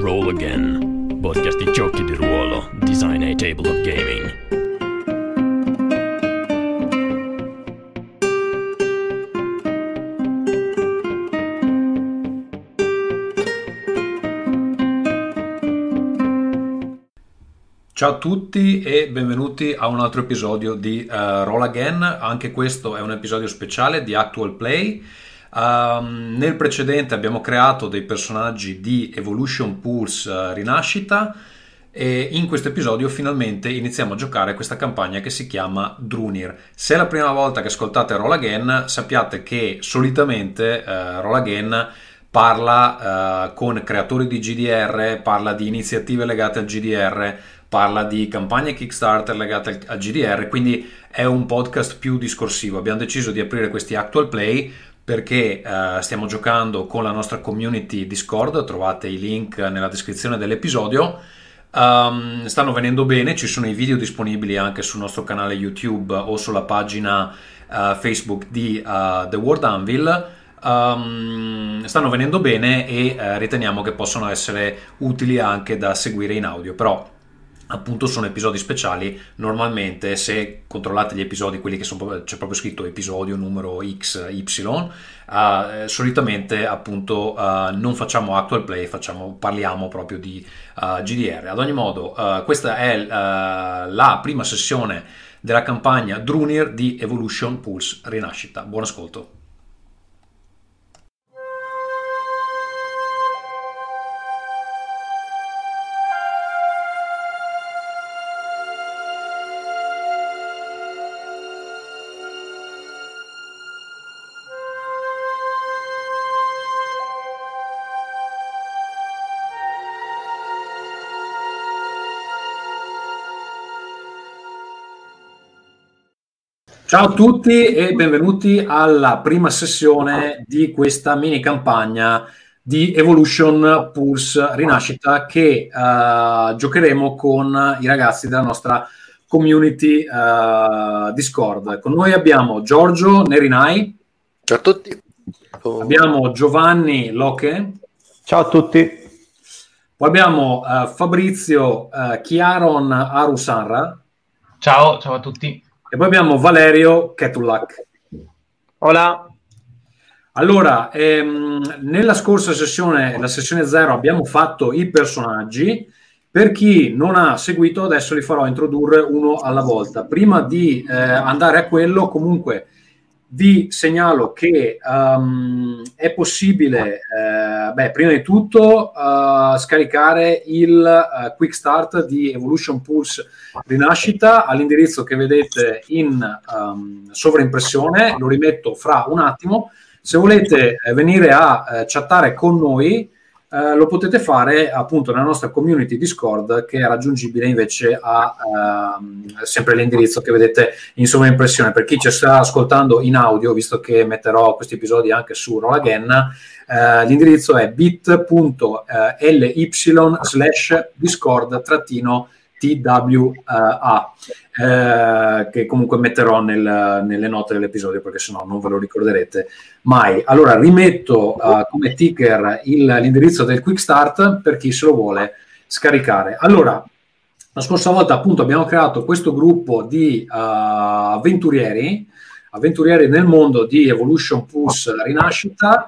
Roll Again, podcast di giochi di ruolo, design e tabletop gaming. Ciao a tutti e benvenuti a un altro episodio di Roll Again. Anche questo è un episodio speciale di Actual Play. Nel precedente abbiamo creato dei personaggi di Evolution Pulse Rinascita e in questo episodio finalmente iniziamo a giocare questa campagna che si chiama Drunir. Se è la prima volta che ascoltate Roll Again, sappiate che solitamente Roll Again parla con creatori di GDR, parla di iniziative legate al GDR, parla di campagne Kickstarter legate al GDR, quindi è un podcast più discorsivo. Abbiamo deciso di aprire questi Actual Play perché stiamo giocando con la nostra community Discord, trovate i link nella descrizione dell'episodio. Stanno venendo bene, ci sono i video disponibili anche sul nostro canale YouTube o sulla pagina Facebook di The World Anvil. Stanno venendo bene e riteniamo che possano essere utili anche da seguire in audio, però appunto sono episodi speciali. Normalmente se controllate gli episodi, quelli che sono, c'è proprio scritto episodio numero XY, solitamente appunto non facciamo actual play, parliamo proprio di GDR. Ad ogni modo questa è la prima sessione della campagna Drunir di Evolution Pulse Rinascita. Buon ascolto. Ciao a tutti e benvenuti alla prima sessione di questa mini campagna di Evolution Pulse Rinascita che giocheremo con i ragazzi della nostra community Discord. Con noi abbiamo Giorgio Nerinai. Ciao a tutti. Abbiamo Giovanni Loche. Ciao a tutti. Poi abbiamo Fabrizio Chiaron Arusanra. Ciao a tutti. E poi abbiamo Valerio Ketulak. Hola. Allora, nella scorsa sessione, la sessione 0, abbiamo fatto i personaggi. Per chi non ha seguito, adesso li farò introdurre uno alla volta. Prima di andare a quello, comunque, vi segnalo che è possibile, prima di tutto, scaricare il Quick Start di Evolution Pulse Rinascita all'indirizzo che vedete in sovraimpressione. Lo rimetto fra un attimo. Se volete venire a chattare con noi, lo potete fare appunto nella nostra community Discord, che è raggiungibile invece a sempre l'indirizzo che vedete in sovraimpressione. Per chi ci sta ascoltando in audio, visto che metterò questi episodi anche su Roll Again, l'indirizzo è bit.ly/discord-twa, che comunque metterò nelle note dell'episodio, perché sennò non ve lo ricorderete mai. Allora rimetto come ticker l'indirizzo del Quick Start per chi se lo vuole scaricare. Allora, la scorsa volta appunto abbiamo creato questo gruppo di avventurieri nel mondo di Evolution Pulse Rinascita.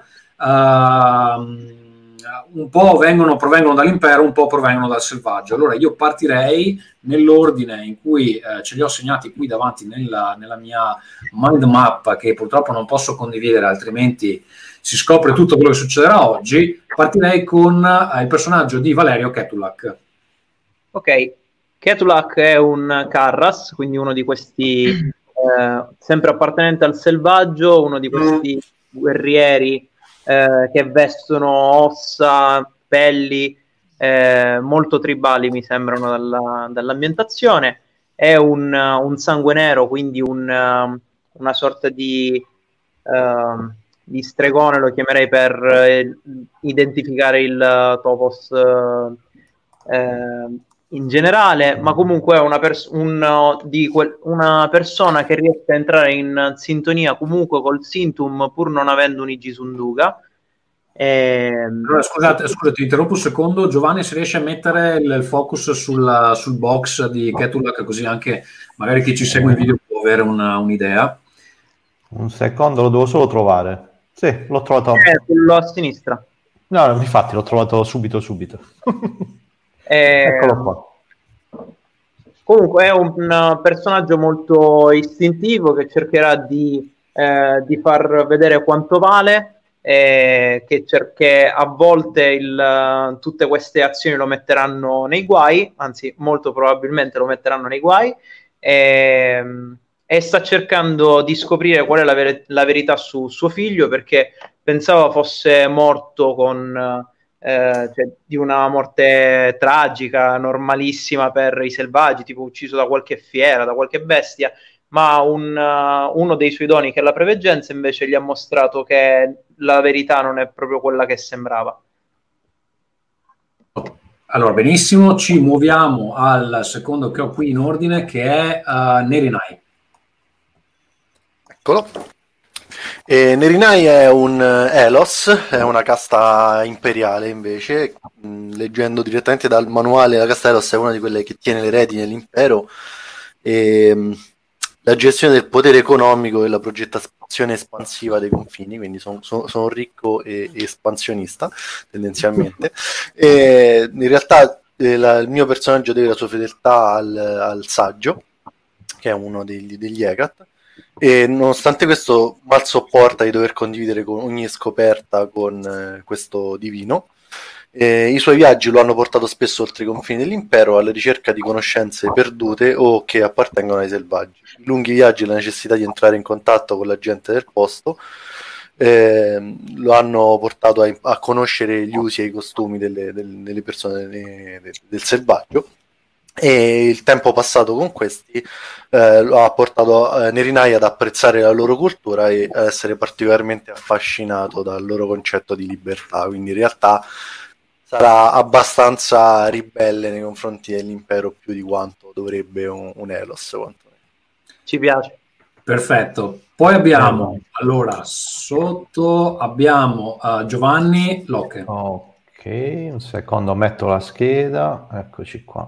Un po' provengono dall'impero, un po' provengono dal selvaggio. Allora io partirei nell'ordine in cui ce li ho segnati qui davanti nella mia mind map, che purtroppo non posso condividere, altrimenti si scopre tutto quello che succederà oggi. Partirei con il personaggio di Valerio Ketulak. Ok, Ketulak è un Karras, quindi uno di questi sempre appartenente al selvaggio, uno di questi guerrieri che vestono ossa, pelli, molto tribali mi sembrano dall'ambientazione. È un sangue nero, quindi una sorta di stregone, lo chiamerei, per identificare il topos in generale, ma comunque è una persona che riesce a entrare in sintonia comunque col Sintum, pur non avendo un Igisunduga, Allora, scusate, ti interrompo un secondo. Giovanni, se riesci a mettere il focus sul box di Ketulak, così anche magari chi ci segue in video può avere un'idea. Un secondo, lo devo solo trovare. Sì, l'ho trovato. Quello a sinistra. No, infatti l'ho trovato subito. Eccolo qua. Comunque è un personaggio molto istintivo che cercherà di far vedere quanto vale, che a volte tutte queste azioni lo metteranno nei guai, anzi molto probabilmente lo metteranno nei guai, e sta cercando di scoprire qual è la verità su suo figlio, perché pensava fosse morto di una morte tragica, normalissima per i selvaggi, tipo ucciso da qualche fiera, da qualche bestia, ma uno dei suoi doni, che è la preveggenza, invece gli ha mostrato che la verità non è proprio quella che sembrava. Allora, benissimo, ci muoviamo al secondo che ho qui in ordine, che è Nerinai. Eccolo. Nerinai è un Elos, è una casta imperiale invece. Leggendo direttamente dal manuale, la casta Elos è una di quelle che tiene le redini dell'impero, e la gestione del potere economico e la progettazione espansiva dei confini, quindi sono ricco e espansionista tendenzialmente. E in realtà il mio personaggio deve la sua fedeltà al saggio, che è uno degli Egat, e nonostante questo mal sopporta di dover condividere con ogni scoperta con questo divino. I suoi viaggi lo hanno portato spesso oltre i confini dell'impero, alla ricerca di conoscenze perdute o che appartengono ai selvaggi. I lunghi viaggi e la necessità di entrare in contatto con la gente del posto lo hanno portato a conoscere gli usi e i costumi delle persone del selvaggio, e il tempo passato con questi ha portato Nerinai ad apprezzare la loro cultura e ad essere particolarmente affascinato dal loro concetto di libertà. Quindi in realtà sarà abbastanza ribelle nei confronti dell'impero, più di quanto dovrebbe un Elos. Ci piace. Perfetto. Poi abbiamo, allora, sotto abbiamo Giovanni Locke. Ok, un secondo, metto la scheda, eccoci qua.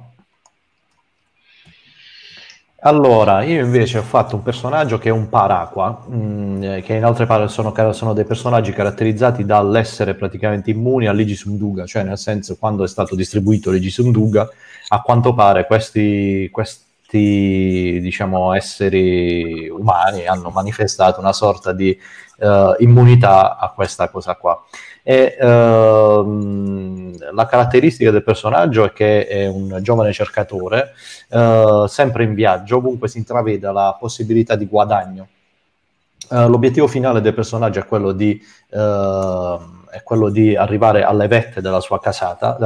Allora, io invece ho fatto un personaggio che è un paracqua, che in altre parole sono dei personaggi caratterizzati dall'essere praticamente immuni all'Igisum Duga, cioè nel senso, quando è stato distribuito l'Igisum Duga, a quanto pare questi diciamo esseri umani hanno manifestato una sorta di immunità a questa cosa qua. E la caratteristica del personaggio è che è un giovane cercatore, sempre in viaggio, ovunque si intraveda la possibilità di guadagno. L'obiettivo finale del personaggio è quello di arrivare alle vette della sua casta,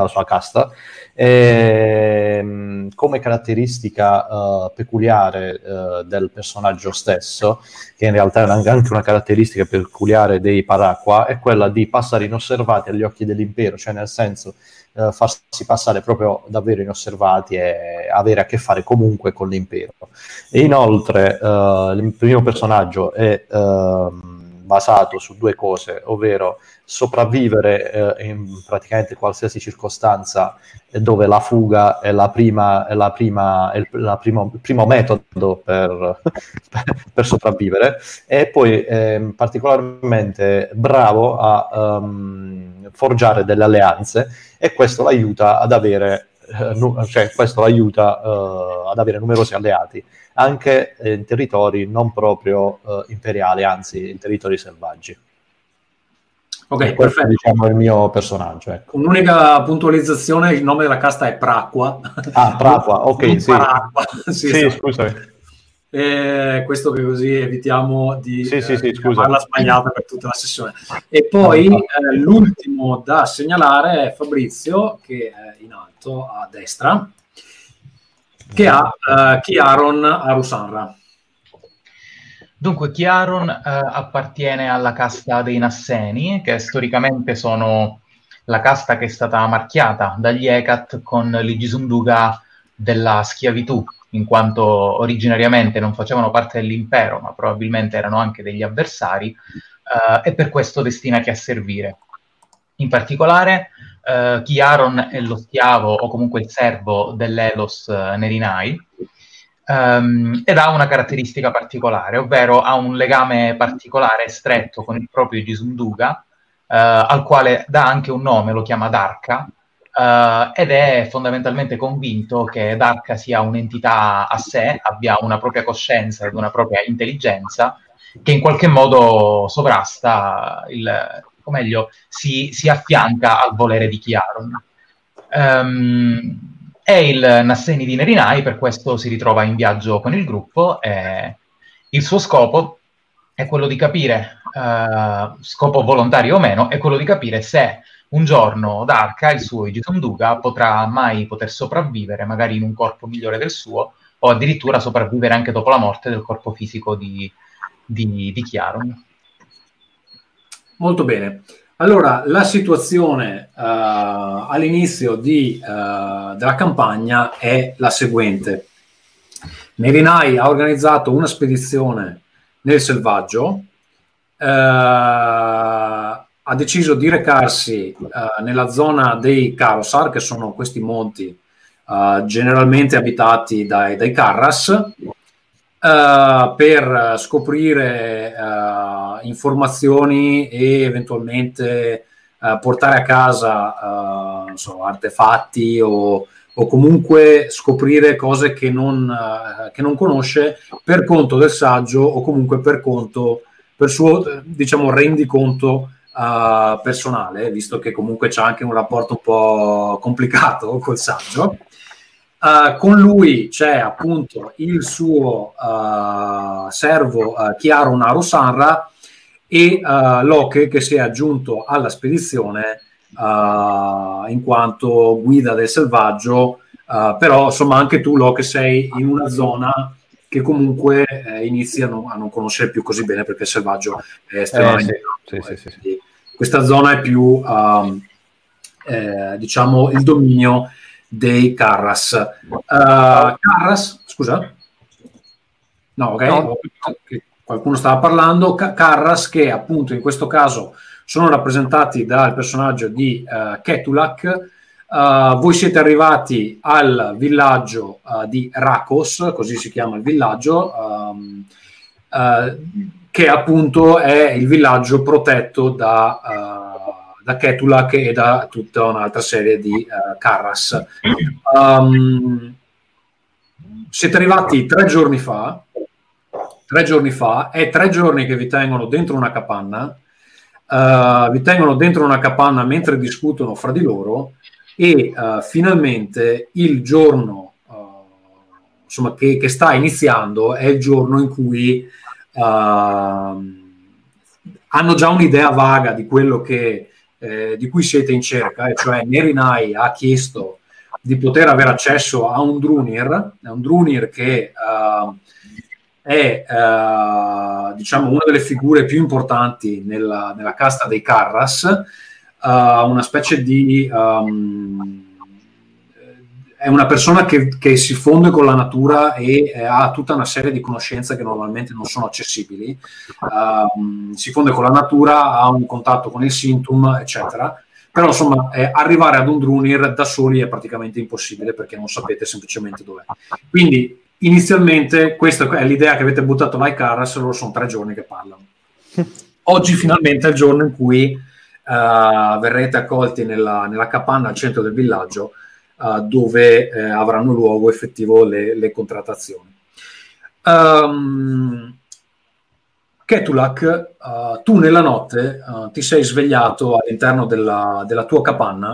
e, come caratteristica peculiare del personaggio stesso, che in realtà è anche una caratteristica peculiare dei Paracqua, è quella di passare inosservati agli occhi dell'impero, cioè nel senso farsi passare proprio davvero inosservati e avere a che fare comunque con l'impero. E inoltre il primo personaggio è basato su due cose, ovvero sopravvivere in praticamente qualsiasi circostanza dove la fuga è il primo metodo per sopravvivere, e poi particolarmente bravo a forgiare delle alleanze, e questo l'aiuta ad avere ad avere numerosi alleati anche in territori non proprio imperiali, anzi in territori selvaggi. Ok, questo perfetto. Diciamo il mio personaggio. Ecco. Un'unica puntualizzazione: il nome della casta è Praqua. Ah, Praqua, ok, sì. Paracqua. Sì, scusami. Questo che così evitiamo di farla scusa. sbagliata per tutta la sessione. E poi l'ultimo da segnalare è Fabrizio, che è in alto a destra, che ha Chiaron Arusanra. Dunque, Chiaron appartiene alla casta dei Nasseni, che storicamente sono la casta che è stata marchiata dagli Ecat con l'Igisum Duga della schiavitù, in quanto originariamente non facevano parte dell'impero, ma probabilmente erano anche degli avversari, e per questo destinati a servire. In particolare, Chiaron è lo schiavo o comunque il servo dell'Elos Nerinai, ed ha una caratteristica particolare, ovvero ha un legame particolare stretto con il proprio Gisunduga, al quale dà anche un nome, lo chiama Darka, ed è fondamentalmente convinto che Darka sia un'entità a sé, abbia una propria coscienza ed una propria intelligenza, che in qualche modo sovrasta o meglio, si affianca al volere di Chiaron. È il Nasseni di Nerinai, per questo si ritrova in viaggio con il gruppo, e il suo scopo è quello di capire, scopo volontario o meno, è quello di capire se un giorno Darka, il suo Igitunduga, potrà mai poter sopravvivere, magari in un corpo migliore del suo, o addirittura sopravvivere anche dopo la morte del corpo fisico di Chiaron. Molto bene. Allora, la situazione all'inizio della campagna è la seguente. Nerinai ha organizzato una spedizione nel selvaggio, ha deciso di recarsi nella zona dei Karosar, che sono questi monti generalmente abitati dai Karras, per scoprire informazioni e eventualmente portare a casa artefatti o comunque scoprire cose che non conosce per conto del saggio, o comunque per suo, diciamo, rendiconto personale, visto che comunque c'è anche un rapporto un po' complicato col saggio. Con lui c'è appunto il suo servo Chiaron Arosanra e Loke, che si è aggiunto alla spedizione in quanto guida del selvaggio, però insomma anche tu, Loke, sei in una zona che comunque iniziano a non conoscere più così bene, perché il selvaggio è estremamente sì. Questa zona è più diciamo il dominio dei Karras. Karras, scusa? No, ok. No. Qualcuno stava parlando. Karras, che appunto in questo caso sono rappresentati dal personaggio di Ketulak. Voi siete arrivati al villaggio di Rakos, così si chiama il villaggio, che appunto è il villaggio protetto da Ketulak e da tutta un'altra serie di Karras. Siete arrivati 3 giorni fa, è 3 giorni che vi tengono dentro una capanna, mentre discutono fra di loro, e finalmente il giorno insomma, che sta iniziando è il giorno in cui hanno già un'idea vaga di quello di cui siete in cerca, e cioè Nerinai ha chiesto di poter avere accesso a un Drunir che è diciamo una delle figure più importanti nella casta dei Karras, una specie di è una persona che si fonde con la natura e ha tutta una serie di conoscenze che normalmente non sono accessibili. Si fonde con la natura, ha un contatto con il Sintum, eccetera. Però insomma arrivare ad un Drunir da soli è praticamente impossibile, perché non sapete semplicemente dov'è. Quindi inizialmente questa è l'idea che avete buttato là ai Karras, loro sono 3 giorni che parlano. Oggi finalmente è il giorno in cui verrete accolti nella capanna al centro del villaggio, dove avranno luogo effettivo le contrattazioni. Ketulak, tu nella notte ti sei svegliato all'interno della tua capanna,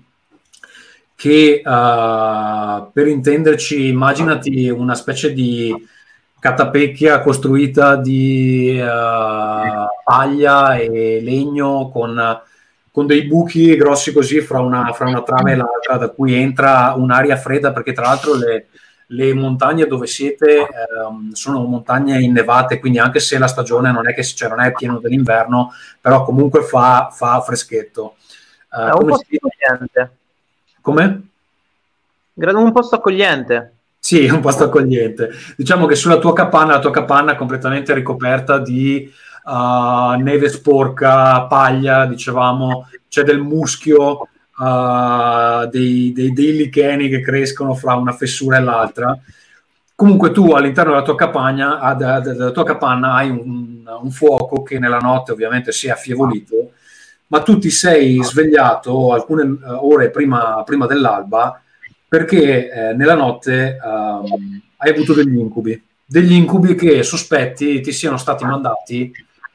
che per intenderci, immaginati una specie di catapecchia costruita di paglia e legno, con dei buchi grossi così fra una trama e l'altra, da cui entra un'aria fredda, perché tra l'altro le montagne dove siete sono montagne innevate, quindi anche se la stagione non è pieno dell'inverno, però comunque fa freschetto. È un posto accogliente. Come? Un posto accogliente. Sì, è un posto accogliente. Diciamo che sulla tua capanna, la tua capanna è completamente ricoperta di neve sporca, paglia, dicevamo, c'è del muschio, dei licheni che crescono fra una fessura e l'altra. Comunque tu all'interno della tua capanna hai un fuoco che nella notte ovviamente si è affievolito, ma tu ti sei svegliato alcune ore prima dell'alba perché nella notte hai avuto degli incubi che sospetti ti siano stati mandati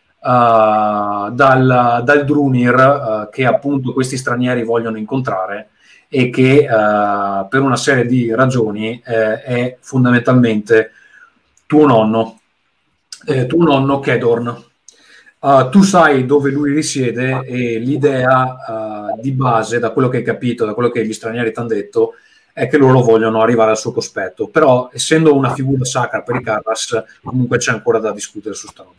dal Drunir che appunto questi stranieri vogliono incontrare e che per una serie di ragioni è fondamentalmente tuo nonno Kedorn. Tu sai dove lui risiede e l'idea di base, da quello che hai capito, da quello che gli stranieri ti hanno detto, è che loro vogliono arrivare al suo cospetto. Però, essendo una figura sacra per i Karras, comunque c'è ancora da discutere su sta roba.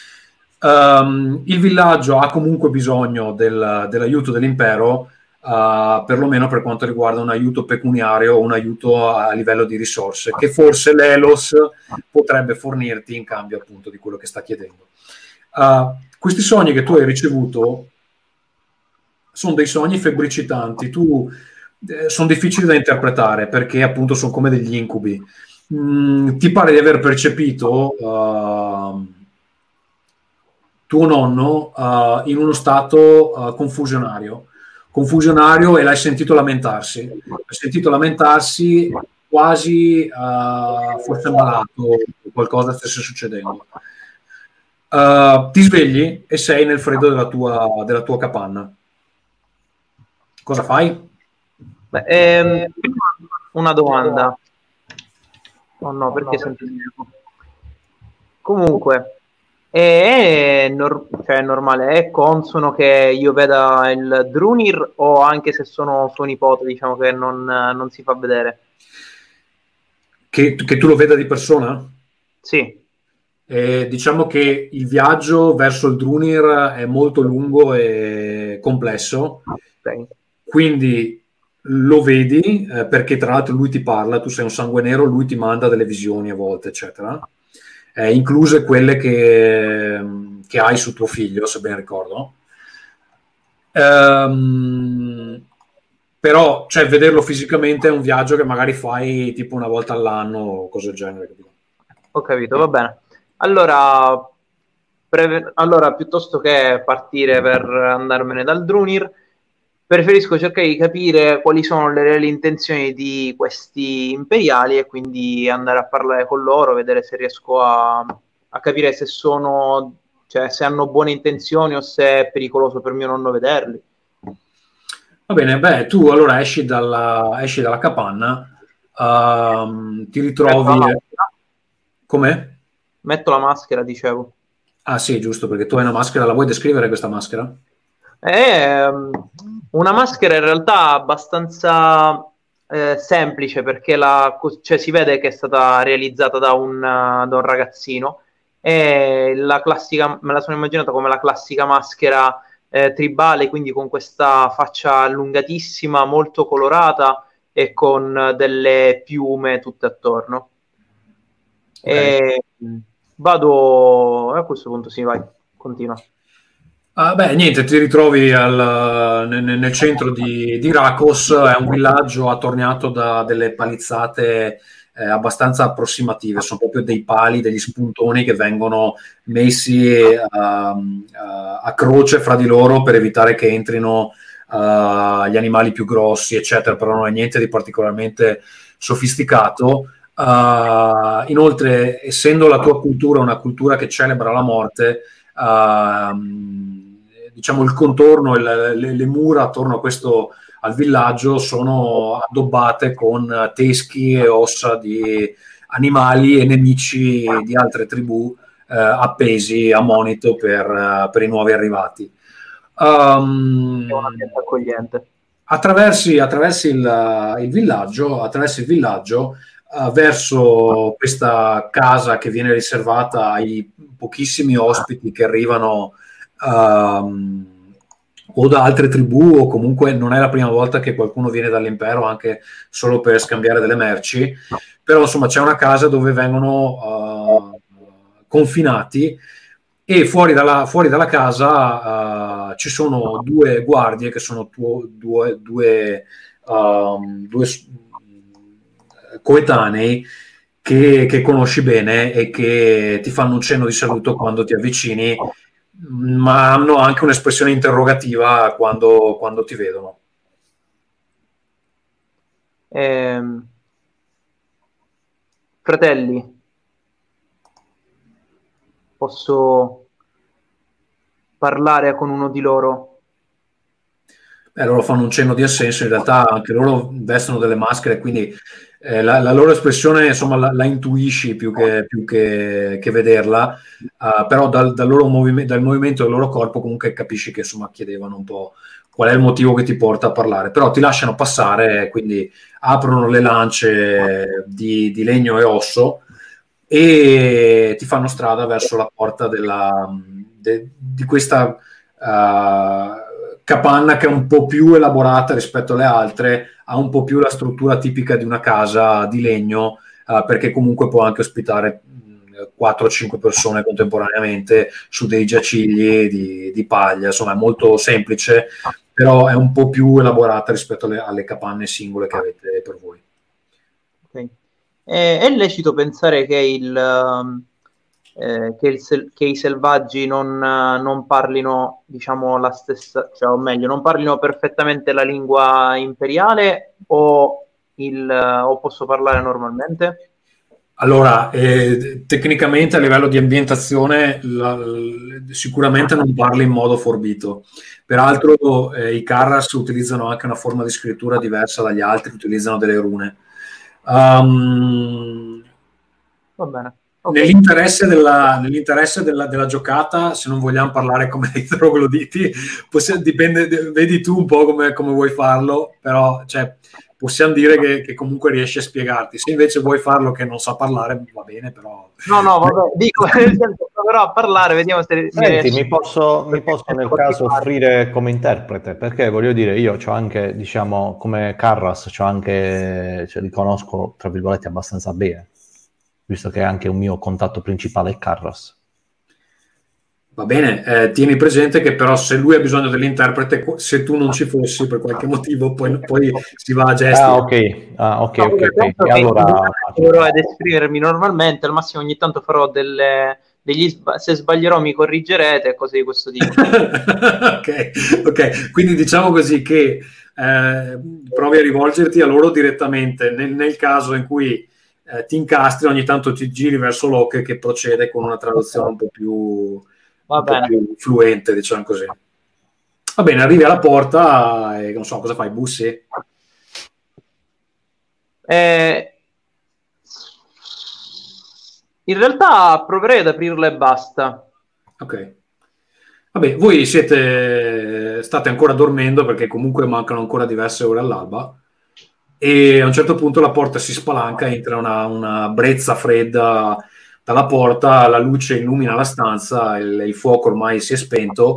Il villaggio ha comunque bisogno dell'aiuto dell'impero, perlomeno per quanto riguarda un aiuto pecuniario o un aiuto a livello di risorse, che forse l'Elos potrebbe fornirti in cambio appunto di quello che sta chiedendo. Questi sogni che tu hai ricevuto sono dei sogni febbricitanti, sono difficili da interpretare perché appunto sono come degli incubi. Ti pare di aver percepito tuo nonno in uno stato confusionario e l'hai sentito lamentarsi. Quasi forse malato, qualcosa stesse succedendo. Ti svegli e sei nel freddo della tua capanna. Cosa fai? Una domanda. Oh no, perché senti l'eco? Comunque, è normale, è consono che io veda il Drunir o anche se sono suo nipote, diciamo che non si fa vedere? Che tu lo veda di persona? Sì. Diciamo che il viaggio verso il Drunir è molto lungo e complesso, Okay. Quindi lo vedi perché tra l'altro lui ti parla, tu sei un sangue nero, lui ti manda delle visioni a volte, eccetera, incluse quelle che hai su tuo figlio, se ben ricordo. Però cioè, vederlo fisicamente è un viaggio che magari fai tipo una volta all'anno o cose del genere. Ho capito, va bene. Allora, piuttosto che partire per andarmene dal Drunir, preferisco cercare di capire quali sono le reali intenzioni di questi imperiali e quindi andare a parlare con loro, vedere se riesco a capire se sono, cioè se hanno buone intenzioni o se è pericoloso per mio nonno vederli. Va bene, tu allora esci dalla capanna, ti ritrovi... Com'è? Metto la maschera, dicevo. Ah sì, giusto, perché tu hai una maschera, la vuoi descrivere questa maschera? È una maschera in realtà abbastanza semplice perché cioè, si vede che è stata realizzata da un ragazzino e la classica, me la sono immaginata come la classica maschera tribale, quindi con questa faccia allungatissima, molto colorata e con delle piume tutte attorno. Okay. E vado a questo punto, sì, vai, continua. Niente, ti ritrovi nel centro di Rakos, è un villaggio attorniato da delle palizzate abbastanza approssimative, sono proprio dei pali, degli spuntoni che vengono messi a croce fra di loro per evitare che entrino gli animali più grossi, eccetera, però non è niente di particolarmente sofisticato. Inoltre, essendo la tua cultura una cultura che celebra la morte, diciamo il contorno, le mura attorno al villaggio sono addobbate con teschi e ossa di animali e nemici di altre tribù appesi a monito per i nuovi arrivati. È un ambiente accogliente. Attraversi il villaggio verso questa casa che viene riservata ai pochissimi ospiti che arrivano o da altre tribù, o comunque non è la prima volta che qualcuno viene dall'impero anche solo per scambiare delle merci, però insomma c'è una casa dove vengono confinati e fuori dalla casa ci sono due guardie che sono due coetanei che conosci bene e che ti fanno un cenno di saluto quando ti avvicini, ma hanno anche un'espressione interrogativa quando ti vedono. Fratelli, posso parlare con uno di loro? Loro fanno un cenno di assenso, in realtà anche loro vestono delle maschere, quindi la loro espressione insomma la intuisci più che vederla, però dal movimento del loro corpo comunque capisci che insomma chiedevano un po' qual è il motivo che ti porta a parlare, però ti lasciano passare, quindi aprono le lance di legno e osso e ti fanno strada verso la porta di questa capanna che è un po' più elaborata rispetto alle altre, ha un po' più la struttura tipica di una casa di legno, perché comunque può anche ospitare 4 o 5 persone contemporaneamente su dei giacigli di paglia, insomma è molto semplice, però è un po' più elaborata rispetto alle capanne singole che avete per voi. Okay. È lecito pensare che i selvaggi non parlino, diciamo, la stessa, cioè, o meglio, non parlino perfettamente la lingua imperiale o posso parlare normalmente? Allora, tecnicamente a livello di ambientazione sicuramente non parli in modo forbito. Peraltro i Carras utilizzano anche una forma di scrittura diversa dagli altri, utilizzano delle rune. Va bene. Okay. Nell'interesse della giocata, se non vogliamo parlare come dei trogloditi, dipende, vedi tu un po' come vuoi farlo, però cioè, possiamo dire che comunque riesci a spiegarti. Se invece vuoi farlo che non sa parlare, va bene, però... No, vabbè, dico, proverò a parlare, vediamo se... Senti, mi posso nel caso offrire come interprete, perché voglio dire, io c'ho anche, diciamo, come Carras, li conosco, tra virgolette, abbastanza bene, visto che anche un mio contatto principale è Carras. Va bene, tieni presente che però se lui ha bisogno dell'interprete, se tu non ci fossi per qualche motivo, poi si va a gesti. Ok. E allora proverò ad esprimermi normalmente, al massimo ogni tanto farò se sbaglierò mi corrigerete, cose di questo tipo. ok, quindi diciamo così che provi a rivolgerti a loro direttamente nel caso in cui ti incastri, ogni tanto ti giri verso Locke che procede con una traduzione un po' più fluente, diciamo così. Va bene, arrivi alla porta e non so cosa fai, bussi? In realtà proverei ad aprirla e basta. Ok. Vabbè, voi state ancora dormendo perché comunque mancano ancora diverse ore all'alba e a un certo punto la porta si spalanca, entra una brezza fredda dalla porta, la luce illumina la stanza, il fuoco ormai si è spento.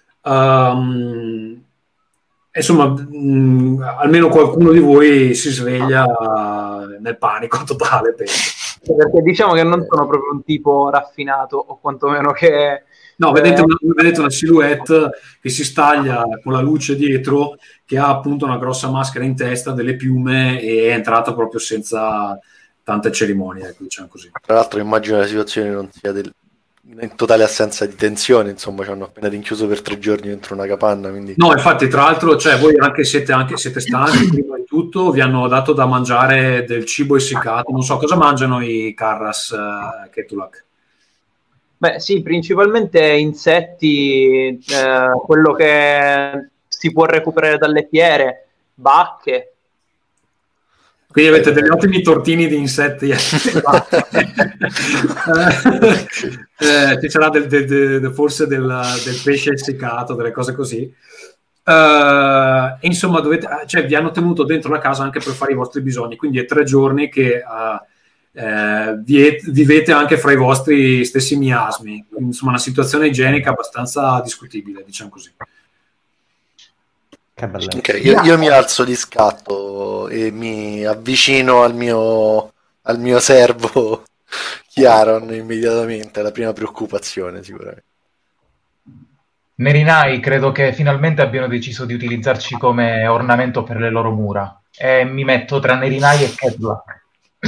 Insomma, almeno qualcuno di voi si sveglia nel panico totale, penso. Perché diciamo che non sono proprio un tipo raffinato, o quantomeno che... No, vedete una silhouette che si staglia con la luce dietro, che ha appunto una grossa maschera in testa, delle piume e è entrata proprio senza tante cerimonie, ecco, diciamo così. Tra l'altro immagino la situazione non sia in totale assenza di tensione, insomma, ci hanno appena rinchiuso per 3 giorni dentro una capanna, quindi... No, infatti, tra l'altro, cioè, voi siete stanchi, prima di tutto, vi hanno dato da mangiare del cibo essiccato, non so cosa mangiano i Carras Ketulak. Beh, sì, principalmente insetti, quello che si può recuperare dalle fiere, bacche. Quindi avete degli ottimi tortini di insetti. Ci sarà forse del pesce essiccato, delle cose così. Insomma, vi hanno tenuto dentro la casa anche per fare i vostri bisogni, quindi è 3 giorni che vivete anche fra i vostri stessi miasmi. Quindi, insomma, una situazione igienica abbastanza discutibile, diciamo così. Okay, io mi alzo di scatto e mi avvicino al mio servo Chiaron immediatamente, la prima preoccupazione sicuramente. Nerinai credo che finalmente abbiano deciso di utilizzarci come ornamento per le loro mura. E mi metto tra Nerinai e Ketlak.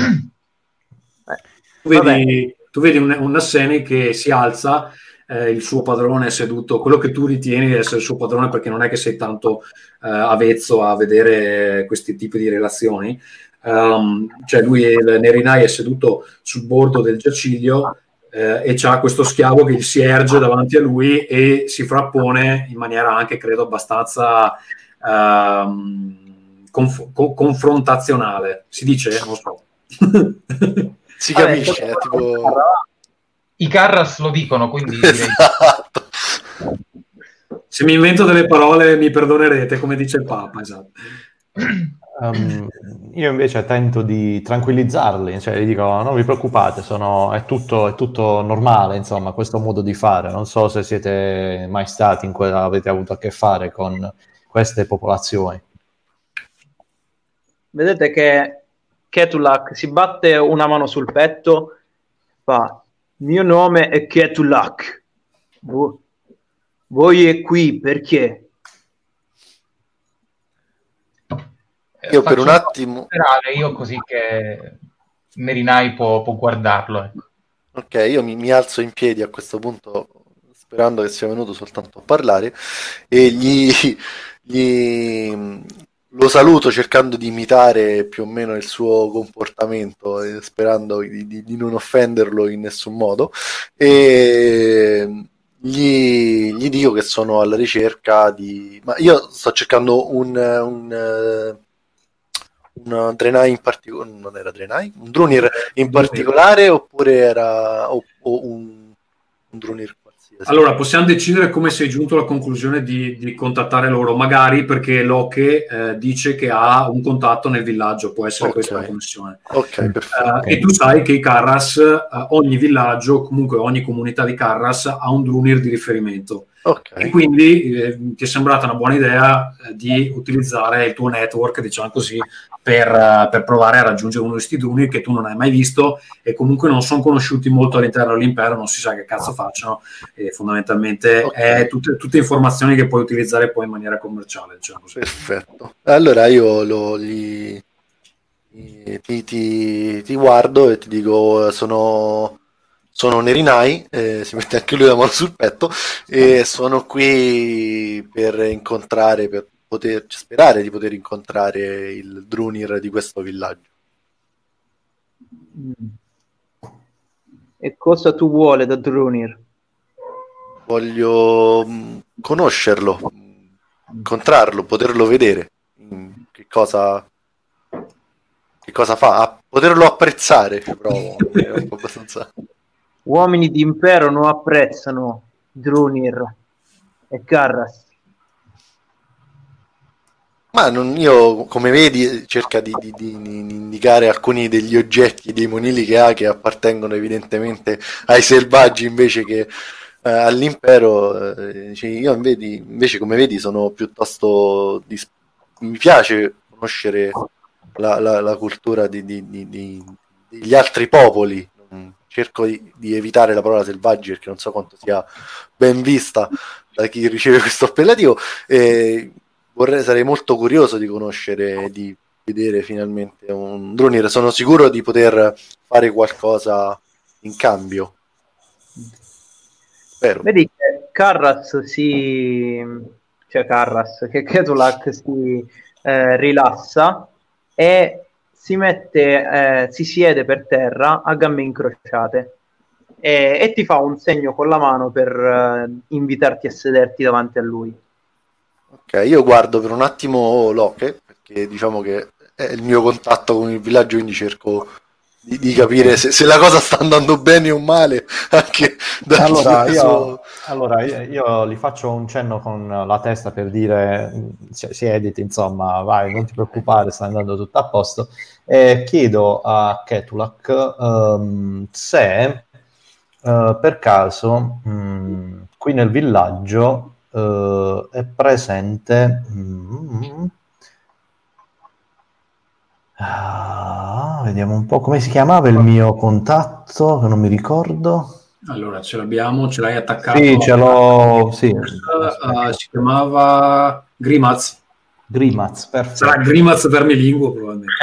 Tu vedi un Nasseni che si alza, il suo padrone è seduto, quello che tu ritieni di essere il suo padrone, perché non è che sei tanto avvezzo a vedere questi tipi di relazioni. Cioè lui, il Nerinai, è seduto sul bordo del giaciglio e c'ha questo schiavo che si erge davanti a lui e si frappone in maniera anche, credo, abbastanza confrontazionale. Si dice? Non lo so. Si capisce, tipo... I Carras lo dicono, quindi direi... Esatto. Se mi invento delle parole mi perdonerete, come dice il Papa, esatto. Io invece tento di tranquillizzarli, cioè gli dico non vi preoccupate, è tutto normale, insomma, questo modo di fare. Non so se siete mai stati avete avuto a che fare con queste popolazioni. Vedete che Ketulak si batte una mano sul petto, fa: mio nome è Ketulak. Voi è qui perché? Io per un attimo... Io così che Nerinai può guardarlo. Ecco. Ok, io mi alzo in piedi a questo punto, sperando che sia venuto soltanto a parlare, e lo saluto cercando di imitare più o meno il suo comportamento, sperando di non offenderlo in nessun modo, e gli dico che sono alla ricerca di... Ma io sto cercando un Draenei in particolare, non era Draenei? Un Drunir in particolare, oppure era un Drunir qualsiasi? Allora, possiamo decidere come sei giunto alla conclusione di contattare loro, magari perché Locke dice che ha un contatto nel villaggio, può essere questa la connessione. Ok, perfetto. E tu sai che i Carras, ogni villaggio, comunque ogni comunità di Carras ha un Drunir di riferimento. Okay. E quindi ti è sembrata una buona idea di utilizzare il tuo network, diciamo così, per provare a raggiungere uno di questi Drunir che tu non hai mai visto e comunque non sono conosciuti molto all'interno dell'impero, non si sa che cazzo facciano, e fondamentalmente è tutte informazioni che puoi utilizzare poi in maniera commerciale, diciamo così. Perfetto. Allora io ti guardo e ti dico sono Nerinai, si mette anche lui la mano sul petto, e sono qui per sperare di poter incontrare il Drunir di questo villaggio. E cosa tu vuole da Drunir? Voglio conoscerlo, incontrarlo, poterlo vedere, che cosa fa, poterlo apprezzare, ci provo, è abbastanza... Uomini di impero non apprezzano Drunir e Carras. Ma io, come vedi, cerca di indicare alcuni degli oggetti, dei monili che ha, che appartengono evidentemente ai selvaggi invece che all'impero. Io invece, come vedi, sono piuttosto... mi piace conoscere la cultura degli altri popoli. Cerco di evitare la parola selvaggi perché non so quanto sia ben vista da chi riceve questo appellativo, e sarei molto curioso di conoscere, di vedere finalmente un Drunir. Sono sicuro di poter fare qualcosa in cambio. Spero. Vedi che che Ketulak si rilassa e si siede per terra a gambe incrociate e ti fa un segno con la mano per invitarti a sederti davanti a lui. Ok, io guardo per un attimo Locke, perché diciamo che è il mio contatto con il villaggio, quindi cerco di capire se la cosa sta andando bene o male. Anche allora io gli faccio un cenno con la testa per dire siediti, insomma, vai, non ti preoccupare, sta andando tutto a posto, e chiedo a Ketulak se per caso qui nel villaggio è presente vediamo un po' come si chiamava il mio contatto, che non mi ricordo. Allora, ce l'abbiamo, ce l'hai attaccato. Sì, ce l'ho. Sì. Si chiamava Grimaz. Grimaz, perfetto. Sarà Grimaz vermilinguo, probabilmente.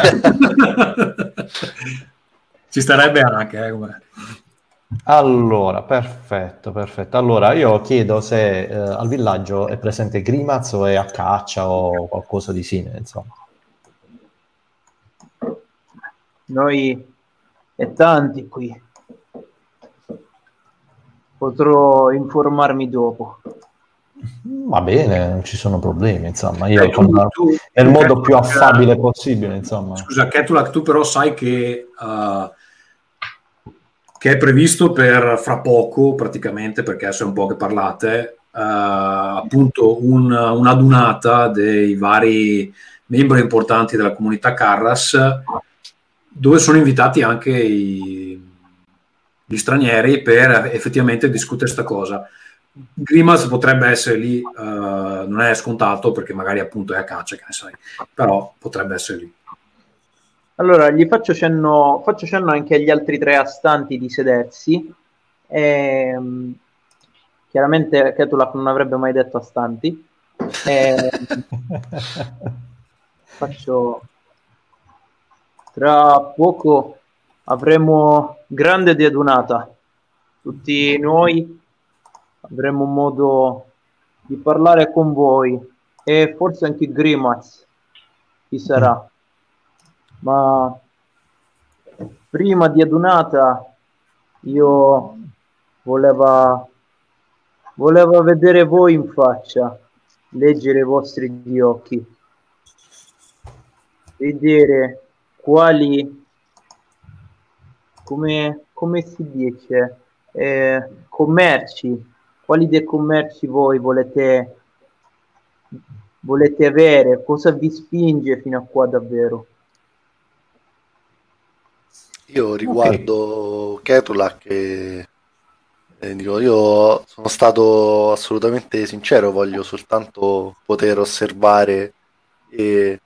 Ci starebbe anche, come. Allora, perfetto. Allora, io chiedo se al villaggio è presente Grimaz o è a caccia o qualcosa di simile, insomma. Noi e tanti qui. Potrò informarmi dopo. Va bene, non ci sono problemi, insomma. Io Nel modo più affabile possibile, insomma. Scusa, Ketulak, tu però sai che è previsto per fra poco, praticamente, perché adesso è un po' che parlate, appunto una adunata dei vari membri importanti della comunità Carras, dove sono invitati anche gli stranieri per effettivamente discutere sta cosa. Grimaz potrebbe essere lì, non è scontato perché magari appunto è a caccia, che ne sai, però potrebbe essere lì. Allora, gli faccio cenno anche agli altri 3 astanti di sedersi. Chiaramente Ketulak non avrebbe mai detto astanti. Tra poco avremo grande diadunata. Tutti noi avremo modo di parlare con voi e forse anche Grimaz ci sarà. Ma prima di adunata io voleva vedere voi in faccia, leggere i vostri occhi, vedere quali, come si dice, commerci, quali dei commerci voi volete avere, cosa vi spinge fino a qua davvero. Io riguardo Ketulak e dico, io sono stato assolutamente sincero, voglio soltanto poter osservare e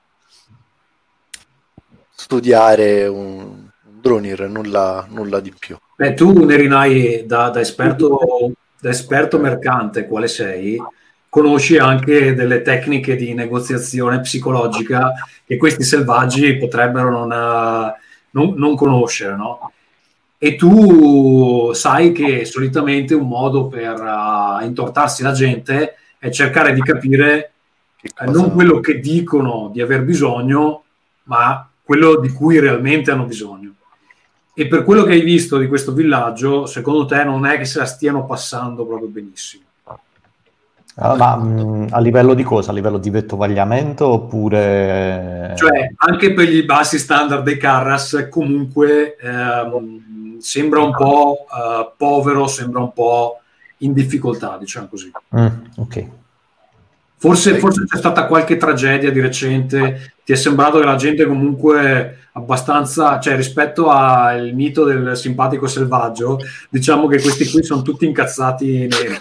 studiare un Dronir, nulla di più. Beh, tu Nerinai da esperto mercante quale sei, conosci anche delle tecniche di negoziazione psicologica che questi selvaggi potrebbero non conoscere, no? E tu sai che solitamente un modo per intortarsi la gente è cercare di capire non quello che dicono di aver bisogno, ma quello di cui realmente hanno bisogno. E per quello che hai visto di questo villaggio, secondo te non è che se la stiano passando proprio benissimo? Ma a livello di cosa? A livello di vettovagliamento oppure... Cioè, anche per gli bassi standard dei Carras, comunque sembra un po' povero, sembra un po' in difficoltà, diciamo così. Ok. Forse c'è stata qualche tragedia di recente, ti è sembrato che la gente comunque abbastanza, cioè rispetto al mito del simpatico selvaggio, diciamo che questi qui sono tutti incazzati neri.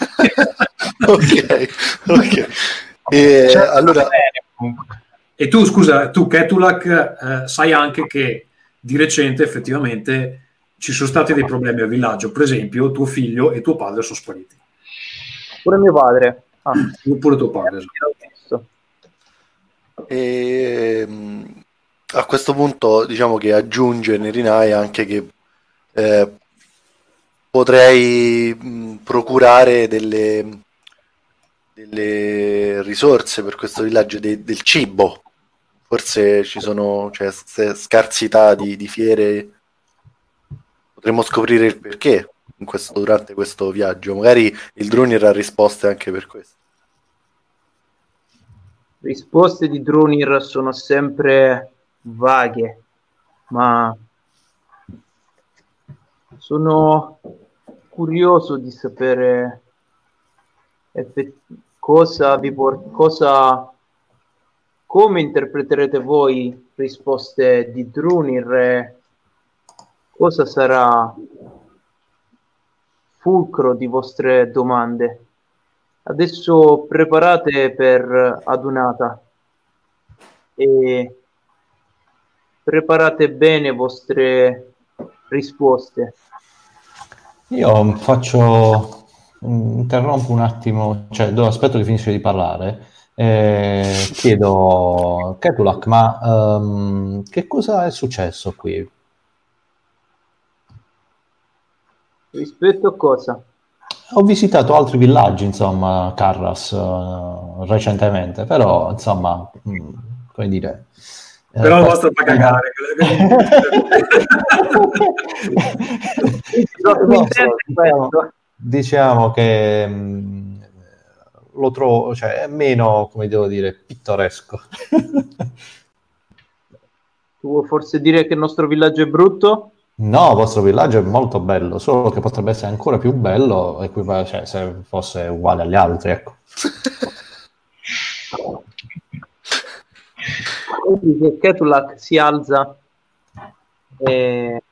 Ok. Allora... E tu, scusa, tu Ketulak, sai anche che di recente effettivamente ci sono stati dei problemi al villaggio, per esempio tuo figlio e tuo padre sono spariti. Pure mio padre. Pure tuo padre. E a questo punto diciamo che aggiunge Nerinai anche che potrei procurare delle risorse per questo villaggio, del cibo. Forse ci sono scarsità di fiere, potremmo scoprire il perché durante questo viaggio. Magari il Dronir ha risposte anche per questo. Risposte di Dronir sono sempre vaghe, ma sono curioso di sapere come interpreterete voi risposte di Dronir, cosa sarà fulcro di vostre domande. Adesso preparate per adunata e preparate bene vostre risposte. Io interrompo un attimo, cioè aspetto che finisce di parlare. Chiedo, Ketulak, ma che cosa è successo qui? Rispetto a cosa? Ho visitato altri villaggi, insomma, Karras, recentemente, però, insomma, come dire... Però il vostro fa cagare. Diciamo che lo trovo, cioè, è meno, come devo dire, pittoresco. Tu vuoi forse dire che il nostro villaggio è brutto? No, il vostro villaggio è molto bello, solo che potrebbe essere ancora più bello cioè, se fosse uguale agli altri, ecco. Vedi che Ketulak si alza e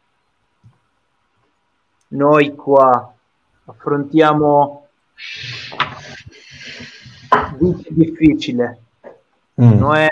noi qua affrontiamo vita difficile. Noi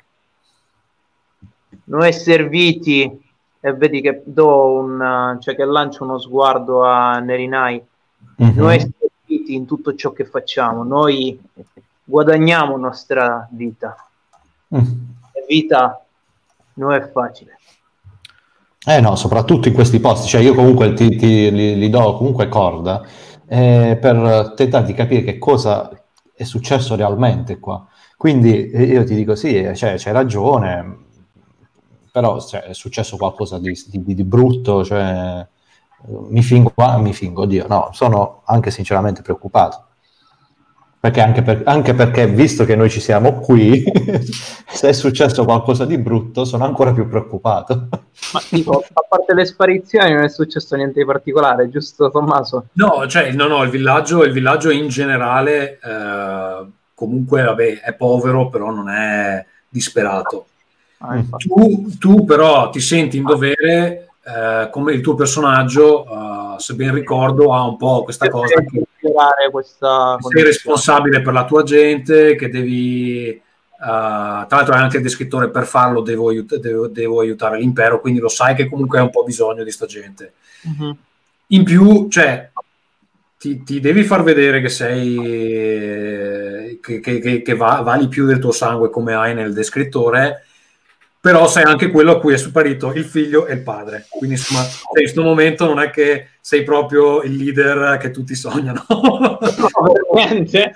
serviti, e vedi che che lancio uno sguardo a Nerinai. Noi serviti in tutto ciò che facciamo, noi guadagniamo nostra vita. E vita non è facile. No, soprattutto in questi posti, cioè io comunque li do comunque corda per tentare di capire che cosa è successo realmente qua. Quindi io ti dico sì, c'hai ragione, però è successo qualcosa di brutto, cioè mi fingo, oddio, no, sono anche sinceramente preoccupato. Perché anche perché, visto che noi ci siamo qui, se è successo qualcosa di brutto, sono ancora più preoccupato. Ma dico, a parte le sparizioni non è successo niente di particolare, giusto Tommaso? No, cioè, no, il villaggio in generale comunque, vabbè, è povero, però non è disperato. Tu però ti senti in dovere, come il tuo personaggio, se ben ricordo, ha un po' questa cosa che sei responsabile per la tua gente, che devi tra l'altro è anche il descrittore, per farlo devo aiutare l'impero, quindi lo sai che comunque hai un po' bisogno di sta gente. In più, cioè, ti devi far vedere che sei che vali più del tuo sangue, come hai nel descrittore, però sei anche quello a cui è sparito il figlio e il padre, quindi insomma in questo momento non è che sei proprio il leader che tutti sognano. No, veramente.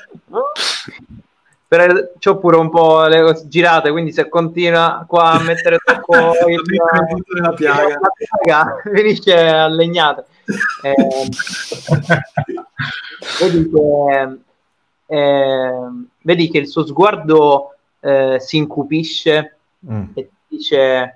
C'ho pure un po' le cose girate, quindi se continua qua a mettere troppo la piaga finisce a legnate. Vedi che il suo sguardo si incupisce e dice: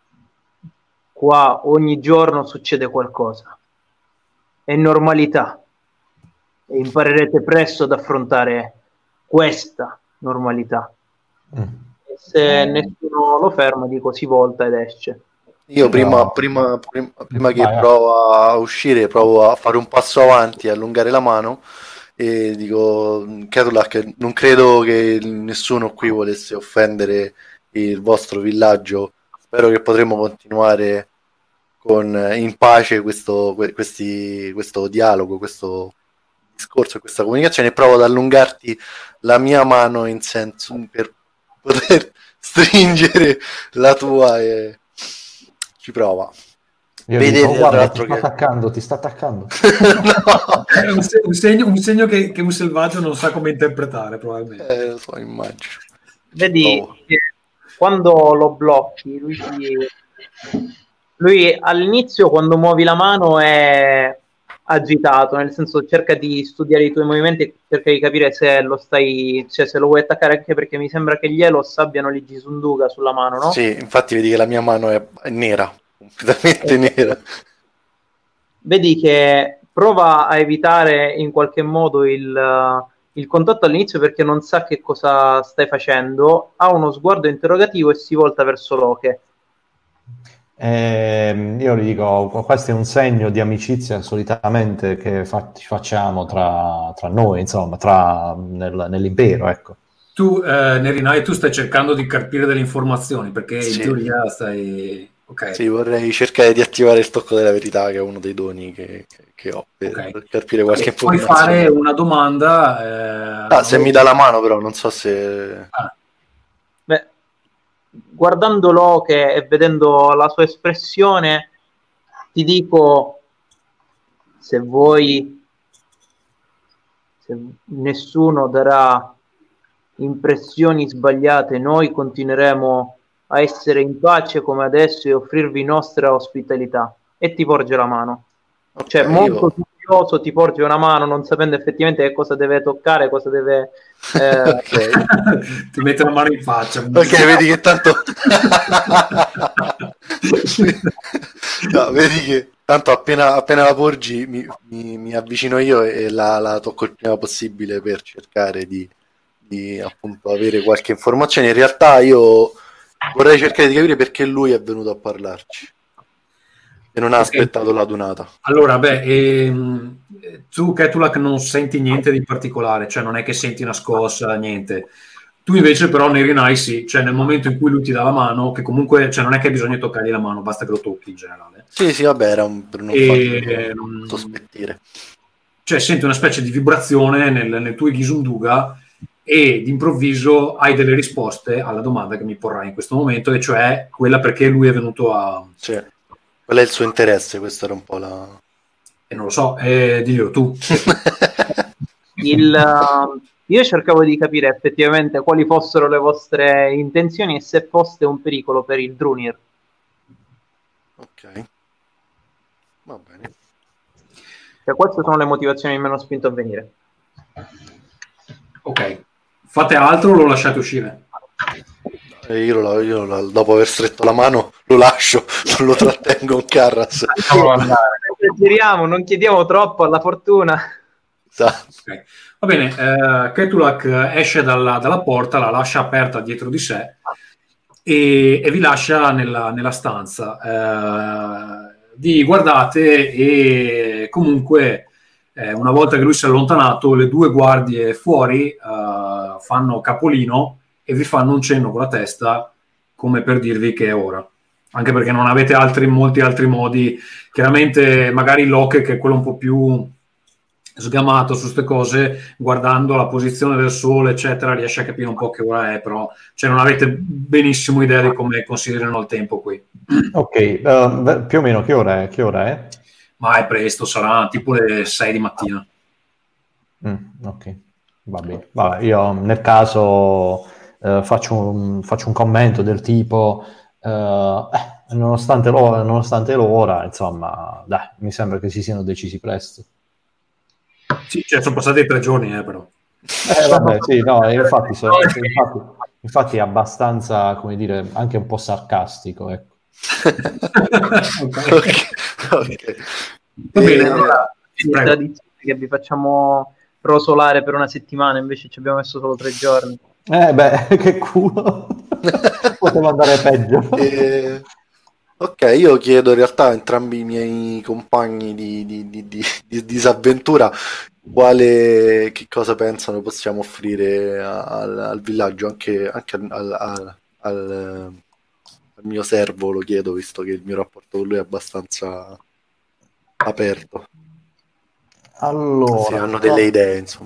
qua ogni giorno succede qualcosa, è normalità e imparerete presto ad affrontare questa normalità. E se nessuno lo ferma, dico, si volta ed esce. Io prima che provo a uscire, provo a fare un passo avanti, allungare la mano e dico: Ketulak, non credo che nessuno qui volesse offendere il vostro villaggio, spero che potremo continuare in pace questo dialogo, questo discorso, questa comunicazione, e provo ad allungarti la mia mano in senso per poter stringere la tua e ci prova. Vedete, guarda, ti sta attaccando. No, è un segno che un selvaggio non sa come interpretare, probabilmente. Lo so, immagino. Vedi che quando lo blocchi, lui all'inizio, quando muovi la mano, è agitato, nel senso cerca di studiare i tuoi movimenti, cerca di capire se lo stai, cioè se lo vuoi attaccare, anche perché mi sembra che gli Elos abbiano l'Igisunduga sulla mano, no? Sì, infatti vedi che la mia mano è nera, completamente nera. Vedi che prova a evitare in qualche modo il contatto all'inizio, perché non sa che cosa stai facendo, ha uno sguardo interrogativo e si volta verso Loke. Io gli dico: questo è un segno di amicizia solitamente che facciamo tra noi, insomma, nell'impero, ecco. Tu, Nerinai, tu stai cercando di carpire delle informazioni, perché in teoria stai Ok. Sì, vorrei cercare di attivare il tocco della verità, che è uno dei doni che ho per capire qualche Puoi informazione. fare una domanda. Se mi dà la mano, però non so se... Beh, guardando Loke e vedendo la sua espressione, ti dico, se nessuno darà impressioni sbagliate, noi continueremo a essere in pace come adesso e offrirvi nostra ospitalità. E ti porge la mano. Cioè, molto curioso, ti porge una mano, non sapendo effettivamente che cosa deve toccare, cosa deve... Ti mette la mano in faccia. Ok, vedi che tanto... no, vedi che tanto appena la porgi mi avvicino io e la tocco il prima possibile per cercare di appunto avere qualche informazione. In realtà io vorrei cercare di capire perché lui è venuto a parlarci e non ha aspettato la donata. Allora, tu Ketulak non senti niente di particolare, cioè non è che senti una scossa, niente. Tu invece però Nerinai sì, cioè nel momento in cui lui ti dà la mano, che comunque cioè non è che hai bisogno di toccargli la mano, basta che lo tocchi in generale. Sì, vabbè, era per non farlo sospettire. Cioè senti una specie di vibrazione nel tuo Gisunduga e d'improvviso hai delle risposte alla domanda che mi porrai in questo momento, e cioè quella perché lui è venuto a... Cioè, qual è il suo interesse? Questo era un po' la... E non lo so, diglielo tu. Io cercavo di capire effettivamente quali fossero le vostre intenzioni e se foste un pericolo per il Drunir. Ok, va bene. Cioè, queste sono le motivazioni che mi hanno spinto a venire. Ok, fate altro o lo lasciate uscire? Io dopo aver stretto la mano lo lascio, non lo trattengo in Carras. Esageriamo, non chiediamo troppo alla fortuna. Okay. Va bene, Ketulak esce dalla porta, la lascia aperta dietro di sé e vi lascia nella stanza. Vi guardate e comunque una volta che lui si è allontanato, le due guardie fuori fanno capolino e vi fanno un cenno con la testa come per dirvi che è ora, anche perché non avete molti altri modi. Chiaramente magari Locke, che è quello un po' più sgamato su queste cose, guardando la posizione del sole eccetera riesce a capire un po' che ora è, però cioè non avete benissimo idea di come considerano il tempo qui. Ok, più o meno che ora è? Ma è presto, sarà tipo le 6 di mattina. Ok, va bene. Vabbè, io nel caso faccio un commento del tipo nonostante l'ora, insomma, dai, mi sembra che si siano decisi presto. Sì, cioè sono passati 3 giorni, però. Vabbè, sì, no, infatti è abbastanza, come dire, anche un po' sarcastico, ecco. Okay. Va bene, allora tradizione che vi facciamo rosolare per una settimana, invece ci abbiamo messo solo 3 giorni. Che culo. Poteva andare peggio. Ok, io chiedo in realtà a entrambi i miei compagni di disavventura che cosa pensano possiamo offrire al villaggio, anche al mio servo lo chiedo, visto che il mio rapporto con lui è abbastanza aperto. Allora, se hanno delle idee, insomma.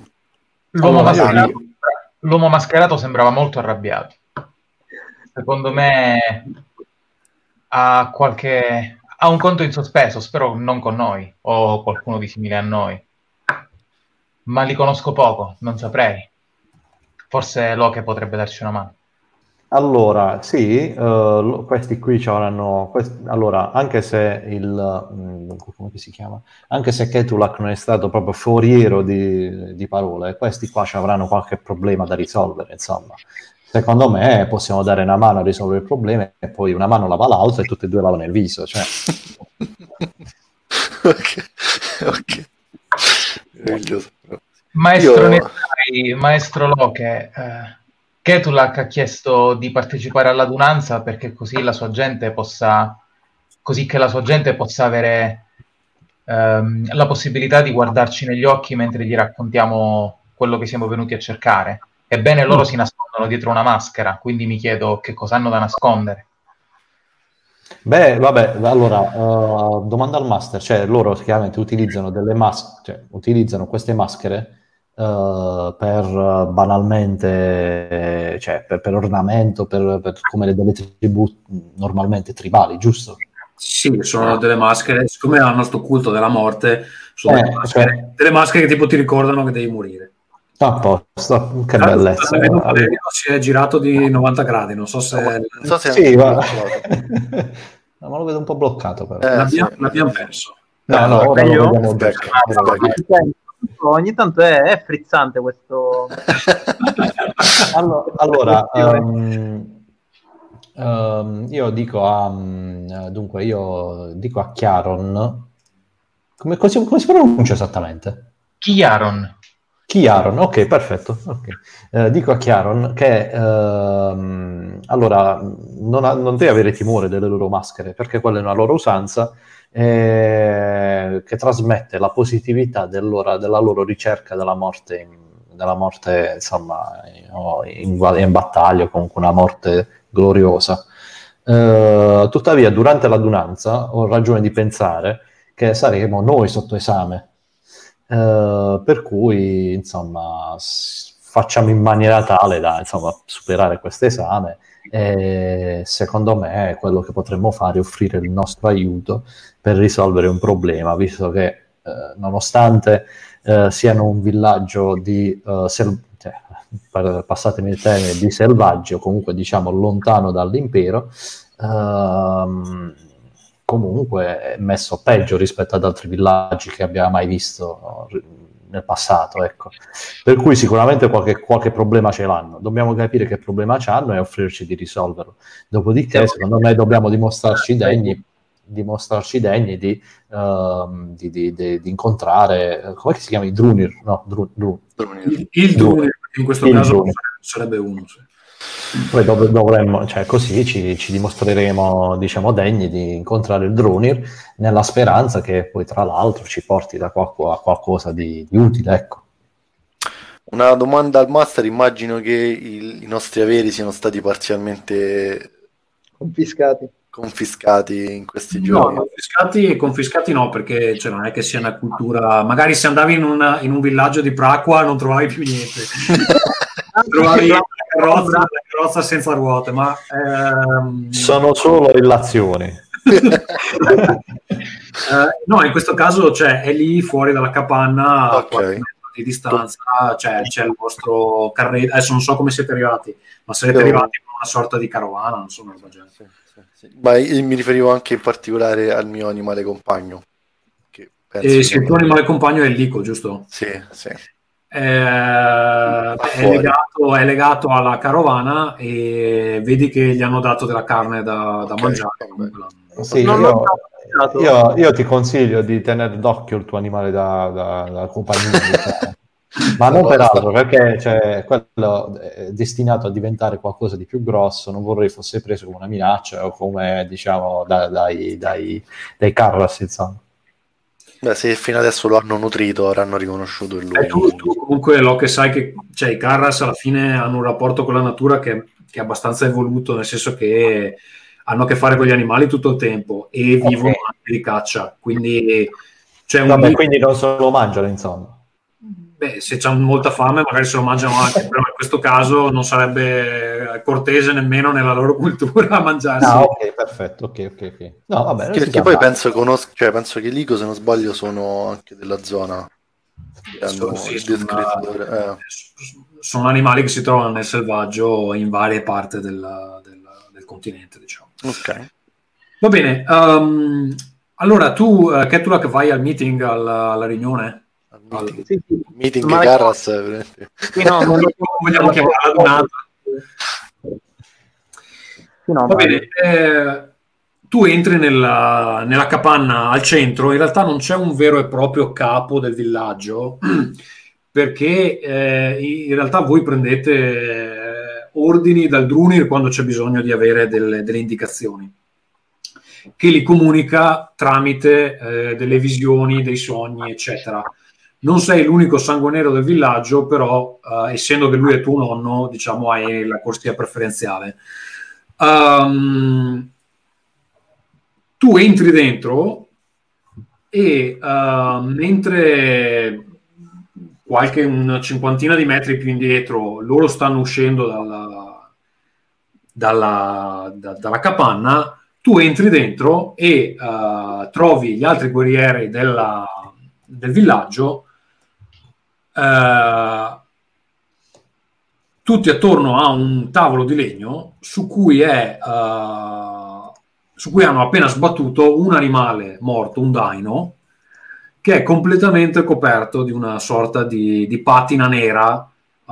L'uomo mascherato sembrava molto arrabbiato. Secondo me ha un conto in sospeso, spero non con noi o qualcuno di simile a noi. Ma li conosco poco, non saprei. Forse Loki potrebbe darci una mano. Allora, sì, questi qui ci avranno... allora, anche se come si chiama? Anche se Ketulak non è stato proprio foriero di parole, questi qua ci avranno qualche problema da risolvere, insomma. Secondo me possiamo dare una mano a risolvere il problema e poi una mano lava l'altra e tutte e due lavano il viso, cioè. Ok. Maestro Loke, Ketulak ha chiesto di partecipare all'adunanza perché così che la sua gente possa avere la possibilità di guardarci negli occhi mentre gli raccontiamo quello che siamo venuti a cercare. Ebbene, loro si nascondono dietro una maschera, quindi mi chiedo che cosa hanno da nascondere. Beh, vabbè, allora, domanda al master, cioè loro chiaramente utilizzano delle maschere, cioè utilizzano queste maschere per banalmente, cioè per ornamento, per come delle tribù normalmente tribali, giusto? Sì, sono delle maschere, siccome hanno sto culto della morte, sono Cioè, delle maschere che tipo ti ricordano che devi morire. a posto, che Tra l'altro, bellezza. vedo Valerio si è girato di 90 gradi, non so se Non so se Sì, è va. bloccato. No, ma lo vedo un po' bloccato però. l'abbiamo perso. No, no, ora lo meglio? vediamo bene. Ogni tanto è frizzante questo. Allora, io dico a Chiaron, come si pronuncia esattamente? Chiaron. Chiaron, ok, perfetto. Okay. Dico a Chiaron che allora non deve avere timore delle loro maschere, perché quella è una loro usanza che trasmette la positività della loro ricerca della morte, insomma, in battaglia, o comunque una morte gloriosa. Tuttavia, durante l'adunanza ho ragione di pensare che saremo noi sotto esame. Per cui insomma facciamo in maniera tale da insomma superare questo esame e secondo me quello che potremmo fare è offrire il nostro aiuto per risolvere un problema, visto che nonostante siano un villaggio di passatemi il termine, di selvaggi o comunque diciamo lontano dall'impero, comunque è messo peggio rispetto ad altri villaggi che abbiamo mai visto nel passato, ecco. Per cui sicuramente qualche problema ce l'hanno. Dobbiamo capire che problema c'hanno e offrirci di risolverlo. Dopodiché, secondo me, dobbiamo dimostrarci degni di incontrare, come si chiama? I Drunir? No, Il Drunir, in questo caso sarebbe uno, sì. Poi dovremmo, cioè così ci dimostreremo, diciamo, degni di incontrare il Drunir nella speranza che poi tra l'altro ci porti a qualcosa di utile, ecco. Una domanda al master: immagino che i nostri averi siano stati parzialmente confiscati in questi giorni. No, confiscati no, perché cioè, non è che sia una cultura. Magari se andavi in un villaggio di Praqua non trovavi più niente. Trovavi la carrozza senza ruote, ma sono solo illazioni. No, in questo caso cioè, è lì fuori dalla capanna, a 4 metri di distanza, c'è il vostro carretto. Adesso non so come siete arrivati, ma sarete arrivati con una sorta di carovana, non so, una roba genere. Sì. Ma io mi riferivo anche in particolare al mio animale compagno. Che il tuo animale compagno è il lico, giusto? Sì. È legato alla carovana e vedi che gli hanno dato della carne da mangiare. Sì, io ti consiglio di tenere d'occhio il tuo animale da compagnia. Ma non per altro, perché cioè, quello è destinato a diventare qualcosa di più grosso. Non vorrei fosse preso come una minaccia o come, diciamo, dai Carras, insomma. Beh, se fino adesso lo hanno nutrito, avranno riconosciuto il lui. Tu comunque lo che sai che cioè, i Carras alla fine hanno un rapporto con la natura che è abbastanza evoluto, nel senso che hanno a che fare con gli animali tutto il tempo e vivono anche di caccia. Quindi, quindi non se lo mangiano, insomma. Beh, se c'hanno molta fame magari se lo mangiano anche, però in questo caso non sarebbe cortese nemmeno nella loro cultura mangiarsi. Ah, ok, perfetto, ok. No, vabbè, che poi penso che Lico, se non sbaglio, sono anche della zona. Sono animali che si trovano nel selvaggio in varie parti del continente, diciamo. Ok. Va bene, allora tu, Ketula, che vai al meeting, alla riunione? Meeting Carras, non vogliamo chiamarla donata. Va bene, tu entri nella capanna al centro. In realtà non c'è un vero e proprio capo del villaggio, perché in realtà voi prendete ordini dal Drunir quando c'è bisogno di avere delle indicazioni, che li comunica tramite delle visioni, dei sogni, eccetera. Non sei l'unico sangue nero del villaggio, però essendo che lui è tuo nonno, diciamo, hai la corsia preferenziale. tu entri dentro e mentre una cinquantina di metri più indietro loro stanno uscendo dalla capanna, tu entri dentro e trovi gli altri guerrieri del villaggio tutti attorno a un tavolo di legno su cui hanno appena sbattuto un animale morto, un daino, che è completamente coperto di una sorta di patina nera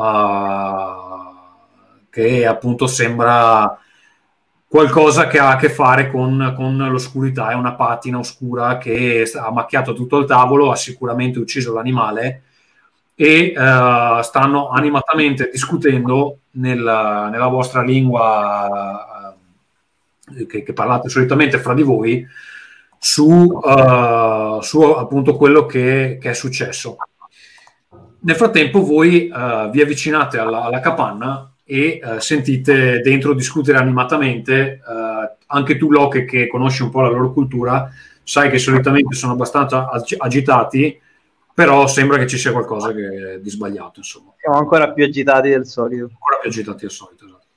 che appunto sembra qualcosa che ha a che fare con l'oscurità. È una patina oscura che ha macchiato tutto il tavolo, ha sicuramente ucciso l'animale e stanno animatamente discutendo nella vostra lingua che parlate solitamente fra di voi su appunto quello che è successo. Nel frattempo voi vi avvicinate alla capanna e sentite dentro discutere animatamente. Anche tu, Locke, che conosci un po' la loro cultura, sai che solitamente sono abbastanza agitati, però sembra che ci sia qualcosa di sbagliato, insomma. Siamo ancora più agitati del solito. Ancora più agitati del solito, esatto.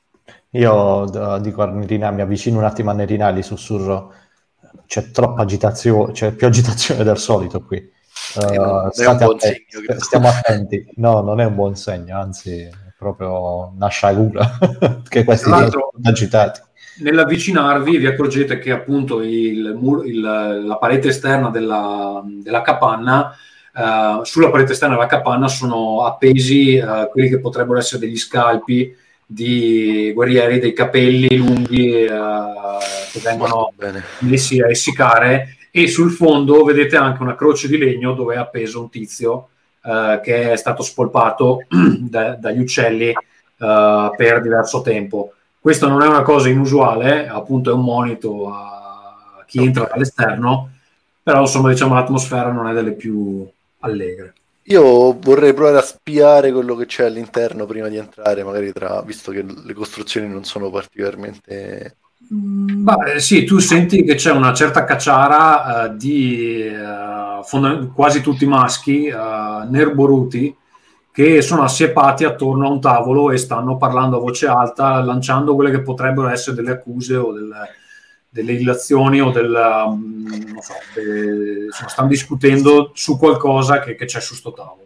Io dico a Nerina, mi avvicino un attimo a Nerina e gli sussurro: c'è troppa agitazione, c'è più agitazione del solito qui. Stiamo attenti. No, non è un buon segno, anzi è proprio una sciagura che questi sono agitati. Nell'avvicinarvi vi accorgete che appunto la parete esterna della capanna, sulla parete esterna della capanna sono appesi quelli che potrebbero essere degli scalpi di guerrieri, dei capelli lunghi che vengono messi a essiccare, e sul fondo vedete anche una croce di legno dove è appeso un tizio che è stato spolpato dagli uccelli per diverso tempo. Questo non è una cosa inusuale, appunto è un monito a chi entra dall'esterno, però insomma diciamo l'atmosfera non è delle più allegre. Io vorrei provare a spiare quello che c'è all'interno prima di entrare, magari visto che le costruzioni non sono particolarmente... Sì, tu senti che c'è una certa cacciara di quasi tutti maschi, nerboruti, che sono assiepati attorno a un tavolo e stanno parlando a voce alta, lanciando quelle che potrebbero essere delle accuse o delle illazioni o non so, stanno discutendo su qualcosa che c'è su sto tavolo.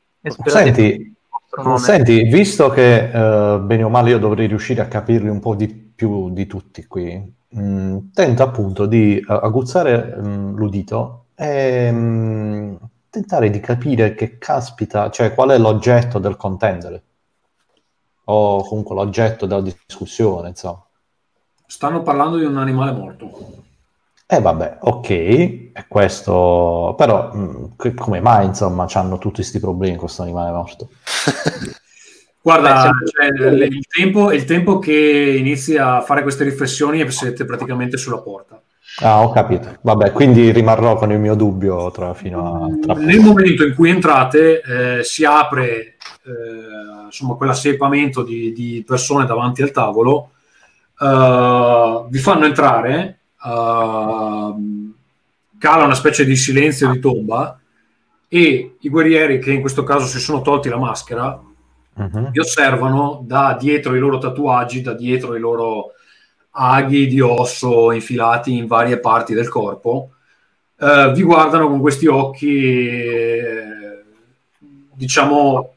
Senti, visto che bene o male io dovrei riuscire a capirli un po' di più di tutti qui, tento appunto di aguzzare l'udito e tentare di capire che caspita, cioè qual è l'oggetto del contendere o comunque l'oggetto della discussione, insomma. Stanno parlando di un animale morto. Vabbè, ok, è questo, però come mai insomma hanno tutti questi problemi con questo animale morto? Guarda, il tempo che inizi a fare queste riflessioni e siete praticamente sulla porta. Ah, ho capito. Vabbè, quindi rimarrò con il mio dubbio fino a... Nel momento in cui entrate si apre insomma quell'assiepamento di persone davanti al tavolo, vi fanno entrare, cala una specie di silenzio di tomba e i guerrieri, che in questo caso si sono tolti la maschera, vi osservano da dietro i loro tatuaggi, da dietro i loro aghi di osso infilati in varie parti del corpo, vi guardano con questi occhi diciamo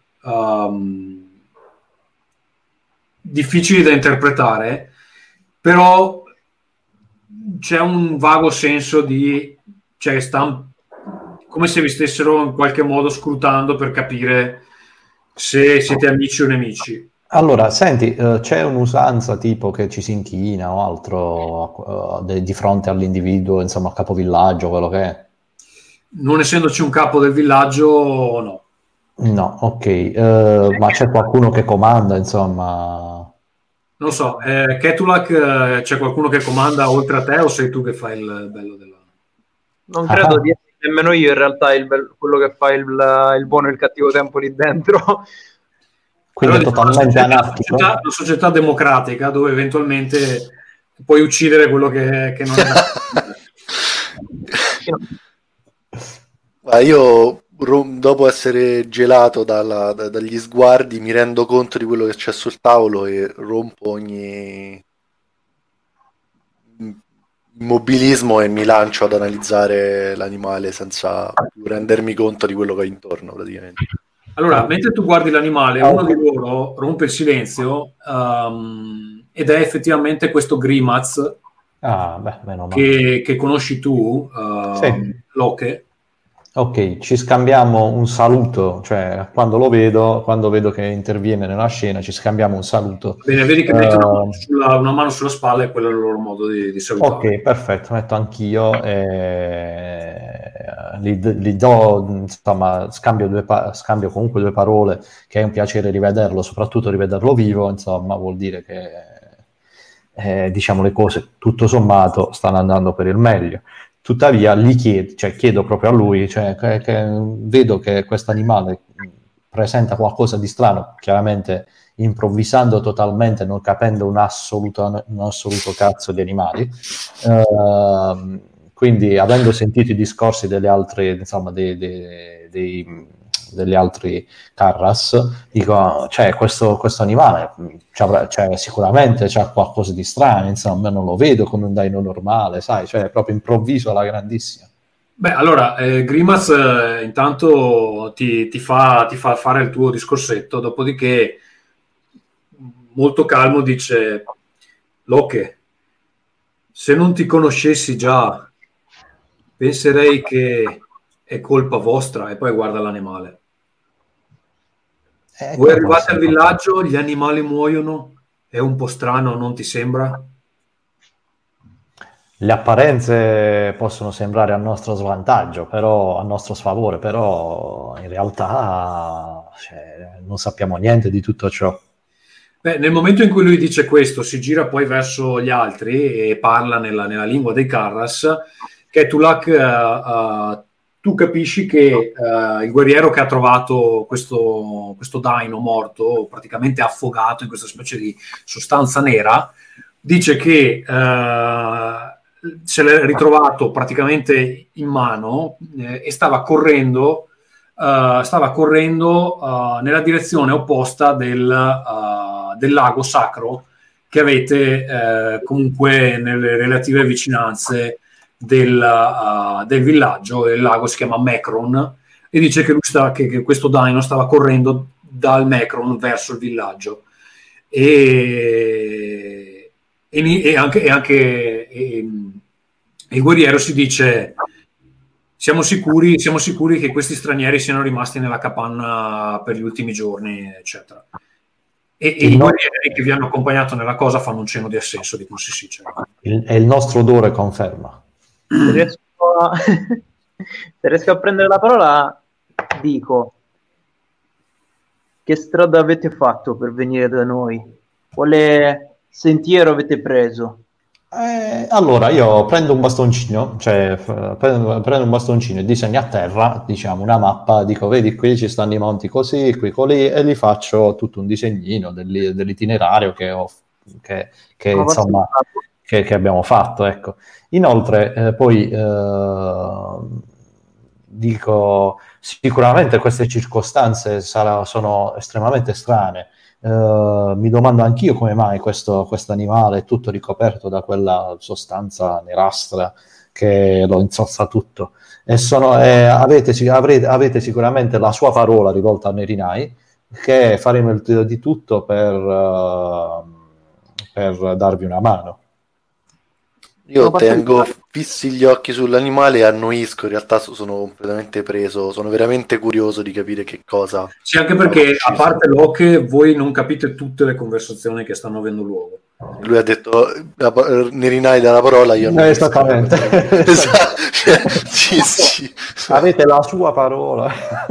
difficili da interpretare, però c'è un vago senso di, cioè come se vi stessero in qualche modo scrutando per capire se siete amici o nemici. Allora, senti, c'è un'usanza tipo che ci si inchina o altro di fronte all'individuo, insomma, al capovillaggio, quello che è? Non essendoci un capo del villaggio, no. No, ok. Ma c'è qualcuno che comanda, insomma? Non so, Ketulak, c'è qualcuno che comanda oltre a te o sei tu che fai il bello della... Non credo di essere nemmeno io in realtà quello che fa il buono e il cattivo tempo lì dentro. Quindi è totalmente anarchico. Una società democratica dove eventualmente puoi uccidere quello che non è Ma io dopo essere gelato dagli sguardi mi rendo conto di quello che c'è sul tavolo e rompo ogni immobilismo e mi lancio ad analizzare l'animale senza più rendermi conto di quello che ho intorno praticamente. Allora, mentre tu guardi l'animale, uno di loro rompe il silenzio ed è effettivamente questo Grimaz meno male. che conosci tu, Sì. Locke. Ok, ci scambiamo un saluto, cioè quando vedo che interviene nella scena, ci scambiamo un saluto. Bene, vedi che mettono una mano sulla spalla e quello è il loro modo di salutare. Ok, perfetto, metto anch'io gli do, insomma, scambio comunque 2 parole, che è un piacere rivederlo, soprattutto rivederlo vivo, insomma, vuol dire che diciamo le cose tutto sommato stanno andando per il meglio. Tuttavia gli chiedo proprio a lui, che vedo che questo animale presenta qualcosa di strano, chiaramente improvvisando totalmente, non capendo un assoluto cazzo di animali. Quindi, avendo sentito i discorsi delle altre, insomma, degli altri Carras, dico, questo animale sicuramente c'ha qualcosa di strano, insomma, non lo vedo come un dino normale, sai, proprio improvviso alla grandissima. Beh, allora, Grimaz intanto ti fa fare il tuo discorsetto, dopodiché molto calmo dice: Locke, se non ti conoscessi già, penserei che è colpa vostra, e poi guarda l'animale. Voi arrivate al villaggio, gli animali muoiono, è un po' strano, non ti sembra? Le apparenze possono sembrare a nostro svantaggio, però a nostro sfavore, però in realtà non sappiamo niente di tutto ciò. Beh, nel momento in cui lui dice questo, si gira poi verso gli altri e parla nella lingua dei Carras, che Tulak, tu capisci che il guerriero che ha trovato questo dino morto, praticamente affogato in questa specie di sostanza nera, dice che se l'è ritrovato praticamente in mano e stava correndo nella direzione opposta del lago sacro che avete comunque nelle relative vicinanze del villaggio. Il lago si chiama Mecron e dice che questo dino stava correndo dal Mecron verso il villaggio e anche il guerriero si dice: siamo sicuri che questi stranieri siano rimasti nella capanna per gli ultimi giorni, eccetera. E i guerrieri che vi hanno accompagnato nella cosa fanno un cenno di assenso, dicono sì, certo. E il nostro odore conferma. Se riesco a prendere la parola, dico: che strada avete fatto per venire da noi? Quale sentiero avete preso? Allora io prendo un bastoncino, prendo un bastoncino e disegno a terra, diciamo, una mappa, dico: vedi, qui ci stanno i monti così, qui così, e gli faccio tutto un disegnino dell'itinerario che insomma che abbiamo fatto, ecco. Inoltre poi dico: sicuramente queste circostanze sono estremamente strane. Mi domando anch'io come mai questo animale è tutto ricoperto da quella sostanza nerastra che lo inzozza tutto. E avete sicuramente la sua parola rivolta a Nerinai, che faremo di tutto per darvi una mano. Io tengo fissi gli occhi sull'animale e annoisco, in realtà sono completamente preso, sono veramente curioso di capire che cosa. Sì, anche perché a parte Locke voi non capite tutte le conversazioni che stanno avendo luogo. Lui ha detto Nerinai dalla parola, io non esattamente. sì. Avete la sua parola.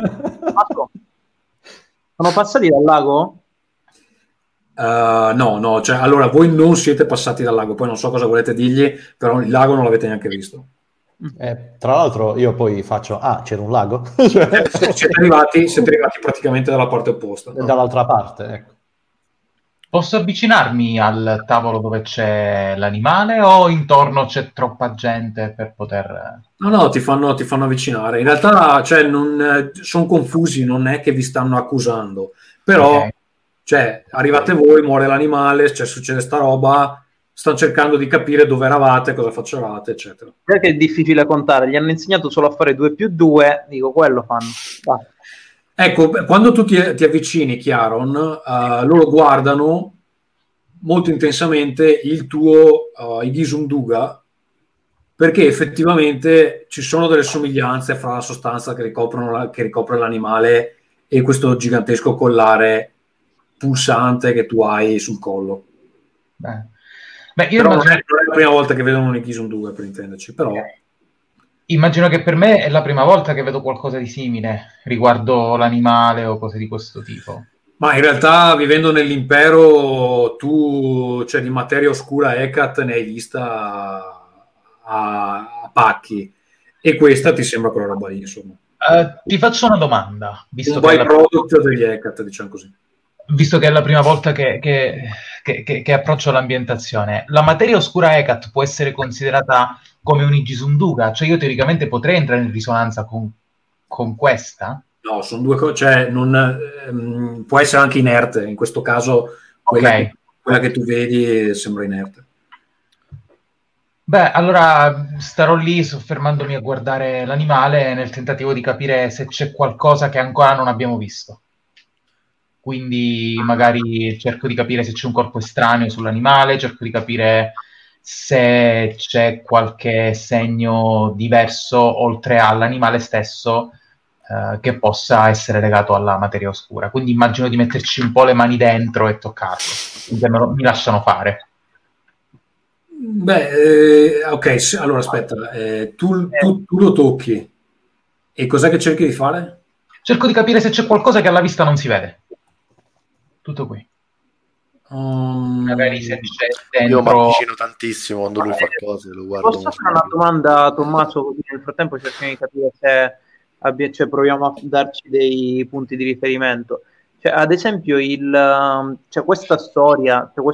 Sono passati dal lago? No, cioè, allora voi non siete passati dal lago, poi non so cosa volete dirgli, però il lago non l'avete neanche visto. Tra l'altro io poi faccio: c'era un lago? Siete arrivati praticamente dalla parte opposta, dall'altra parte, ecco. Posso avvicinarmi al tavolo dove c'è l'animale o intorno c'è troppa gente per poter... No, ti fanno avvicinare. In realtà, cioè, sono confusi, non è che vi stanno accusando. Però, Ok. cioè, arrivate voi, muore l'animale, cioè, succede sta roba, stanno cercando di capire dove eravate, cosa facevate, eccetera. Perché è difficile contare, gli hanno insegnato solo a fare 2+2, dico, quello fanno. Basta. Ecco, quando tu ti avvicini, Chiaron, loro guardano molto intensamente il tuo Igisum Duga, perché effettivamente ci sono delle somiglianze fra la sostanza che ricopre l'animale e questo gigantesco collare pulsante che tu hai sul collo. Beh, io Però non immagino... è la prima volta che vedono un Igisum Duga, per intenderci, però... Immagino che per me è la prima volta che vedo qualcosa di simile riguardo l'animale o cose di questo tipo. Ma in realtà, vivendo nell'impero, tu, cioè, di materia oscura Hecat ne hai vista a pacchi, e questa ti sembra quella roba lì, insomma. Ti faccio una domanda, visto Un che, è la, byproduct degli Hecat, diciamo così. visto che è la prima volta che approccio l'ambientazione. La materia oscura Hecat può essere considerata come un Igisunduga? Cioè io teoricamente potrei entrare in risonanza con questa? No, sono due cose, cioè può essere anche inerte, in questo caso Ok. quella che tu vedi sembra inerte. Beh, allora starò lì soffermandomi a guardare l'animale nel tentativo di capire se c'è qualcosa che ancora non abbiamo visto. Quindi magari cerco di capire se c'è un corpo estraneo sull'animale, cerco di capire se c'è qualche segno diverso oltre all'animale stesso che possa essere legato alla materia oscura. Quindi immagino di metterci un po' le mani dentro e toccarlo, finché mi lasciano fare. Beh, ok, allora aspetta, tu lo tocchi e cos'è che cerchi di fare? Cerco di capire se c'è qualcosa che alla vista non si vede. Tutto qui. Magari se c'è Io mi dentro... avvicino tantissimo quando lui fa cose, lo guardo Posso molto. fare una domanda, Tommaso, così nel frattempo cerchiamo di capire se cioè, proviamo a darci dei punti di riferimento. Cioè, ad esempio, cioè, questa storia, cioè,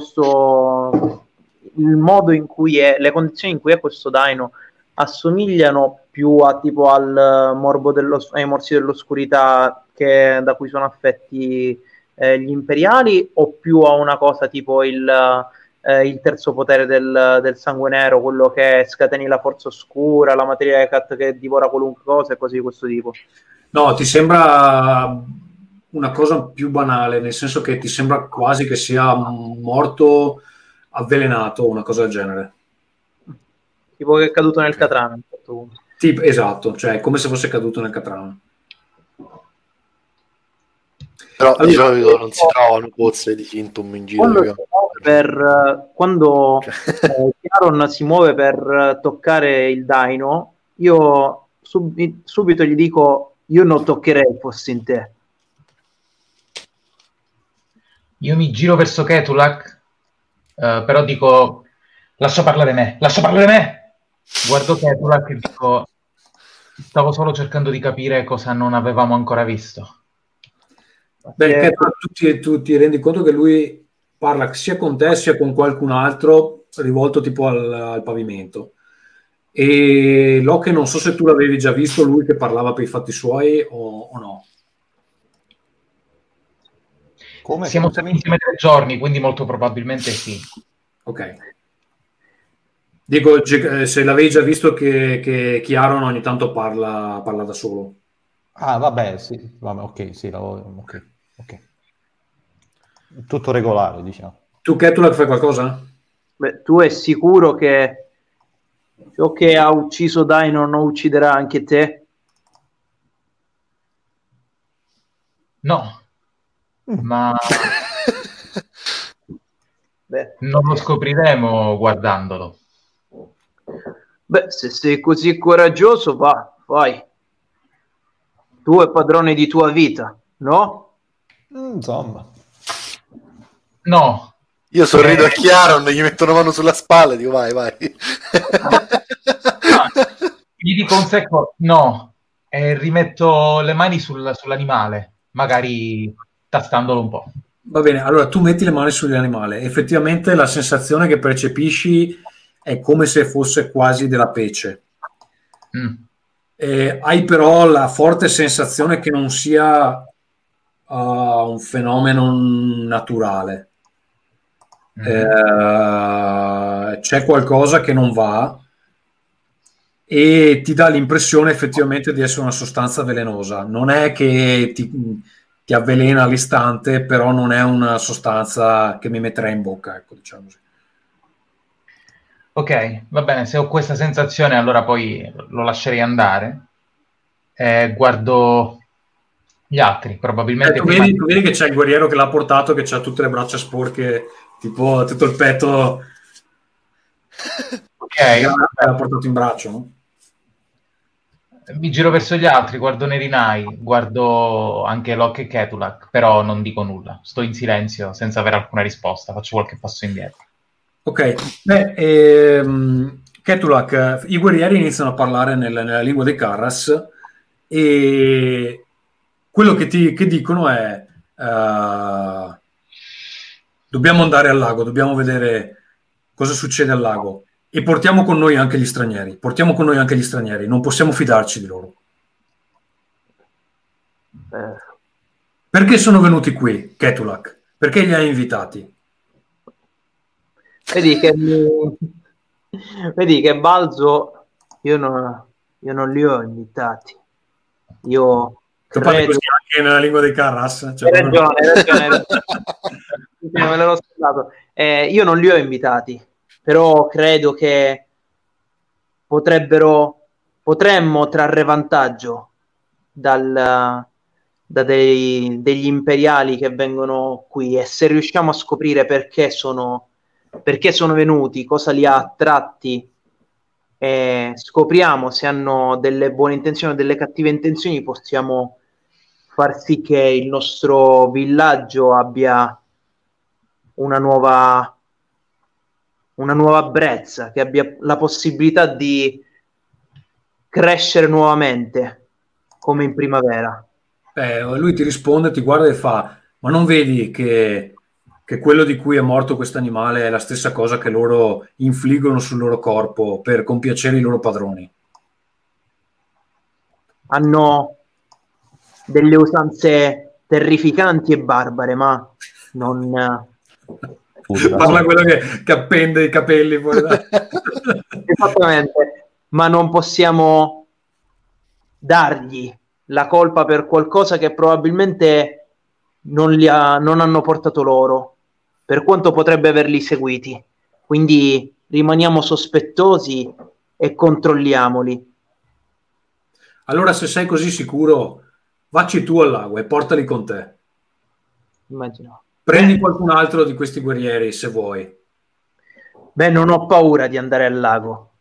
il modo in cui è, le condizioni in cui è questo Dino assomigliano più a tipo al morbo ai morsi dell'oscurità da cui sono affetti gli imperiali, o più a una cosa tipo il terzo potere del sangue nero, quello che scateni la forza oscura, la materia Hecat che divora qualunque cosa e cose di questo tipo? No, ti sembra una cosa più banale, nel senso che ti sembra quasi che sia morto avvelenato, una cosa del genere. Tipo che è caduto nel Catrame. Tipo, esatto, cioè è come se fosse caduto nel Catrame. Però Allora, di solito non si trovano pozze di sintomi in giro. Quando Chiaron si muove per toccare il Dino, io subito gli dico: io non toccherei fossi in te. Io mi giro verso Ketulak, però dico: lascia parlare me. Guardo Ketulak e dico: stavo solo cercando di capire cosa non avevamo ancora visto. Beh, tu ti rendi conto che lui parla sia con te sia con qualcun altro rivolto tipo al pavimento, e Locke non so se tu l'avevi già visto lui che parlava per i fatti suoi o no. Come? Siamo stati insieme 3 giorni, quindi molto probabilmente sì. Ok, dico se l'avevi già visto che Chiaron ogni tanto parla da solo. Ah, vabbè, sì, vabbè, ok, sì, ok. Tutto regolare, diciamo. Tu, Ketulak, fai qualcosa? Beh, tu è sicuro che ciò che ha ucciso Dino non ucciderà anche te? No, ma Beh, non lo scopriremo guardandolo. beh, se sei così coraggioso, vai. Tu è padrone di tua vita, no? Insomma. No. Io sorrido a Chiaron, gli metto una mano sulla spalla e dico vai. Gli dico un secco no, e rimetto le mani sull'animale, magari tastandolo un po'. Va bene, allora tu metti le mani sull'animale, effettivamente la sensazione che percepisci è come se fosse quasi della pece. Hai però la forte sensazione che non sia un fenomeno naturale. C'è qualcosa che non va e ti dà l'impressione effettivamente di essere una sostanza velenosa. Non è che ti avvelena all'istante, però non è una sostanza che mi metterei in bocca, ecco, diciamo così. Ok, va bene, se ho questa sensazione allora poi lo lascerei andare. Guardo gli altri, probabilmente tu vedi che c'è il guerriero che l'ha portato, che ha tutte le braccia sporche, tipo tutto il petto. Ok, l'ha portato in braccio, no? Mi giro verso gli altri, guardo Nerinai, guardo anche Locke e Ketulak, però non dico nulla, sto in silenzio senza avere alcuna risposta, faccio qualche passo indietro. Ok, Ketulak, i guerrieri iniziano a parlare nella lingua dei Karras e quello che dicono è dobbiamo andare al lago, dobbiamo vedere cosa succede al lago e portiamo con noi anche gli stranieri, non possiamo fidarci di loro. Perché sono venuti qui, Ketulak? Perché li hai invitati? Vedi che balzo, io non li ho invitati. Io parli così anche nella lingua dei Karras? Hai ragione. Me l'ero scordato. Io non li ho invitati, però credo che potremmo trarre vantaggio degli imperiali che vengono qui, e se riusciamo a scoprire perché sono venuti, cosa li ha attratti, scopriamo se hanno delle buone intenzioni o delle cattive intenzioni, possiamo far sì che il nostro villaggio abbia una nuova brezza, che abbia la possibilità di crescere nuovamente come in primavera. Lui ti risponde, ti guarda e fa: ma non vedi che quello di cui è morto questo animale è la stessa cosa che loro infliggono sul loro corpo per compiacere i loro padroni? Hanno delle usanze terrificanti e barbare, ma non... Parla quello che appende i capelli fuori da... Esattamente, ma non possiamo dargli la colpa per qualcosa che probabilmente non hanno portato loro, per quanto potrebbe averli seguiti. Quindi rimaniamo sospettosi e controlliamoli. Allora, se sei così sicuro, vacci tu al lago e portali con te. Immagino. Prendi qualcun altro di questi guerrieri, se vuoi. Non ho paura di andare al lago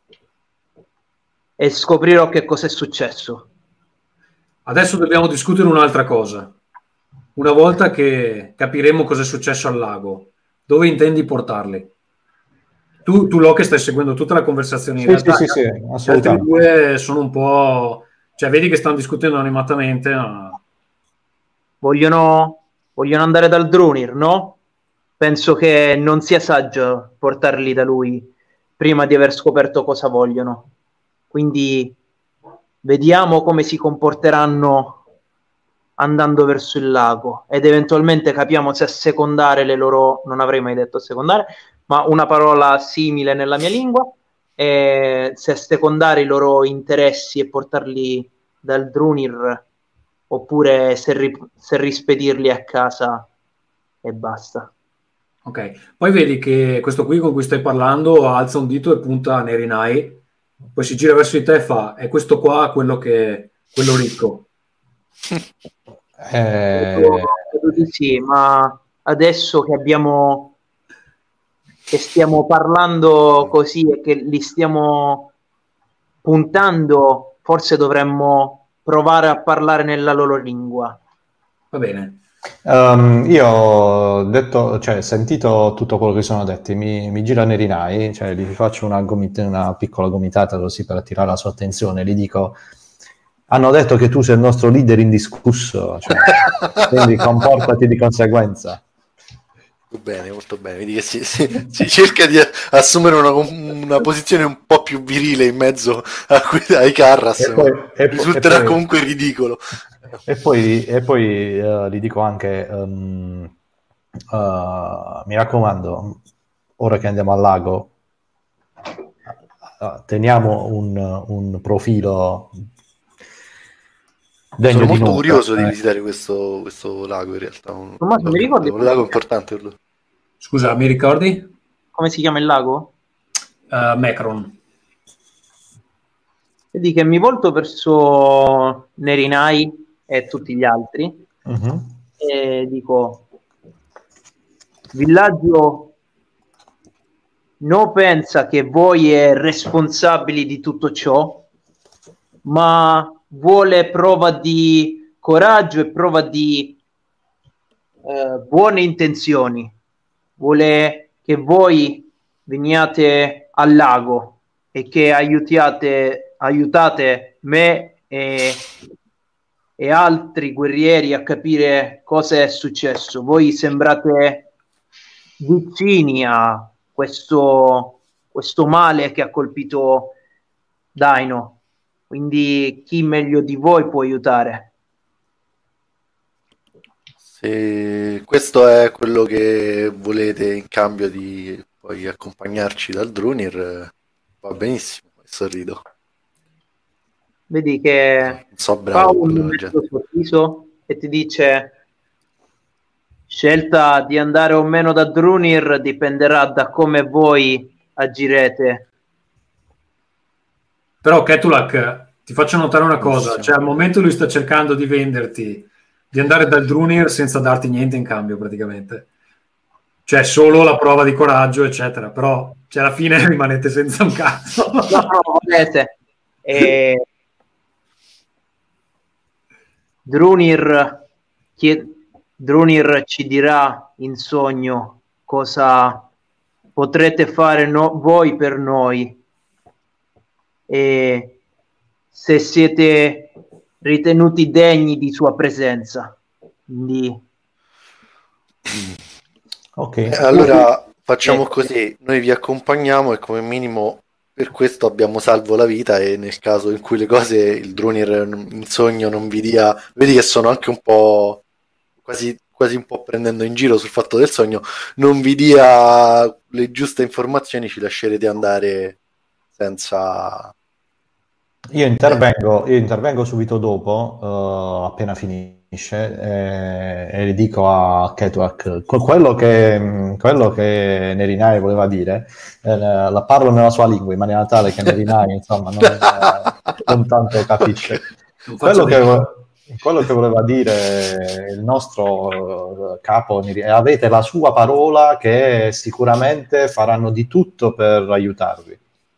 e scoprirò che cosa è successo. Adesso dobbiamo discutere un'altra cosa. Una volta che capiremo cosa è successo al lago, dove intendi portarli? Tu Locke, stai seguendo tutta la conversazione. In realtà, sì, gli altri due sono un po'... Cioè, vedi che stanno discutendo animatamente. Ma... Vogliono andare dal Drunir, no? Penso che non sia saggio portarli da lui prima di aver scoperto cosa vogliono. Quindi vediamo come si comporteranno andando verso il lago ed eventualmente capiamo se assecondare le loro... Non avrei mai detto assecondare, ma una parola simile nella mia lingua, e se assecondare i loro interessi e portarli dal Drunir, oppure se rispedirli a casa e basta. Ok, poi vedi che questo qui con cui stai parlando alza un dito e punta a Nerinai, poi si gira verso di te e fa: è questo qua quello ricco? Sì, ma adesso che stiamo parlando così e che li stiamo puntando, forse dovremmo provare a parlare nella loro lingua. Va bene. Io ho detto, cioè, sentito tutto quello che sono detti, mi gira Nerinai, cioè gli faccio una piccola gomitata così per attirare la sua attenzione, gli dico: Hanno detto che tu sei il nostro leader indiscusso, cioè, quindi comportati di conseguenza. Molto bene. Vedi che si cerca di assumere una posizione un po' più virile in mezzo ai Carras, risulterà comunque ridicolo. E poi gli dico anche, mi raccomando, ora che andiamo al lago, teniamo un profilo degno Sono di molto nota. curioso di visitare questo lago, in realtà. Tommaso, mi ricordi un lago importante per lui. Scusa, mi ricordi? come si chiama il lago? Macron. Vedi che mi volto verso Nerinai e tutti gli altri e dico: villaggio non pensa che voi è responsabili di tutto ciò, ma vuole prova di coraggio e prova di buone intenzioni. Vuole che voi veniate al lago e che aiutate me e altri guerrieri a capire cosa è successo. Voi sembrate vicini a questo male che ha colpito Daino, quindi chi meglio di voi può aiutare? Se questo è quello che volete in cambio di poi accompagnarci dal Drunir, va benissimo, sorrido. Vedi che fa un mezzo sorriso e ti dice: scelta di andare o meno da Drunir dipenderà da come voi agirete. Però Ketulak, ti faccio notare una cosa, cioè al momento lui sta cercando di venderti di andare dal Drunir senza darti niente in cambio praticamente, cioè solo la prova di coraggio eccetera, però cioè, alla fine rimanete senza un cazzo. No, volete. Drunir ci dirà in sogno cosa potrete fare voi per noi e se siete ritenuti degni di sua presenza. Quindi ok, allora facciamo così, noi vi accompagniamo e come minimo per questo abbiamo salvo la vita, e nel caso in cui le cose il Drunir in sogno non vi dia, vedi che sono anche un po' quasi un po' prendendo in giro sul fatto del sogno, non vi dia le giuste informazioni, ci lascerete andare senza... Io intervengo subito dopo, appena finisce, e gli dico a Ketulak quello che Nerinai voleva dire, la parlo nella sua lingua in maniera tale che Nerinai insomma non tanto capisce. Quello che voleva dire il nostro capo, avete la sua parola che sicuramente faranno di tutto per aiutarvi.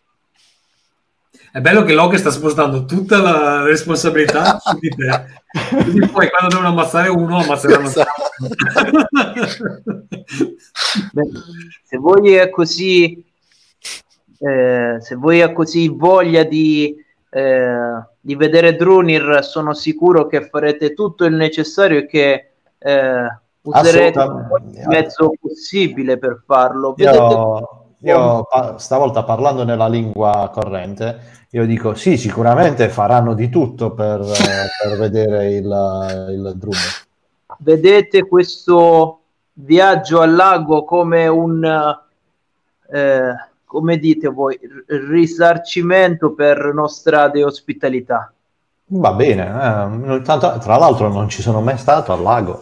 È bello che Locke sta spostando tutta la responsabilità su di te. Quindi poi quando devono ammazzare uno, ammazzeranno se voi è così voglia di vedere Drunir, sono sicuro che farete tutto il necessario e che userete il mezzo possibile per farlo. Io stavolta, parlando nella lingua corrente, io dico sì, sicuramente faranno di tutto per vedere il Drunir. Vedete questo viaggio al lago come un come dite voi, risarcimento per nostra ospitalità. Va bene, tra l'altro non ci sono mai stato al lago.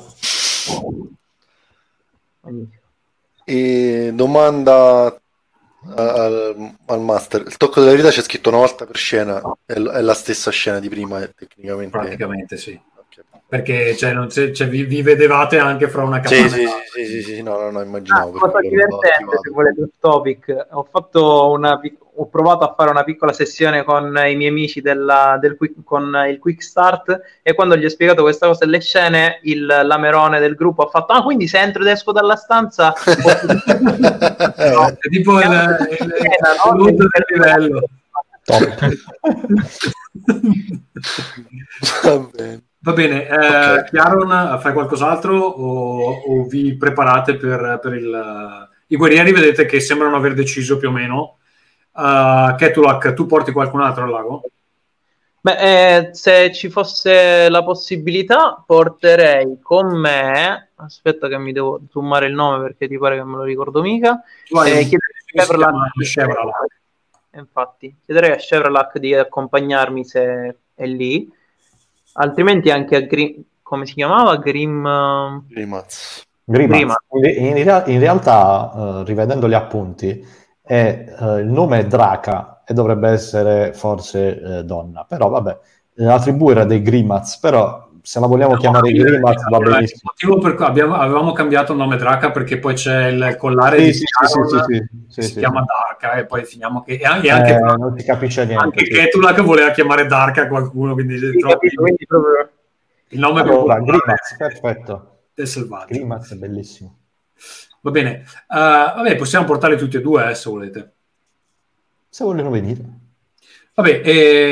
E domanda al master: il tocco della verità c'è scritto una volta per scena, è la stessa scena di prima tecnicamente? Praticamente sì, okay. Perché vi vedevate anche fra una capanna. Sì, no, immaginavo. Cosa divertente, se volete un topic, ho provato a fare una piccola sessione con i miei amici con il Quick Start, e quando gli ho spiegato questa cosa delle scene, il lamerone del gruppo ha fatto: quindi se entro ed esco dalla stanza no, è tipo il livello. Va bene, Ok. Chiaron, fai qualcos'altro o vi preparate per i guerrieri? Vedete che sembrano aver deciso più o meno. Ketulak, tu porti qualcun altro al lago? Beh, se ci fosse la possibilità, porterei con me. Aspetta, che mi devo zoomare il nome perché ti pare che me lo ricordo mica. Tu hai un Chiederei che a si chiama Chevralak, Chevralak. infatti, chiederei a Chevralak di accompagnarmi se è lì, altrimenti anche a Grim. Come si chiamava? Grimaz. Grimaz. In realtà, rivedendo gli appunti, il nome è Draca e dovrebbe essere forse donna, però vabbè, l'attribù dei Grimaz, però se la vogliamo chiamare Grimaz va Il benissimo. motivo per cui avevamo cambiato il nome Draca perché poi c'è il collare Sì, di sì, Chiaron sì, che sì, si sì. chiama Darka e poi finiamo che... E anche, Non si capisce niente. anche Sì. Ketulak voleva chiamare Darka qualcuno, quindi, Sì, capito, quindi proprio... il nome è Allora, proprio Grimaz, perfetto. del selvaggio. Grimaz è bellissimo. Va bene, vabbè, possiamo portarli tutti e due se volete. Se vogliono venire. Vabbè,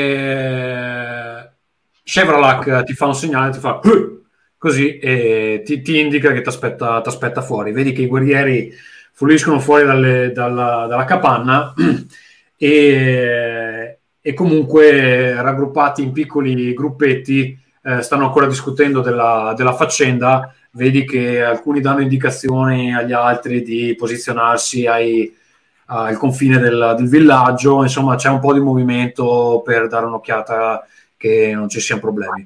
Chevralak ti fa un segnale, ti fa così e ti indica che ti aspetta fuori. Vedi che i guerrieri fluiscono fuori dalla capanna e comunque raggruppati in piccoli gruppetti stanno ancora discutendo della faccenda. Vedi che alcuni danno indicazioni agli altri di posizionarsi al confine del villaggio, insomma c'è un po' di movimento per dare un'occhiata che non ci siano problemi.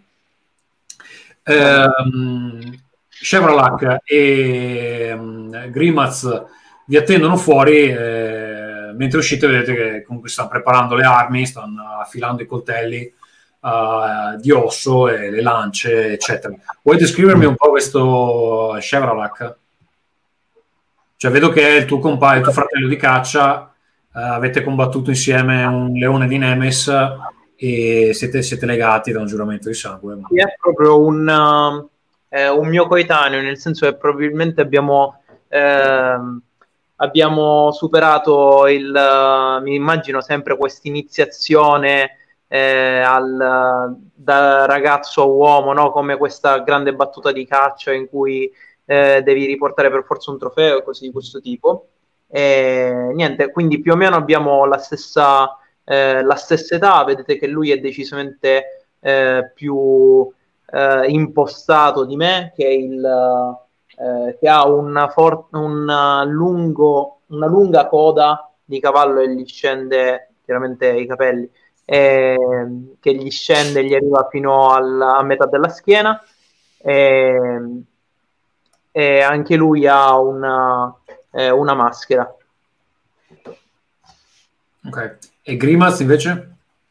Chevralak e Grimaz vi attendono fuori, mentre uscite vedete che comunque stanno preparando le armi, stanno affilando i coltelli di osso e le lance, eccetera. Vuoi descrivermi un po' questo Chevralak? Cioè, vedo che è il tuo compagno, il tuo fratello di caccia, avete combattuto insieme un leone di Nemes e siete legati da un giuramento di sangue. Sì, è proprio un mio coetaneo, nel senso che probabilmente abbiamo superato mi immagino sempre questa iniziazione da ragazzo a uomo, no? Come questa grande battuta di caccia in cui devi riportare per forza un trofeo, così di questo tipo. Niente, quindi più o meno abbiamo la stessa età. Vedete che lui è decisamente più impostato di me, che ha una lunga coda di cavallo e gli scende chiaramente i capelli, che gli scende e gli arriva fino a metà della schiena, e anche lui ha una maschera. Ok. E Grimaz invece?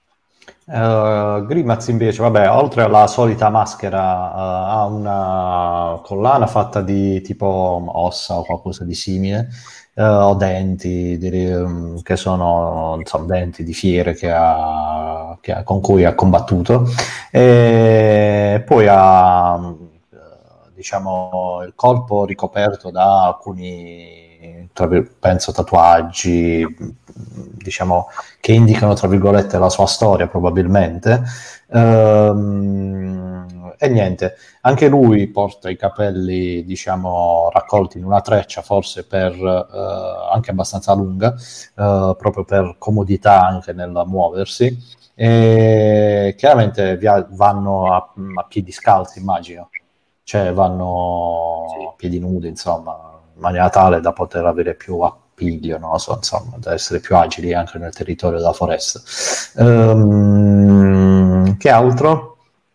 Grimaz invece, vabbè, oltre alla solita maschera, ha una collana fatta di tipo ossa o qualcosa di simile, o denti, che sono insomma, denti di fiere con cui ha combattuto, e poi ha diciamo il corpo ricoperto da alcuni, penso, tatuaggi, diciamo, che indicano, tra virgolette, la sua storia probabilmente. E niente, anche lui porta i capelli, diciamo, raccolti in una treccia, forse anche abbastanza lunga, proprio per comodità anche nel muoversi, e chiaramente vanno a piedi scalzi, immagino, cioè vanno a piedi nudi, insomma, in maniera tale da poter avere più appiglio, non lo so, insomma, da essere più agili anche nel territorio della foresta. Che altro?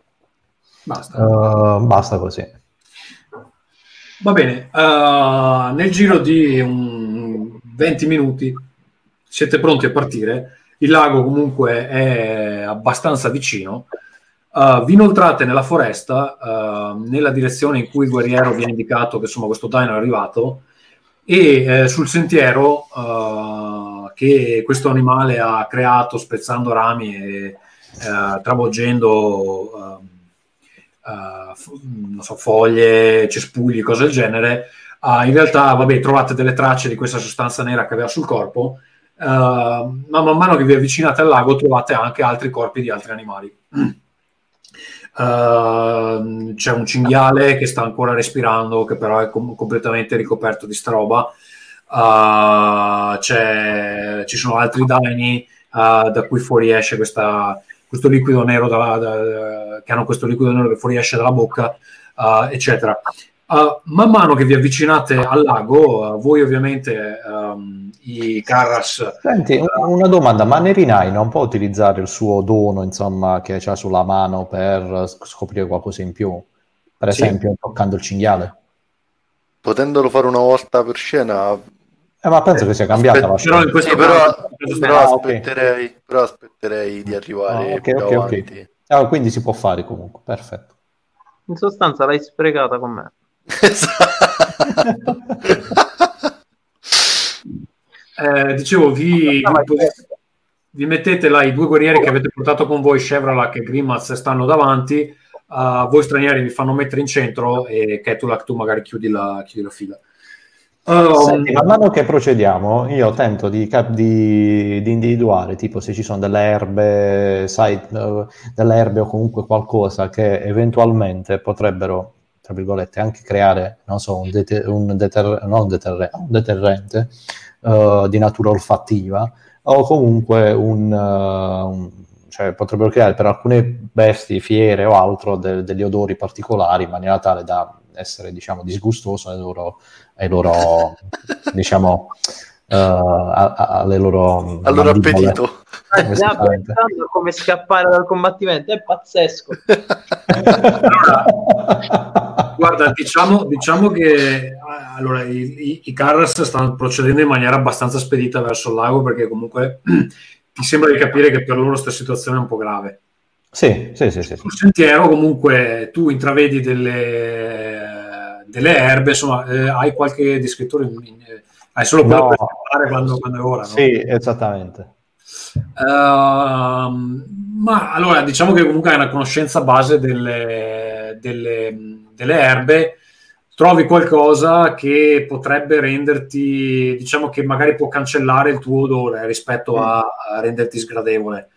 Basta così. Va bene, nel giro di 20 minuti siete pronti a partire. Il lago comunque è abbastanza vicino. Vi inoltrate nella foresta, nella direzione in cui il guerriero vi ha indicato che insomma questo dino è arrivato, e sul sentiero che questo animale ha creato spezzando rami e travolgendo non so, foglie, cespugli, cose del genere. In realtà, vabbè, trovate delle tracce di questa sostanza nera che aveva sul corpo, ma man mano che vi avvicinate al lago trovate anche altri corpi di altri animali. c'è un cinghiale che sta ancora respirando, che però è completamente ricoperto di sta roba. Ci sono altri daini da cui fuoriesce questo liquido nero che hanno questo liquido nero che fuoriesce dalla bocca, eccetera. Man mano che vi avvicinate al lago, voi ovviamente i Karras... Senti, una domanda, ma Nerinai non può utilizzare il suo dono, insomma, che c'ha sulla mano per scoprire qualcosa in più? Per esempio, toccando il cinghiale? Potendolo fare una volta per scena... ma penso che sia cambiata la scena. Però aspetterei di arrivare ok. Quindi si può fare comunque, perfetto. In sostanza l'hai sprecata con me. Dicevo, vi mettete là i due guerrieri che avete portato con voi, Chevralak e Grimaz stanno davanti, voi stranieri vi fanno mettere in centro e Ketulak tu magari chiudi la fila. Senti, man mano che procediamo io tento di individuare tipo se ci sono delle erbe, delle erbe o comunque qualcosa che eventualmente potrebbero, tra virgolette, anche creare, non so, un deterrente di natura olfattiva, o comunque cioè potrebbero creare per alcune bestie, fiere o altro degli odori particolari in maniera tale da essere, diciamo, disgustoso ai loro diciamo alle loro al loro appetito. Già pensando a come scappare dal combattimento, è pazzesco. Allora, guarda, diciamo che allora i Karras stanno procedendo in maniera abbastanza spedita verso il lago, perché comunque ti sembra di capire che per loro questa situazione è un po' grave. Sì. Sul sentiero comunque tu intravedi delle erbe, insomma, hai qualche descrittore, hai solo quello per fare quando è ora, no? Sì, esattamente. Ma allora diciamo che comunque hai una conoscenza base delle erbe, trovi qualcosa che potrebbe renderti, diciamo che magari può cancellare il tuo odore rispetto a renderti sgradevole.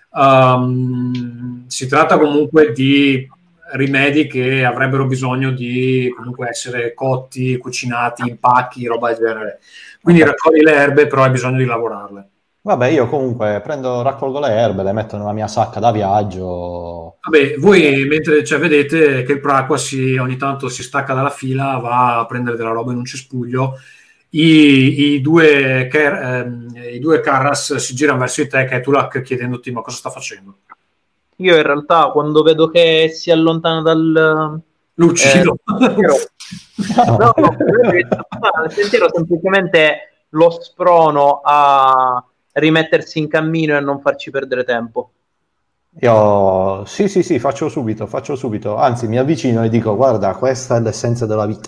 Si tratta comunque di rimedi che avrebbero bisogno di comunque essere cotti, cucinati, in pacchi, roba del genere. Quindi raccogli le erbe, però hai bisogno di lavorarle. Vabbè, io comunque raccolgo le erbe, le metto nella mia sacca da viaggio. Vabbè, voi mentre vedete che il Praqua ogni tanto si stacca dalla fila, va a prendere della roba in un cespuglio. I due Karras si girano verso di te, Ketulak, chiedendoti ma cosa sta facendo. Io in realtà quando vedo che si allontana dal l'uccido. No, il sentiero semplicemente lo sprono a rimettersi in cammino e non farci perdere tempo. Io sì, faccio subito, anzi mi avvicino e dico guarda, questa è l'essenza della vita.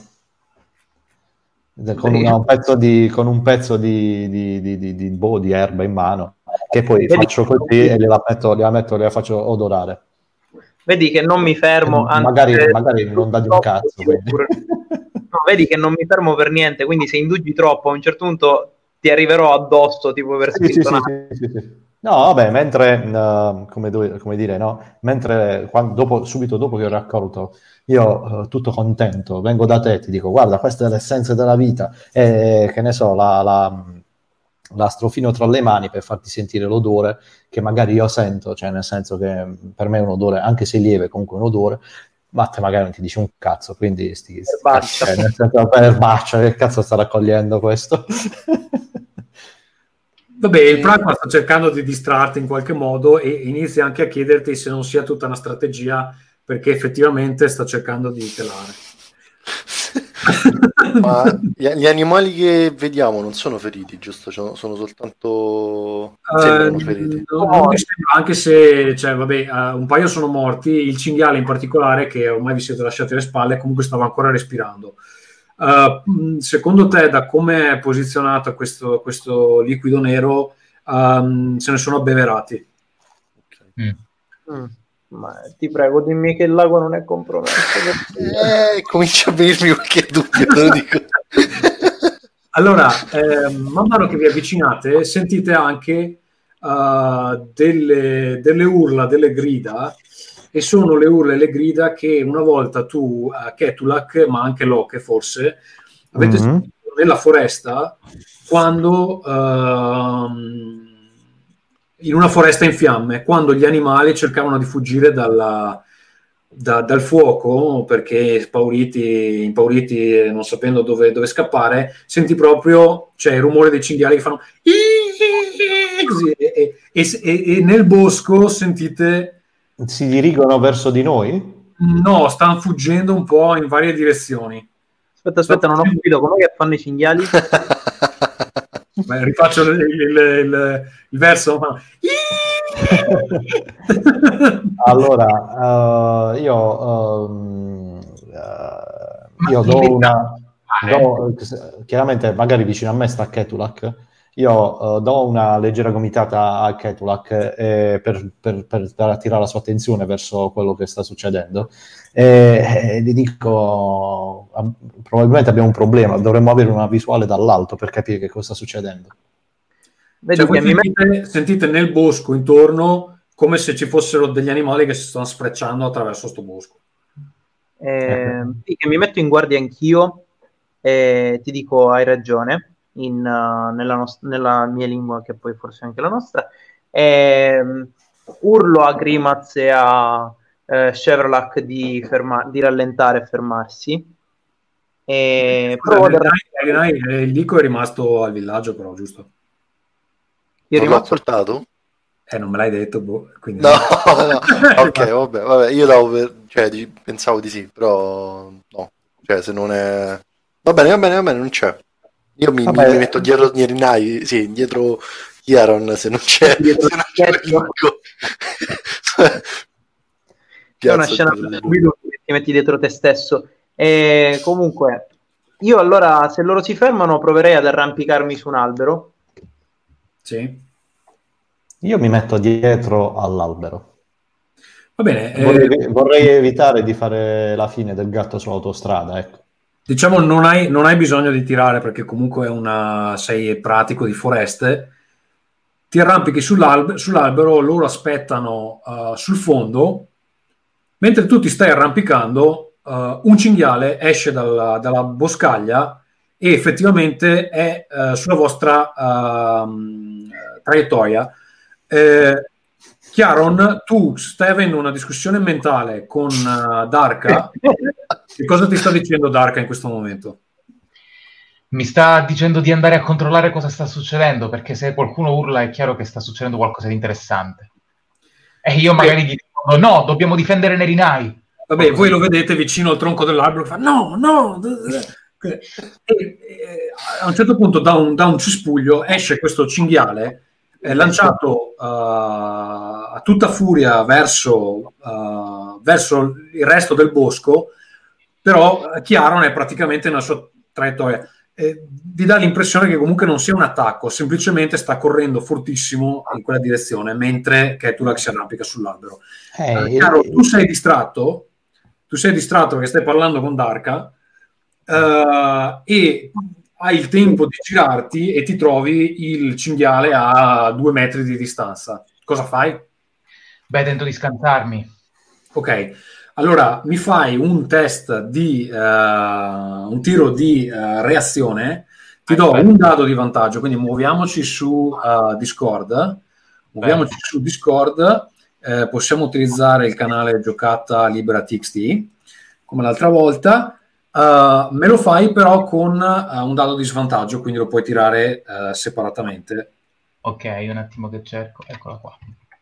Con un pezzo di erba in mano, che poi faccio così e gliela faccio odorare. Vedi che non mi fermo, magari non dà di un cazzo. No, vedi che non mi fermo per niente, quindi se indugi troppo a un certo punto ti arriverò addosso tipo per sì. No, vabbè, mentre come dire, no? Mentre subito dopo che ho raccolto, io tutto contento, vengo da te e ti dico guarda, questa è l'essenza della vita, e che ne so, la strofino tra le mani per farti sentire l'odore che magari io sento, cioè nel senso che per me è un odore, anche se lieve, comunque un odore, ma te magari non ti dice un cazzo, quindi nel senso, per baccia, che cazzo sta raccogliendo questo? Vabbè, il Praqua sta cercando di distrarti in qualche modo e inizia anche a chiederti se non sia tutta una strategia, perché effettivamente sta cercando di telare. Ma gli animali che vediamo non sono feriti, giusto? Sono soltanto sembrano feriti. Non mi sembra, anche se un paio sono morti, il cinghiale in particolare, che ormai vi siete lasciati alle spalle, comunque stava ancora respirando. Secondo te, da come è posizionato questo liquido nero, se ne sono abbeverati? Ma ti prego, dimmi che il lago non è compromesso. Comincia a venirmi qualche dubbio, te lo dico. Allora, man mano che vi avvicinate, sentite anche delle urla, delle grida, e sono le urla e le grida che una volta tu, Ketulak, ma anche Locke forse, avete sentito nella foresta quando in una foresta in fiamme, quando gli animali cercavano di fuggire dal fuoco perché impauriti, non sapendo dove scappare, senti proprio, cioè, il rumore dei cinghiali che fanno così, e nel bosco sentite. Si dirigono verso di noi? No, stanno fuggendo un po' in varie direzioni. Aspetta, non ho capito com'è che fanno i cinghiali. Beh, rifaccio il verso. Allora, io chiaramente magari vicino a me sta Ketulak, io do una leggera gomitata a Ketulak per attirare la sua attenzione verso quello che sta succedendo e gli dico probabilmente abbiamo un problema, dovremmo avere una visuale dall'alto per capire che cosa sta succedendo. Cioè, voi sentite nel bosco intorno come se ci fossero degli animali che si stanno sfrecciando attraverso sto bosco. Sì, che mi metto in guardia anch'io e ti dico hai ragione nella mia lingua, che poi forse è anche la nostra, urlo a Grimaz e a Chevrolet di rallentare e fermarsi. Il dico è rimasto al villaggio, però, giusto? Non l'ho ascoltato? Non me l'hai detto, quindi... No. Ok, vabbè, io pensavo di sì, però no, cioè se non è... Va bene, non c'è. Io mi metto dietro Nierinai, sì, dietro Chiaron, se non c'è. È una scena per cui ti metti dietro te stesso. E comunque, io allora, se loro si fermano, proverei ad arrampicarmi su un albero. Sì. Io mi metto dietro all'albero. Va bene. Vorrei evitare di fare la fine del gatto sull'autostrada, ecco. Diciamo non hai bisogno di tirare perché comunque sei pratico di foreste. Ti arrampichi sull'albero, loro aspettano sul fondo. Mentre tu ti stai arrampicando, un cinghiale esce dalla boscaglia e effettivamente è sulla vostra traiettoria. Chiaron, tu stai avendo una discussione mentale con Darka. Che cosa ti sta dicendo Darka in questo momento? Mi sta dicendo di andare a controllare cosa sta succedendo, perché se qualcuno urla è chiaro che sta succedendo qualcosa di interessante. E io magari gli dico, no, dobbiamo difendere Nerinai. Vabbè, voi lo vedete vicino al tronco dell'albero che fa, no. E a un certo punto da un cespuglio esce questo cinghiale lanciato a tutta furia verso il resto del bosco, però Chiaron è praticamente nella sua traiettoria. Vi dà l'impressione che comunque non sia un attacco, semplicemente sta correndo fortissimo in quella direzione, mentre Ketulak si arrampica sull'albero. Chiaro, tu sei distratto perché stai parlando con Darka e hai il tempo di girarti e ti trovi il cinghiale a 2 metri di distanza. Cosa fai? Beh, tento di scansarmi. Ok, allora mi fai un test di un tiro di reazione. Ti do un dado di vantaggio, quindi muoviamoci su Discord. Possiamo utilizzare il canale Giocata Libera TXT come l'altra volta. Me lo fai però con un dado di svantaggio, quindi lo puoi tirare separatamente. Ok, un attimo che cerco, eccola qua.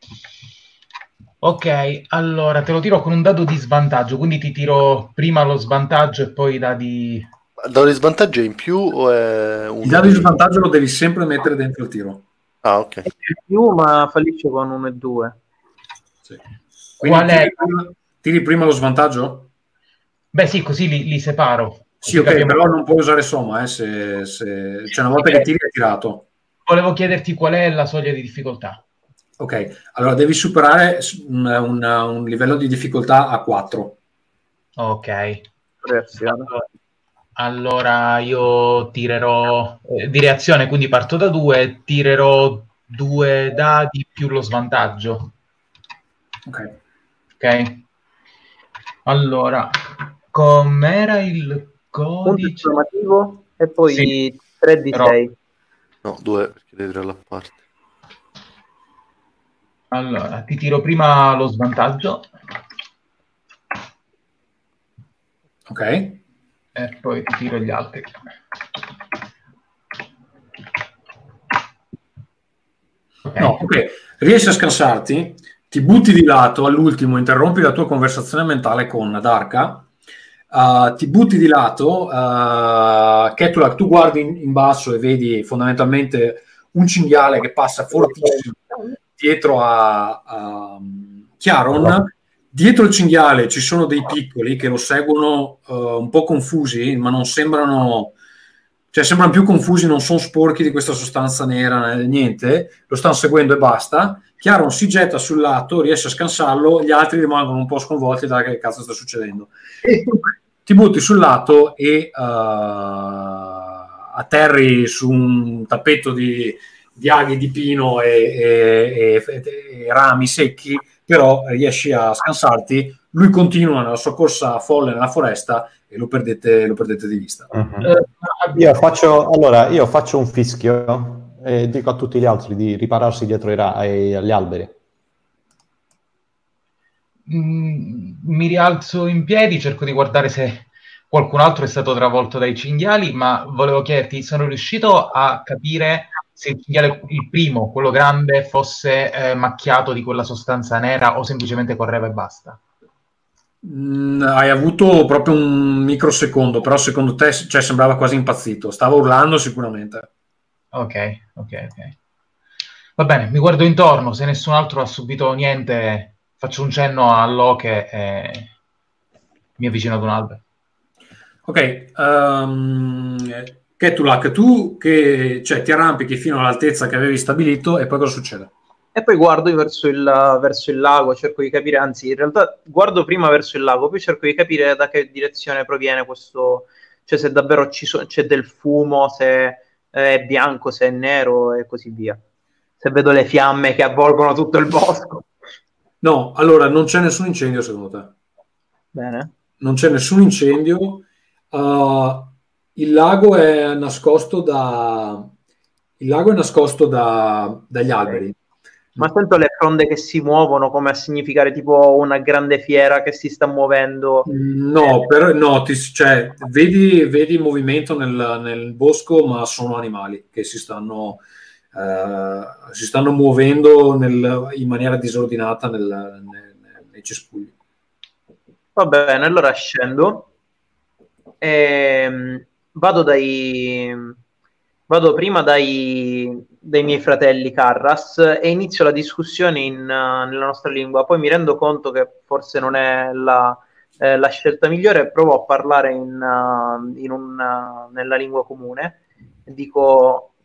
Ok, allora te lo tiro con un dado di svantaggio, quindi ti tiro prima lo svantaggio e poi i dadi... Il dado di svantaggio è in più o è un... Il dado di svantaggio lo devi sempre mettere dentro il tiro. Ah, ok. È in più, ma fallisce con 1 e 2. Sì. Quindi Qual è? Tiri prima lo svantaggio? Beh sì, così li separo. Sì, ok, capiamo... però non puoi usare somma, cioè una volta che tiri è tirato. Volevo chiederti qual è la soglia di difficoltà. Ok, allora devi superare un livello di difficoltà a 4. Ok. Allora io tirerò di reazione, quindi parto da 2, tirerò 2 dadi più lo svantaggio. Ok. Ok. Allora, com'era il Punto codice? esclamativo e poi Sì, 3 di però- 6. No, 2, perché devi tirare a parte. Allora, ti tiro prima lo svantaggio Ok? e poi ti tiro gli altri. Ok. No, ok. Riesci a scansarti, ti butti di lato all'ultimo, interrompi la tua conversazione mentale con Darka, ti butti di lato, Ketulak, tu guardi in basso e vedi fondamentalmente un cinghiale che passa fortissimo dietro a Chiaron. Dietro il cinghiale ci sono dei piccoli che lo seguono un po' confusi, ma non sembrano, cioè sembrano più confusi, non sono sporchi di questa sostanza nera, niente, lo stanno seguendo e basta. Chiaron si getta sul lato, riesce a scansarlo, gli altri rimangono un po' sconvolti da che cazzo sta succedendo. Ti butti sul lato e atterri su un tappeto di aghi di pino e rami secchi, però riesci a scansarti. Lui continua nella sua corsa folle nella foresta e lo perdete di vista. Io faccio un fischio e dico a tutti gli altri di ripararsi dietro agli alberi. Mi rialzo in piedi, cerco di guardare se qualcun altro è stato travolto dai cinghiali, ma volevo chiederti, sono riuscito a capire se il cinghiale, il primo, quello grande, fosse macchiato di quella sostanza nera o semplicemente correva e basta? Hai avuto proprio un microsecondo, però secondo te cioè, sembrava quasi impazzito, stava urlando sicuramente. Ok. Va bene, mi guardo intorno, se nessun altro ha subito niente, faccio un cenno a Loke e mi avvicino ad un albero. Ok, Ketulak, tu che cioè, ti arrampichi fino all'altezza che avevi stabilito e poi cosa succede? E poi guardo verso il lago, cerco di capire, anzi in realtà guardo prima verso il lago, poi cerco di capire da che direzione proviene questo, cioè se davvero c'è del fumo, se è bianco, se è nero e così via. Se vedo le fiamme che avvolgono tutto il bosco. No, allora non c'è nessun incendio secondo te. Bene. Non c'è nessun incendio. Il lago è nascosto dagli alberi. Ma sento le fronde che si muovono come a significare tipo una grande fiera che si sta muovendo. No, però no, cioè, vedi movimento nel bosco, ma sono animali che si stanno muovendo in maniera disordinata nei cespugli. Va bene, allora scendo e vado prima dai miei fratelli Carras e inizio la discussione nella nostra lingua. Poi mi rendo conto che forse non è la scelta migliore, provo a parlare nella lingua comune e dico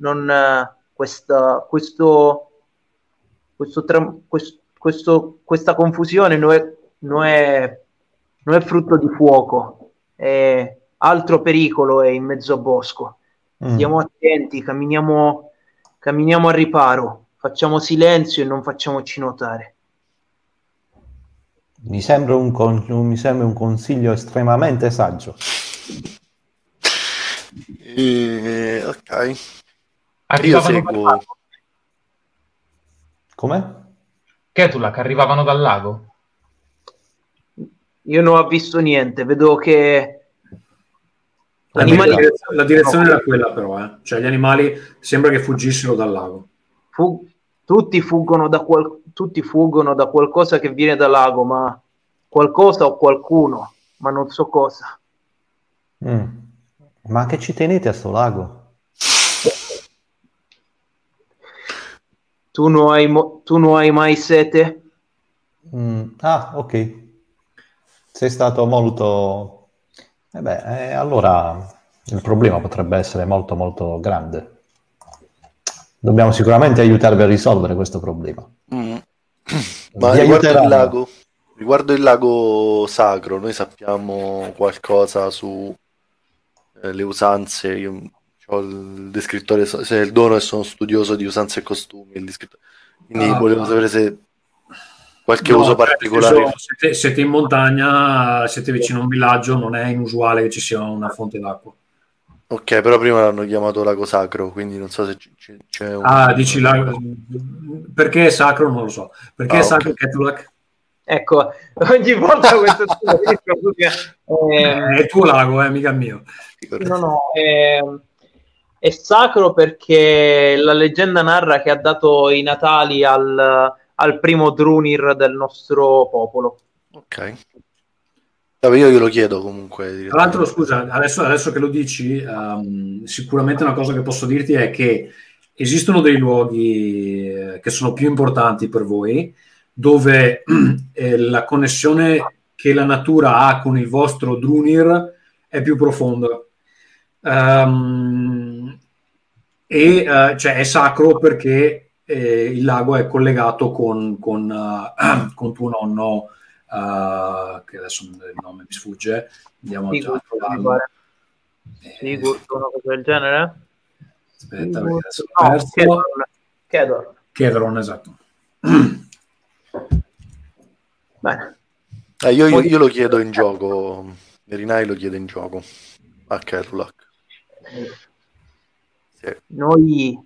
questa confusione non è frutto di fuoco, è altro pericolo è in mezzo a bosco. Stiamo attenti, camminiamo al riparo, facciamo silenzio e non facciamoci notare. Mi sembra un consiglio estremamente saggio. Ok. Arrivavano seguo. dal lago. Come? Ketulak, arrivavano dal lago? Io non ho visto niente, vedo che La direzione era quella però, cioè gli animali sembra che fuggissero dal lago. Tutti fuggono da qualcosa che viene dal lago, ma qualcosa o qualcuno, ma non so cosa. Ma che ci tenete a sto lago? Tu non hai mai sete? Ok. Sei stato molto... allora il problema potrebbe essere molto molto grande. Dobbiamo sicuramente aiutarvi a risolvere questo problema. Ma riguardo il lago sacro, noi sappiamo qualcosa su le usanze. Io ho il descrittore, se il dono e sono studioso di usanze e costumi, quindi volevo sapere se Qualche uso particolare? Siete in montagna, siete vicino a un villaggio, non è inusuale che ci sia una fonte d'acqua. Ok, però prima l'hanno chiamato lago sacro, quindi non so se c'è un... Dici perché è sacro? Non lo so. Perché è sacro Ketulak? Ecco, ogni volta questo è il tuo lago, mica il mio. No, è sacro perché la leggenda narra che ha dato i natali al primo Drunir del nostro popolo. Ok. Io glielo chiedo comunque. Tra l'altro, scusa, adesso che lo dici, sicuramente una cosa che posso dirti è che esistono dei luoghi che sono più importanti per voi, dove la connessione che la natura ha con il vostro Drunir è più profonda. Cioè è sacro perché il lago è collegato con tuo nonno, che adesso il nome mi sfugge, andiamo già a trovarlo. Sigurd, una cosa del genere? Aspetta, perché adesso Kedron, esatto. Bene. Io lo chiedo in gioco, Rinai lo chiede in gioco a Ketulak. Sì. Noi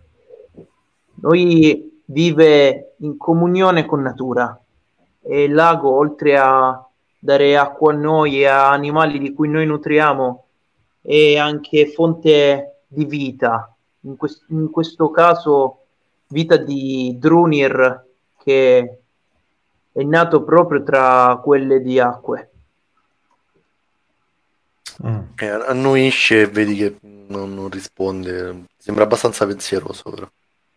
vive in comunione con natura e il lago, oltre a dare acqua a noi e a animali di cui noi nutriamo, è anche fonte di vita, in questo caso vita di Drunir, che è nato proprio tra quelle di acque. Annuisce e vedi che non risponde, sembra abbastanza pensieroso però.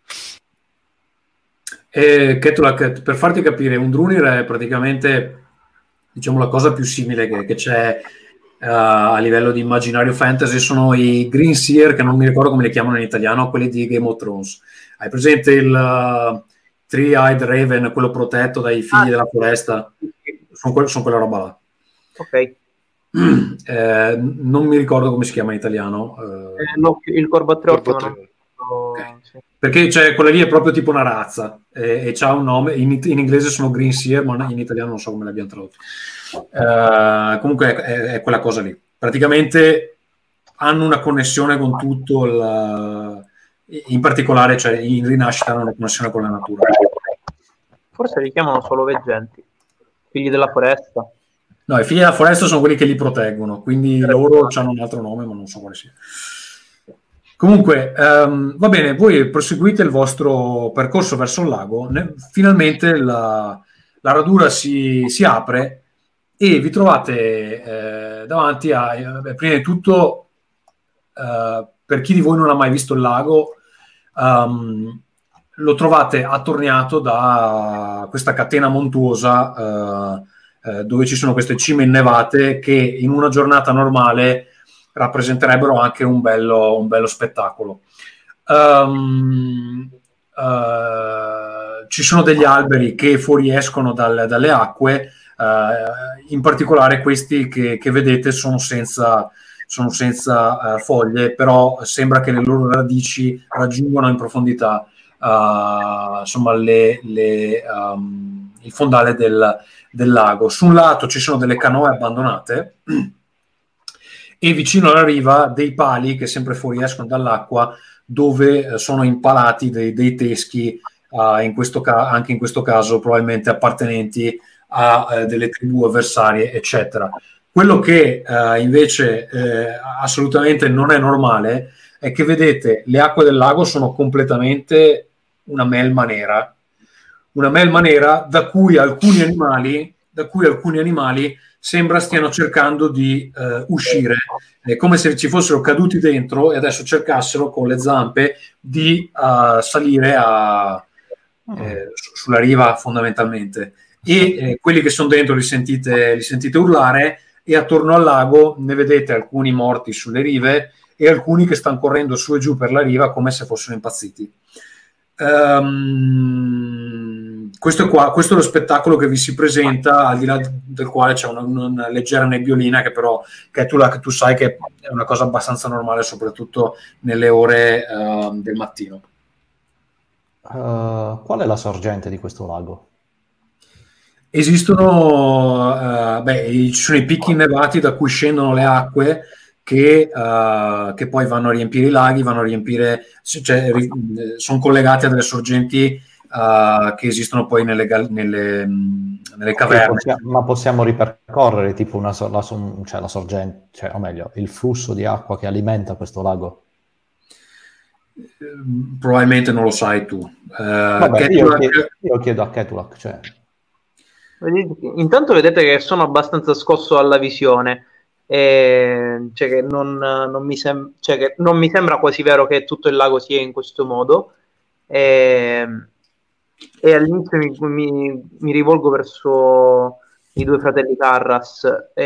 Ketulak, per farti capire, un Drunir è praticamente, diciamo, la cosa più simile che c'è a livello di immaginario fantasy. Sono i Green Seer, che non mi ricordo come li chiamano in italiano, quelli di Game of Thrones. Hai presente il Three-Eyed Raven, quello protetto dai figli della foresta? Sono quella roba là. Ok. Non mi ricordo come si chiama in italiano. Il Corbatrocchio. Okay. Sì. Perché cioè, quella lì è proprio tipo una razza e c'ha un nome, in inglese sono Green Seer, ma in italiano non so come l'abbiamo tradotto. Comunque è quella cosa lì. Praticamente hanno una connessione con tutto, in particolare, cioè in rinascita hanno una connessione con la natura. Forse li chiamano solo veggenti, figli della foresta. No, i figli della foresta sono quelli che li proteggono, quindi loro hanno un altro nome, ma non so quale sia. Comunque, va bene, voi proseguite il vostro percorso verso il lago, finalmente la radura si apre e vi trovate davanti a, prima di tutto, per chi di voi non ha mai visto il lago, lo trovate attorniato da questa catena montuosa dove ci sono queste cime innevate che in una giornata normale rappresenterebbero anche un bello spettacolo. Ci sono degli alberi che fuoriescono dalle acque, in particolare questi che vedete sono senza foglie, però sembra che le loro radici raggiungano in profondità insomma il fondale del lago. Su un lato ci sono delle canoe abbandonate e vicino alla riva dei pali che sempre fuoriescono dall'acqua, dove sono impalati dei teschi, anche in questo caso probabilmente appartenenti a delle tribù avversarie, eccetera. Quello che invece assolutamente non è normale è che vedete le acque del lago sono completamente una melma nera da cui alcuni animali sembra stiano cercando di uscire, come se ci fossero caduti dentro e adesso cercassero con le zampe di salire sulla riva fondamentalmente. E quelli che sono dentro li sentite urlare, e attorno al lago ne vedete alcuni morti sulle rive e alcuni che stanno correndo su e giù per la riva come se fossero impazziti. Questo è lo spettacolo che vi si presenta, al di là del quale c'è una leggera nebbiolina che però che tu sai che è una cosa abbastanza normale, soprattutto nelle ore del mattino. Qual è la sorgente di questo lago? Esistono, ci sono i picchi innevati da cui scendono le acque che poi vanno a riempire i laghi, vanno a riempire, sono collegati a delle sorgenti che esistono poi nelle caverne. Ma possiamo ripercorrere tipo la sorgente, o meglio, il flusso di acqua che alimenta questo lago? Probabilmente non lo sai tu. Io chiedo a Ketulak. Intanto vedete che sono abbastanza scosso alla visione. Che non mi sembra quasi vero che tutto il lago sia in questo modo, e all'inizio mi rivolgo verso i due fratelli Carras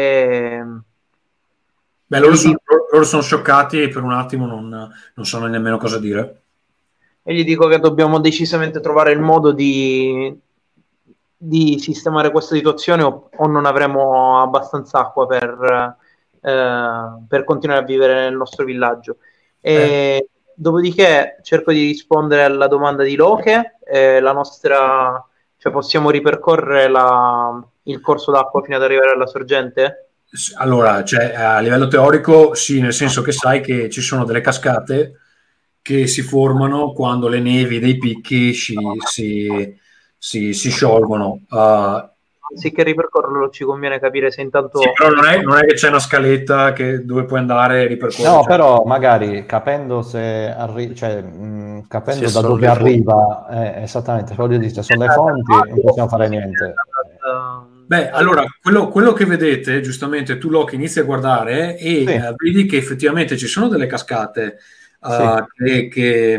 loro sono scioccati e per un attimo non sanno nemmeno cosa dire, e gli dico che dobbiamo decisamente trovare il modo di sistemare questa situazione o non avremo abbastanza acqua per continuare a vivere nel nostro villaggio. Dopodiché cerco di rispondere alla domanda di Loche. Possiamo ripercorrere il corso d'acqua fino ad arrivare alla sorgente? Allora, a livello teorico sì, nel senso che sai che ci sono delle cascate che si formano quando le nevi dei picchi si sciolgono. Anziché ripercorrerlo, ci conviene capire se intanto... Sì, però non è che c'è una scaletta dove puoi andare e ripercorrere. No, però magari capendo capendo da dove arriva, esattamente, voglio dire, sono le fonti, non possiamo fare niente. Allora, quello che vedete, giustamente, tu Loki inizi a guardare e vedi che effettivamente ci sono delle cascate che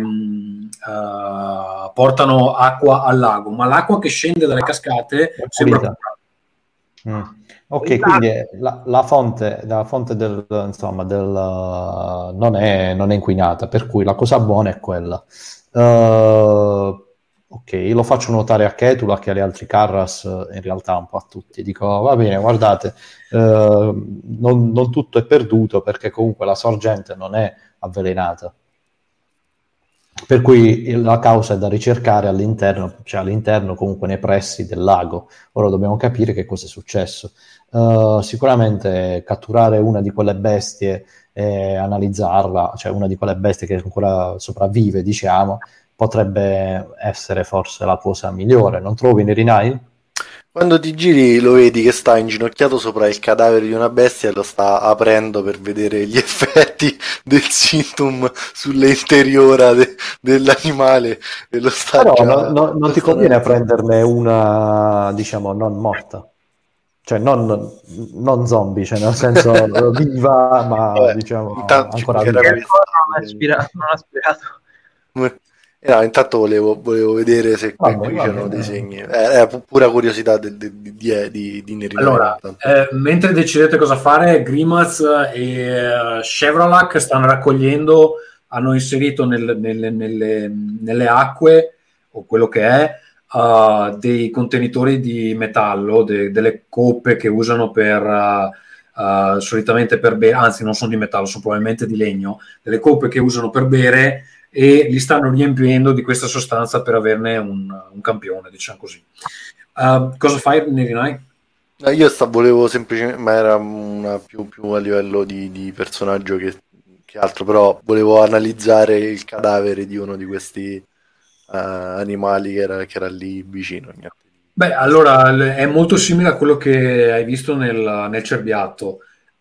portano acqua al lago, ma l'acqua che scende dalle cascate sembra... Ok, quindi la fonte del non è inquinata, per cui la cosa buona è quella. Ok, lo faccio notare a Ketula che agli altri Carras, in realtà un po' a tutti. Dico, va bene, guardate, non tutto è perduto perché comunque la sorgente non è avvelenata. Per cui la causa è da ricercare all'interno comunque nei pressi del lago. Ora dobbiamo capire che cosa è successo. Sicuramente catturare una di quelle bestie e analizzarla, una di quelle bestie che ancora sopravvive, diciamo, potrebbe essere forse la cosa migliore. Non trovi, Nerinai? Quando ti giri lo vedi che sta inginocchiato sopra il cadavere di una bestia e lo sta aprendo per vedere gli effetti del sintomo sull'interiora dell'animale e lo sta non ti conviene prenderne una, diciamo, non morta, non zombie, nel senso viva, ma diciamo ancora viva. Non ha aspirato. No, intanto volevo vedere se qui c'erano dei segni. È pura curiosità di Nerinai. Allora, mentre decidete cosa fare, Grimaz e Chevrolac stanno raccogliendo, hanno inserito nelle acque, o quello che è, dei contenitori di metallo, delle coppe che usano solitamente per bere, anzi non sono di metallo, sono probabilmente di legno, delle coppe che usano per bere, e li stanno riempiendo di questa sostanza per averne un campione, diciamo così. Cosa fai, Nerinai? Io volevo semplicemente, ma era una più a livello di personaggio che altro, però volevo analizzare il cadavere di uno di questi animali che era lì vicino. Allora è molto simile a quello che hai visto nel cerbiatto.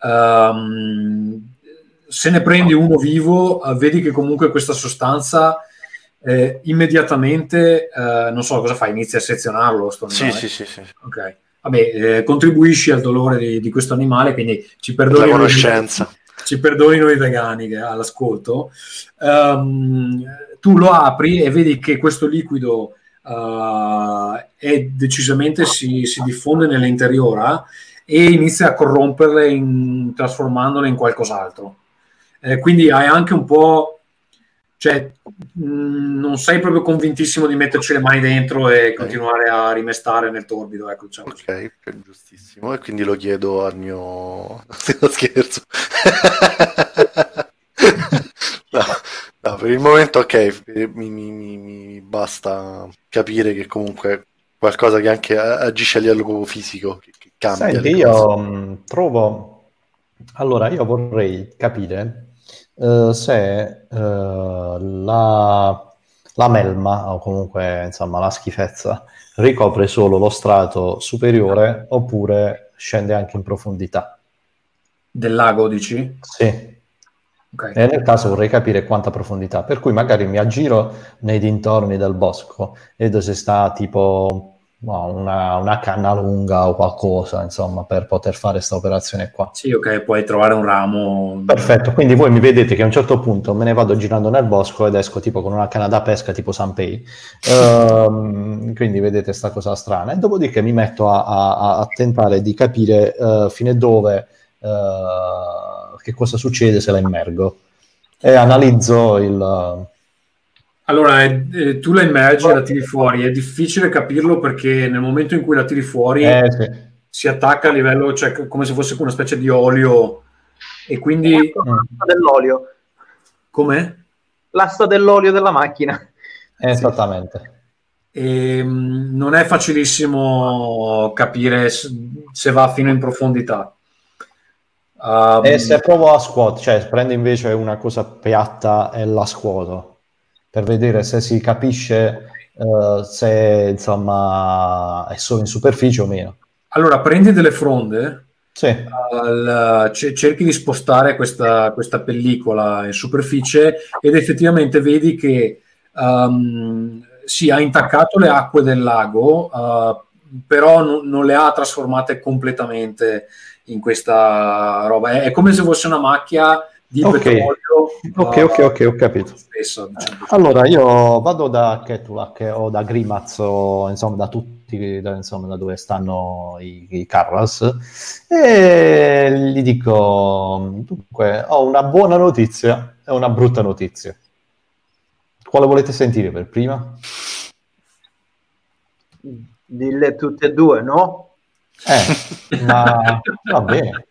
Se ne prendi uno vivo, vedi che comunque questa sostanza immediatamente, non so cosa fai, inizi a sezionarlo? Sì. Ok. Vabbè, contribuisci al dolore di questo animale, quindi ci perdoni la conoscenza. Ci perdoni noi vegani che all'ascolto. Tu lo apri e vedi che questo liquido è decisamente si diffonde nell'interiora e inizia a corromperle trasformandole in qualcos'altro. Quindi hai anche un po', non sei proprio convintissimo di metterci le mani dentro e continuare a rimestare nel torbido, ecco, diciamo. Ok, giustissimo, e quindi lo chiedo al mio... No, scherzo. No, per il momento ok, mi basta capire che comunque qualcosa che anche agisce a livello proprio fisico, che cambia. Senti, io trovo... Allora, io vorrei capire se la melma, o comunque insomma la schifezza, ricopre solo lo strato superiore oppure scende anche in profondità. Del lago, dici? Sì. Okay. E nel caso vorrei capire quanta profondità, per cui magari mi aggiro nei dintorni del bosco, vedo se sta tipo una canna lunga o qualcosa, insomma, per poter fare questa operazione qua. Sì, ok, puoi trovare un ramo. Perfetto, quindi voi mi vedete che a un certo punto me ne vado girando nel bosco ed esco tipo con una canna da pesca tipo Sanpei, quindi vedete sta cosa strana, e dopodiché mi metto a tentare di capire fino a dove... che cosa succede se la immergo e analizzo il... Allora, tu la immergi e la tiri fuori, è difficile capirlo perché nel momento in cui la tiri fuori sì. si attacca a livello, cioè come se fosse una specie di olio, e quindi... L'asta dell'olio. Com'è? L'asta dell'olio della macchina. Esattamente. E, non è facilissimo capire se va fino in profondità. E se provo a scuotere, cioè prendo invece una cosa piatta e la scuoto per vedere se si capisce se insomma è solo in superficie o meno. Allora, prendi delle fronde, Sì. cerchi di spostare questa pellicola in superficie ed effettivamente vedi che sì, ha intaccato le acque del lago, però non le ha trasformate completamente in questa roba. È come se fosse una macchia di petrolio. Ok, ho capito. Spesso, diciamo. Allora io vado da Ketulak o da Grimaz o insomma da tutti, insomma, da dove stanno i Carras, e gli dico: dunque, ho una buona notizia e una brutta notizia. Quale volete sentire per prima? Dille tutte e due, no? Ma va bene.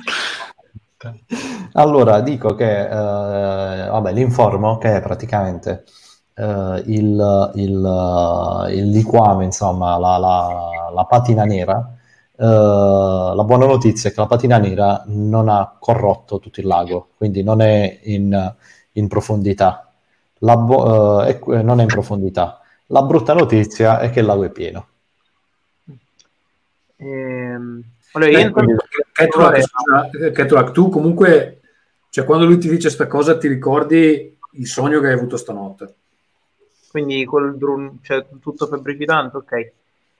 Allora dico che vabbè, l'informo che è praticamente il liquame, insomma la patina nera. La buona notizia è che la patina nera non ha corrotto tutto il lago, quindi non è in profondità. Non è in profondità. La brutta notizia è che il lago è pieno. Allora, Ketulak, tu comunque, cioè, quando lui ti dice sta cosa, ti ricordi il sogno che hai avuto stanotte? Quindi cioè, tutto febbricitante, ok.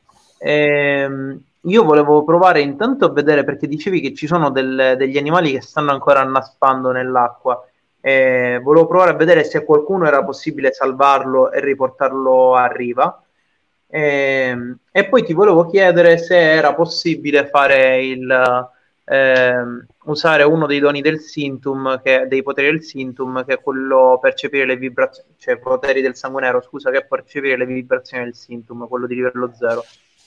Io volevo provare intanto a vedere, perché dicevi che ci sono degli animali che stanno ancora annaspando nell'acqua. Volevo provare a vedere se qualcuno era possibile salvarlo e riportarlo a riva. E poi ti volevo chiedere se era possibile fare usare uno dei doni del Sintum, dei poteri del Sintum, che è quello percepire le vibrazioni, cioè poteri del sangue nero, scusa, che è percepire le vibrazioni del Sintum, quello di livello 0.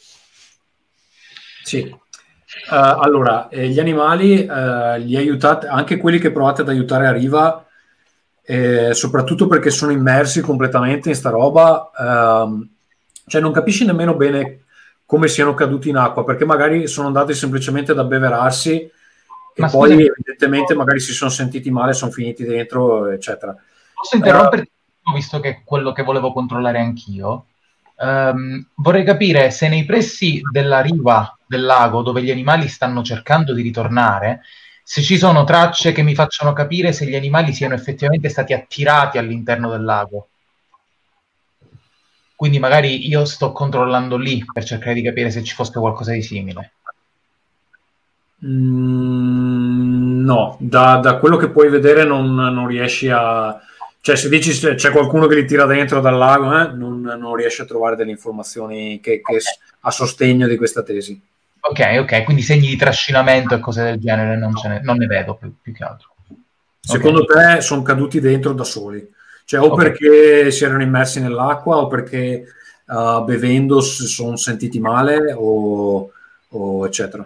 Sì. Allora, gli animali li aiutate, anche quelli che provate ad aiutare a riva, soprattutto perché sono immersi completamente in sta roba, cioè non capisci nemmeno bene come siano caduti in acqua, perché magari sono andati semplicemente ad abbeverarsi e poi evidentemente magari si sono sentiti male, sono finiti dentro, eccetera. Posso interromperti, visto che è quello che volevo controllare anch'io? Vorrei capire se nei pressi della riva del lago, dove gli animali stanno cercando di ritornare, se ci sono tracce che mi facciano capire se gli animali siano effettivamente stati attirati all'interno del lago. Quindi magari io sto controllando lì per cercare di capire se ci fosse qualcosa di simile. No, da quello che puoi vedere non riesci a... Cioè, se dici c'è qualcuno che li tira dentro dal lago, non riesci a trovare delle informazioni che a sostegno di questa tesi. Ok, quindi segni di trascinamento e cose del genere non ne vedo più che altro. Secondo te sono caduti dentro da soli? Cioè, o perché si erano immersi nell'acqua, o perché bevendo si sono sentiti male, o eccetera.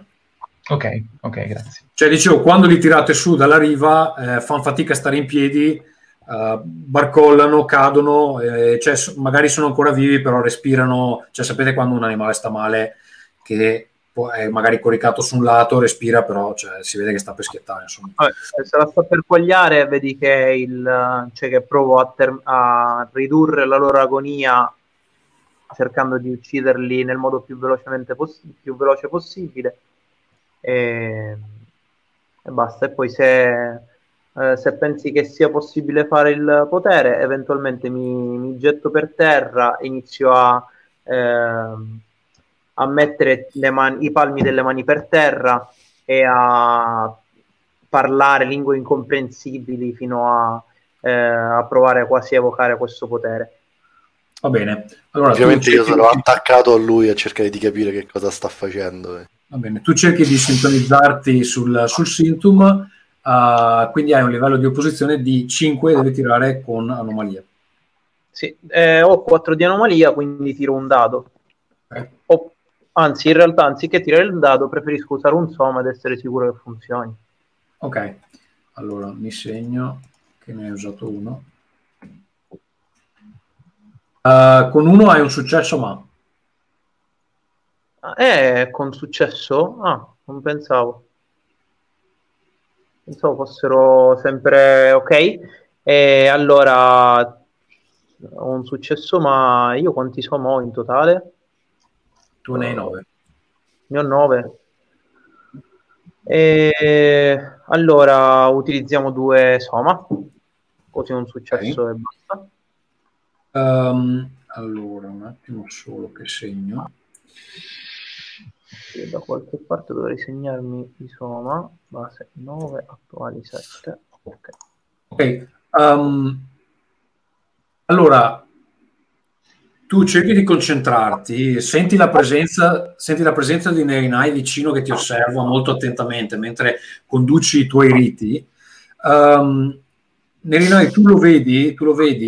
Ok, grazie. Cioè, dicevo, quando li tirate su dalla riva, fanno fatica a stare in piedi barcollano, cadono, cioè, magari sono ancora vivi, però respirano. Cioè, sapete quando un animale sta male, che è magari coricato su un lato, respira, però cioè, si vede che sta per schiettare. Insomma. Se la sta per quagliare, vedi che cioè che provo a ridurre la loro agonia cercando di ucciderli nel modo più veloce possibile, e basta. E poi se pensi che sia possibile fare il potere, eventualmente mi getto per terra, inizio a mettere i palmi delle mani per terra e a parlare lingue incomprensibili fino a provare quasi a evocare questo potere. Va bene. Allora, ovviamente io sono attaccato a lui a cercare di capire che cosa sta facendo. Va bene, tu cerchi di sintonizzarti sul Symptom, quindi hai un livello di opposizione di 5, devi tirare con anomalia. Sì, ho 4 di anomalia, quindi tiro un dado. Anzi, in realtà, anziché tirare il dado, preferisco usare un soma ed essere sicuro che funzioni. Ok, allora mi segno che ne hai usato uno. Con uno hai un successo, ma con successo? Non pensavo fossero sempre ok. E allora ho un successo, ma io quanti soma ho in totale? Tu ne hai 9. Ne ho 9. E allora utilizziamo 2 soma, così un successo, okay, e basta. Allora, un attimo solo che segno. E da qualche parte dovrei segnarmi i soma. Base 9, attuali 7. Ok. Allora, tu cerchi di concentrarti, senti la presenza di Nerinai vicino che ti osserva molto attentamente mentre conduci i tuoi riti. Nerinai, tu lo vedi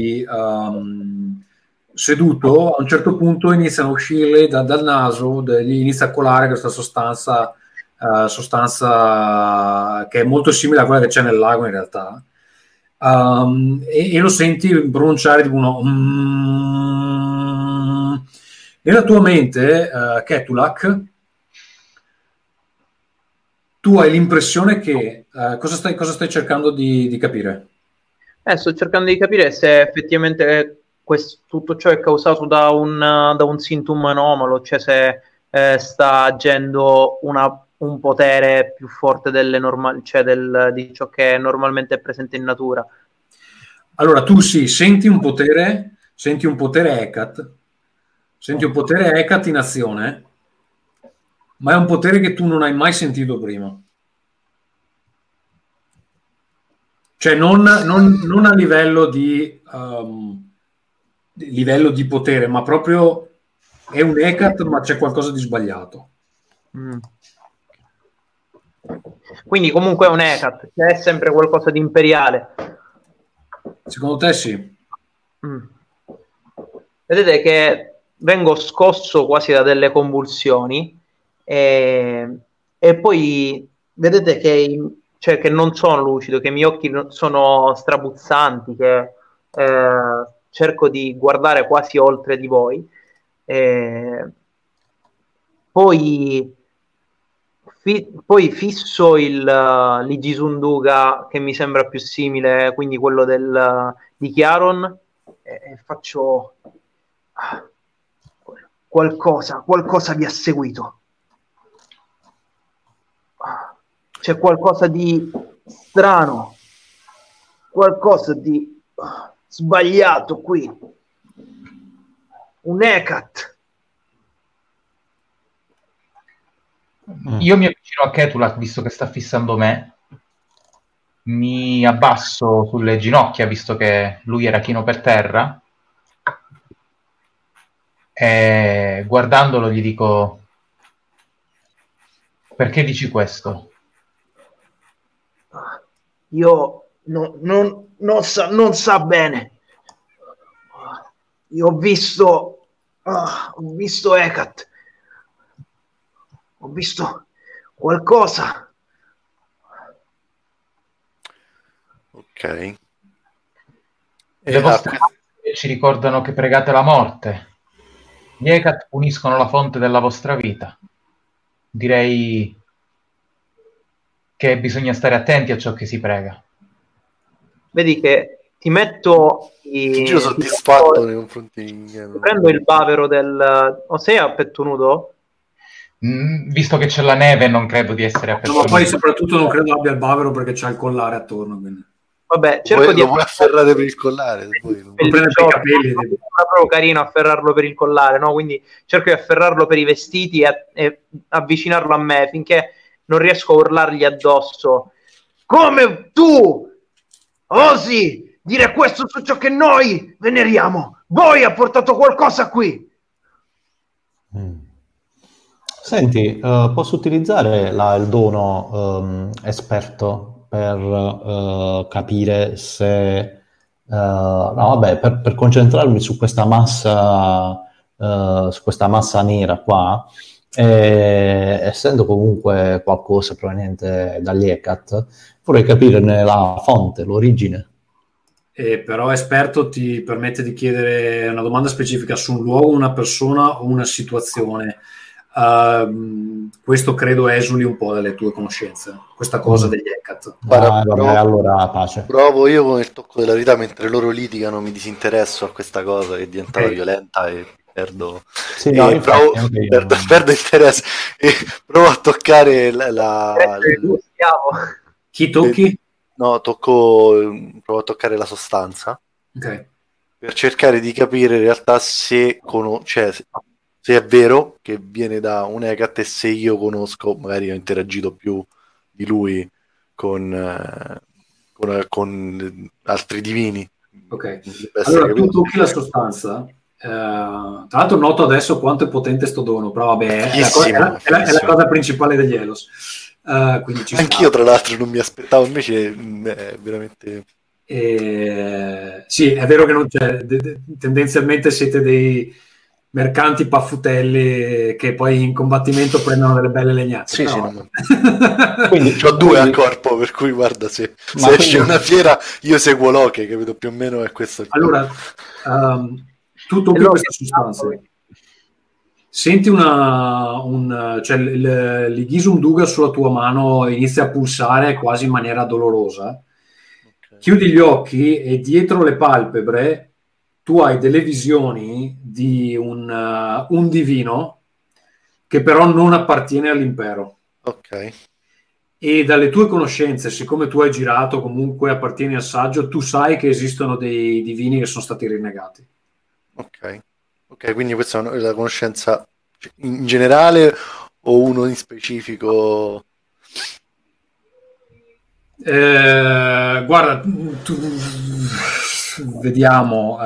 seduto, a un certo punto iniziano a uscirle dal naso, gli inizia a colare questa sostanza che è molto simile a quella che c'è nel lago in realtà. E lo senti pronunciare tipo uno nella tua mente, Ketulak, tu hai l'impressione che cosa stai cercando di capire? Sto cercando di capire se effettivamente tutto ciò è causato da un sintomo anomalo, cioè se sta agendo un potere più forte cioè di ciò che normalmente è presente in natura. Allora tu senti un potere Hecate, senti un potere Hecate in azione, ma è un potere che tu non hai mai sentito prima. Cioè non a livello di potere, ma proprio è un Hecate, ma c'è qualcosa di sbagliato. Quindi comunque è un Hecate, è sempre qualcosa di imperiale. Secondo te sì? Vedete che vengo scosso quasi da delle convulsioni e poi vedete che non sono lucido, che i miei occhi sono strabuzzanti, che cerco di guardare quasi oltre di voi. Poi fisso l'Igisunduga, che mi sembra più simile, quindi quello di Chiaron, e faccio qualcosa vi ha seguito. C'è qualcosa di strano, qualcosa di sbagliato qui. Un Hecate. Io mi avvicino a Ketulak, visto che sta fissando me, mi abbasso sulle ginocchia, visto che lui era chino per terra, e guardandolo gli dico: perché dici questo? Io non sa bene. Io ho visto Hecate. Ho visto qualcosa. Ok. Le vostre maschere ci ricordano che pregate la morte. Gli Hecat puniscono la fonte della vostra vita. Direi che bisogna stare attenti a ciò che si prega. Vedi che ti metto Ti giro soddisfatto nei confronti di... prendo il bavero del... O sei a petto nudo? Visto che c'è la neve, non credo di essere a No, petto ma poi nudo. soprattutto non credo abbia il bavero perché c'ha il collare attorno. Quindi. Vabbè, cerco di... Lo puoi afferrare per il collare. Poi Lo prende per i capelli. Non è proprio carino afferrarlo per il collare, no? Quindi cerco di afferrarlo per i vestiti e avvicinarlo a me finché non riesco a urlargli addosso. Come tu osi dire questo su ciò che noi veneriamo? Voi ha portato qualcosa qui. Senti, posso utilizzare il dono esperto per capire se... no, vabbè, per concentrarmi su questa massa nera qua, essendo comunque qualcosa proveniente dagli Hecat, vorrei capirne la fonte, l'origine. Però esperto ti permette di chiedere una domanda specifica su un luogo, una persona o una situazione. Questo credo esuli un po' dalle tue conoscenze, questa cosa degli Hecat. Vabbè, allora pace. Provo io con il tocco della verità mentre loro litigano, mi disinteresso a questa cosa che è diventata violenta e perdo, sì, no, infatti, perdo interesse e provo a toccare Chi tocchi? No, provo a toccare la sostanza per cercare di capire in realtà se se è vero che viene da un Hecat e se io conosco, magari ho interagito più di lui con altri divini. Ok, allora tu tocchi la sostanza. Tra l'altro noto adesso quanto è potente sto dono, però vabbè, è la cosa principale degli Elos. Anch'io tra l'altro non mi aspettavo, invece è veramente... Sì, è vero che non c'è, tendenzialmente siete dei mercanti paffutelli che poi in combattimento prendono delle belle legnate. Sì, però... sì, quindi ho due a corpo, per cui guarda, se esce una fiera io seguo Loki, capito? Più o meno è questo. Allora, tu tocchi questa sostanza. Senti cioè l'Igisum Duga sulla tua mano inizia a pulsare quasi in maniera dolorosa. Okay. Chiudi gli occhi e dietro le palpebre tu hai delle visioni di un divino che però non appartiene all'impero. Ok. E dalle tue conoscenze, siccome tu hai girato, comunque appartieni al saggio, tu sai che esistono dei divini che sono stati rinnegati. Ok, quindi questa è la conoscenza in generale o uno in specifico? Guarda, vediamo.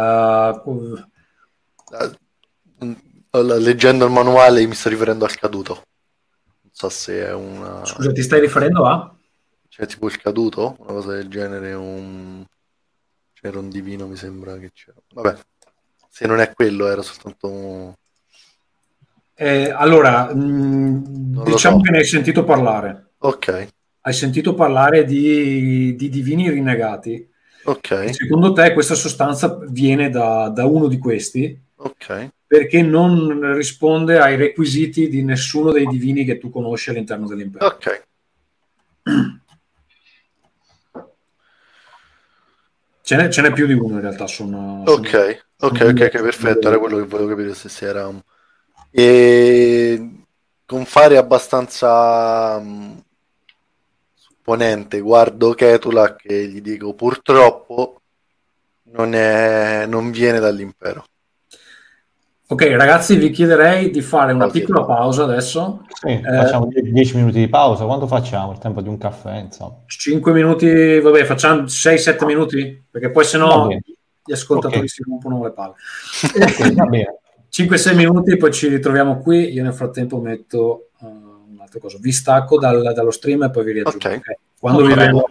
Leggendo il manuale mi sto riferendo al caduto. Non so se è una... Scusa, ti stai riferendo a? Cioè tipo il caduto? Una cosa del genere, c'era un divino, mi sembra che c'era. Vabbè, se non è quello, era soltanto... Allora, diciamo che ne hai sentito parlare. Ok. Hai sentito parlare di divini rinnegati. Ok. E secondo te questa sostanza viene da uno di questi? Ok. Perché non risponde ai requisiti di nessuno dei divini che tu conosci all'interno dell'impero. Ok. Ce n'è più di uno in realtà. Ok, perfetto, era quello che volevo capire se era un... E con fare abbastanza supponente, guardo Ketula che gli dico purtroppo non viene dall'impero. Ok, ragazzi, vi chiederei di fare una piccola pausa adesso. Sì, facciamo 10 minuti di pausa. Quanto facciamo? Il tempo di un caffè, insomma. 5 minuti, vabbè, facciamo 6-7 minuti, perché poi sennò gli ascoltatori si rompono le palle. Ok, va bene. 5-6 minuti, poi ci ritroviamo qui. Io nel frattempo metto un'altra cosa. Vi stacco dallo stream e poi vi riaggiungo. Okay. Quando vi vedo...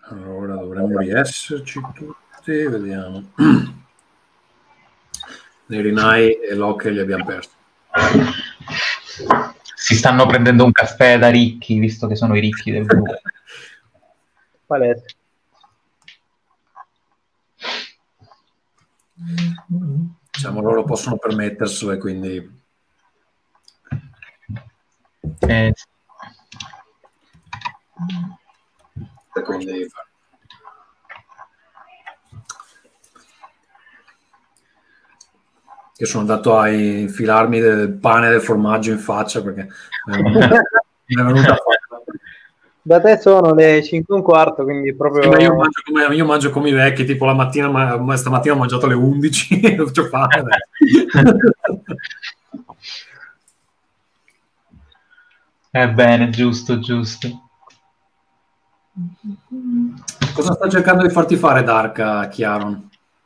Allora dovremmo riesserci tutti, vediamo. Nerinai e Locke li abbiamo persi. Si stanno prendendo un caffè da ricchi, visto che sono i ricchi del gruppo. Palese. Diciamo, loro possono permetterselo e quindi... quindi... Io sono andato a infilarmi del pane e del formaggio in faccia perché mi è venuta fame. Da te sono le 5:15, quindi proprio... Sì, ma io mangio come i vecchi, tipo la mattina, ma stamattina ho mangiato alle 11, non c'ho fame. Bene, giusto. Cosa sta cercando di farti fare Dark, Chiaron?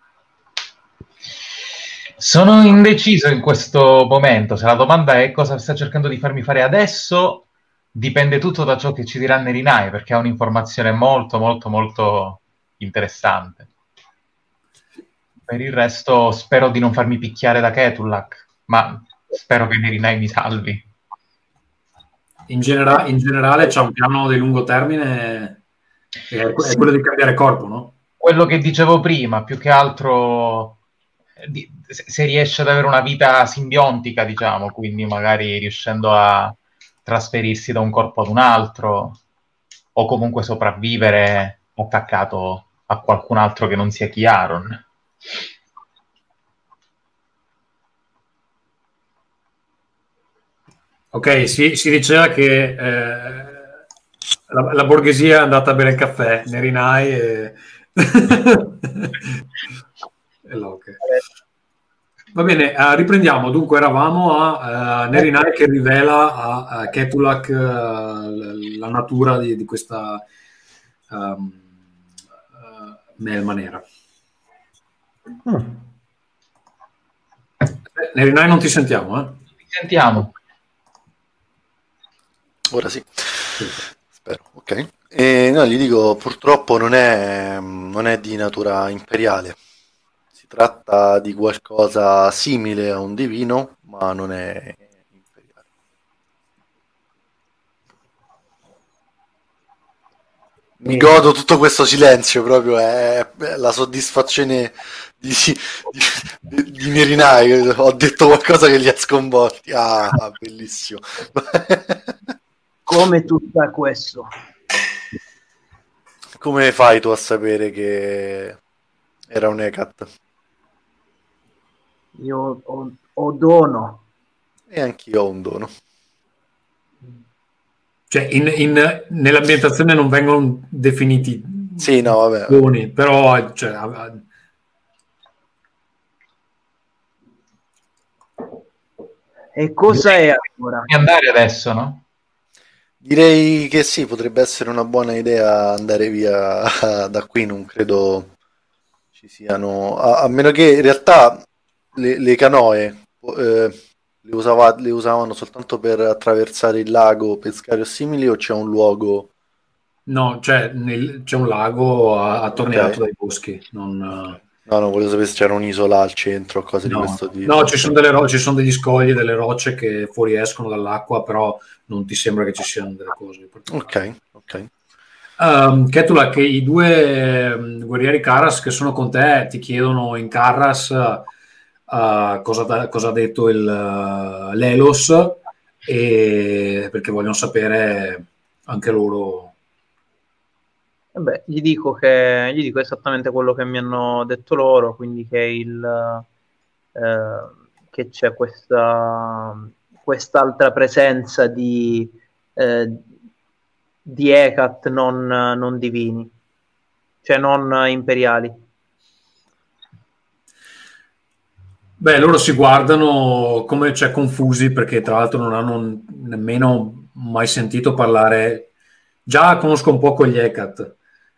Sono indeciso in questo momento. Se la domanda è cosa sta cercando di farmi fare adesso, dipende tutto da ciò che ci dirà Nerinai, perché è un'informazione molto interessante. Per il resto spero di non farmi picchiare da Ketulak, ma spero che Nerinai mi salvi. In generale c'è un piano di lungo termine, è quello di cambiare corpo, no? Quello che dicevo prima, più che altro se riesce ad avere una vita simbiontica, diciamo, quindi magari riuscendo a trasferirsi da un corpo ad un altro o comunque sopravvivere attaccato a qualcun altro che non sia Chiaron. Ok, si diceva che la borghesia è andata a bere il caffè, Nerinai e Locke. Va bene, riprendiamo. Dunque eravamo a Nerinai che rivela a Ketulak la natura di questa melma nera. Nerinai, non ti sentiamo, eh? Ti sentiamo. Ora sì. Spero, ok. E no, gli dico, purtroppo non è di natura imperiale. Si tratta di qualcosa simile a un divino, ma non è imperiale. Mi godo tutto questo silenzio, proprio è la soddisfazione di Nerinai. Ho detto qualcosa che li ha sconvolti. Ah, bellissimo. Come tu sai questo? Come fai tu a sapere che era un Hecat? Io ho dono. E anch'io ho un dono. Cioè, nell'ambientazione non vengono definiti sì, no, vabbè. doni, però... Cioè, e cosa è allora? Andare adesso, no? Direi che sì, potrebbe essere una buona idea andare via da qui, non credo ci siano... A meno che in realtà le canoe le usavano soltanto per attraversare il lago, pescare o simili, o c'è un luogo... No, c'è un lago attorniato dai boschi. No, volevo sapere se c'era un'isola al centro, cose di questo tipo. No, ci sono degli scogli, delle rocce che fuoriescono dall'acqua, però non ti sembra che ci siano delle cose. Ok. Ketula, che i due guerrieri Karras che sono con te ti chiedono in Karras cosa ha detto l'Elos, e perché vogliono sapere anche loro. Beh, gli dico esattamente quello che mi hanno detto loro, quindi che che c'è quest'altra presenza di Hecat non divini, cioè non imperiali. Beh, loro si guardano come confusi, perché tra l'altro non hanno nemmeno mai sentito parlare. Già conosco un po' gli Hecat.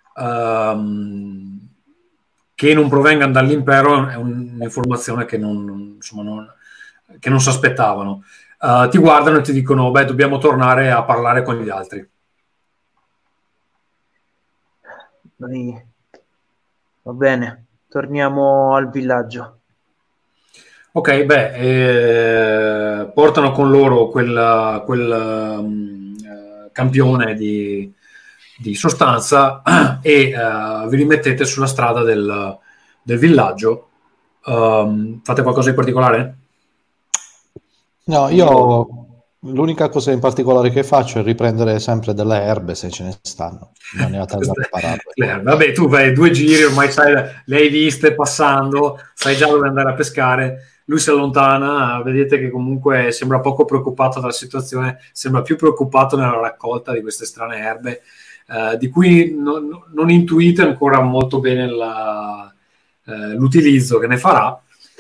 Che non provengano dall'impero è un'informazione che non si aspettavano. Ti guardano e ti dicono: beh, dobbiamo tornare a parlare con gli altri. Noi... Va bene, torniamo al villaggio. Ok, portano con loro quel campione di sostanza e vi rimettete sulla strada del villaggio. Fate qualcosa di particolare? No, io l'unica cosa in particolare che faccio è riprendere sempre delle erbe se ce ne stanno. Non ne ho da prepararle. Vabbè, tu fai 2 giri, ormai sai, le hai viste passando, sai già dove andare a pescare. Lui si allontana, vedete che comunque sembra poco preoccupato dalla situazione, sembra più preoccupato nella raccolta di queste strane erbe, di cui non intuite ancora molto bene l'utilizzo che ne farà.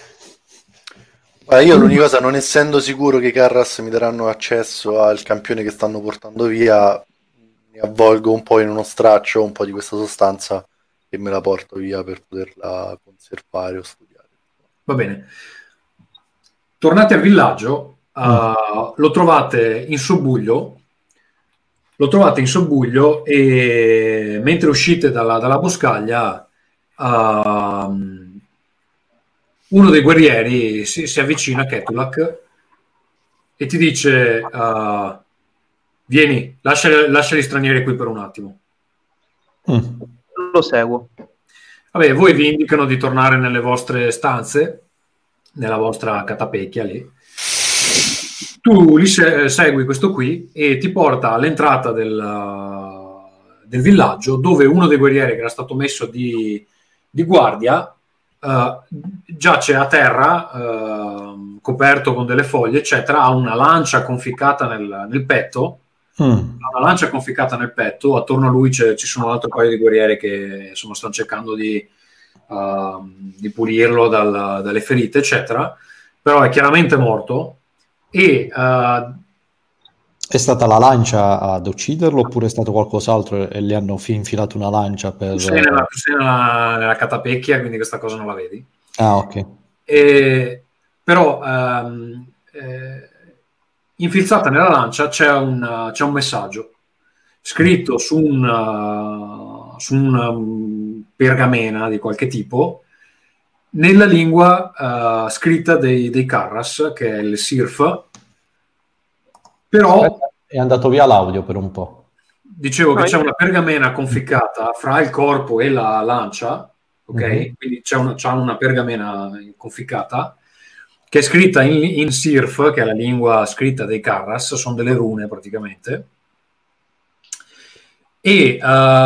Io l'unica cosa, non essendo sicuro che i Carras mi daranno accesso al campione che stanno portando via, mi avvolgo un po' in uno straccio un po' di questa sostanza e me la porto via per poterla conservare o studiare. Va bene. Tornate al villaggio, lo trovate in sobbuglio. E mentre uscite dalla boscaglia, uno dei guerrieri si avvicina a Ketulak e ti dice: vieni, lascia gli stranieri qui per un attimo. Lo seguo. Vabbè, voi vi indicano di tornare nelle vostre stanze, nella vostra catapecchia lì. Tu li segui questo qui e ti porta all'entrata del villaggio, dove uno dei guerrieri che era stato messo di guardia giace a terra, coperto con delle foglie, eccetera, ha una lancia conficcata nel petto. Una lancia conficcata nel petto, attorno a lui ci sono un altro paio di guerrieri che stanno cercando di pulirlo dalle ferite, eccetera, però è chiaramente morto. E è stata la lancia ad ucciderlo oppure è stato qualcos'altro e le hanno infilato una lancia per... Tu sei nella catapecchia, quindi questa cosa non la vedi. Ah, ok. Però infilzata nella lancia c'è un messaggio scritto su una pergamena di qualche tipo nella lingua scritta dei Carras, che è il Sirf. Però è andato via l'audio per un po'. Dicevo che c'è una pergamena conficcata fra il corpo e la lancia, ok? Quindi c'è una pergamena conficcata che è scritta in Sirf, che è la lingua scritta dei Carras, sono delle rune praticamente, e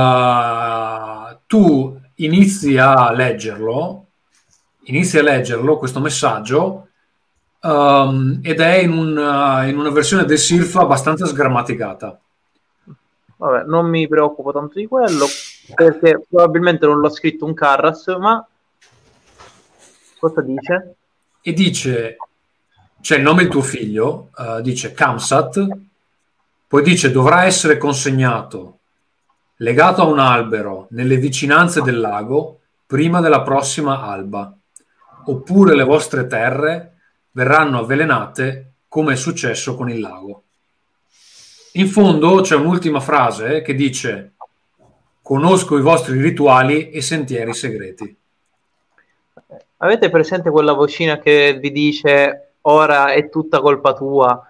tu inizi a leggerlo questo messaggio, ed è in una versione del Sirf abbastanza sgrammaticata. Vabbè, non mi preoccupo tanto di quello, perché probabilmente non l'ho scritto un Carras, ma cosa dice? E dice, c'è il nome del tuo figlio, dice Kamsat, poi dice dovrà essere consegnato legato a un albero nelle vicinanze del lago prima della prossima alba, oppure le vostre terre verranno avvelenate come è successo con il lago. In fondo c'è un'ultima frase che dice: conosco i vostri rituali e sentieri segreti. Avete presente quella vocina che vi dice ora è tutta colpa tua?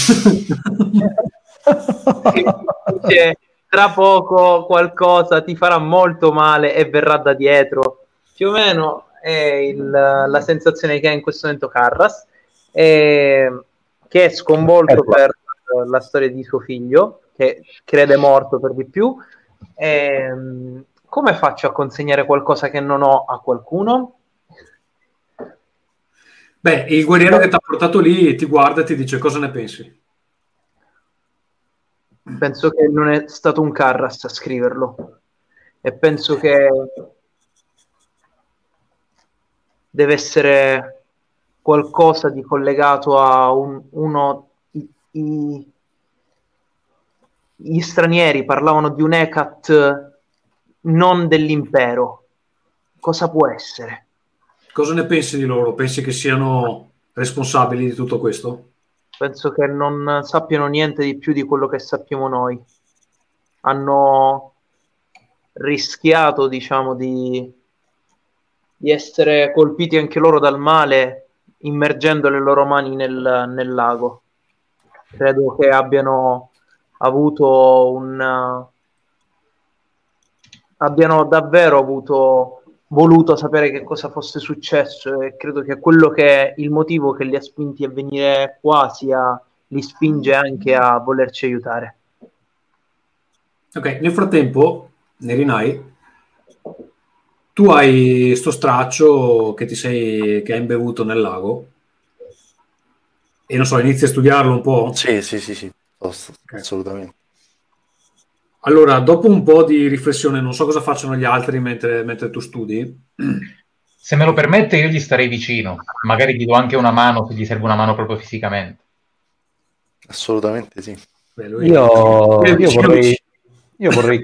Dice, tra poco qualcosa ti farà molto male e verrà da dietro. Più o meno è la sensazione che ha in questo momento Carras, che è sconvolto per la storia di suo figlio, che crede morto per di più. Come faccio a consegnare qualcosa che non ho a qualcuno? Beh, il guerriero che ti ha portato lì ti guarda e ti dice: cosa ne pensi? Penso che non è stato un Carras a scriverlo, e penso che deve essere qualcosa di collegato a gli stranieri parlavano di un Hecat non dell'impero. Cosa può essere? Cosa ne pensi di loro? Pensi che siano responsabili di tutto questo? Penso che non sappiano niente di più di quello che sappiamo noi. Hanno rischiato, diciamo, di essere colpiti anche loro dal male immergendo le loro mani nel lago. Credo che abbiano avuto abbiano davvero voluto sapere che cosa fosse successo, e credo che quello che il motivo che li ha spinti a venire qua li spinge anche a volerci aiutare. Ok, nel frattempo, Nerinai, tu hai sto straccio che hai imbevuto nel lago e non so, inizi a studiarlo un po'? Sì, Okay. Assolutamente. Allora, dopo un po' di riflessione, non so cosa facciano gli altri mentre tu studi. Se me lo permette, io gli starei vicino. Magari gli do anche una mano se gli serve una mano proprio fisicamente. Assolutamente sì. Beh, Io vorrei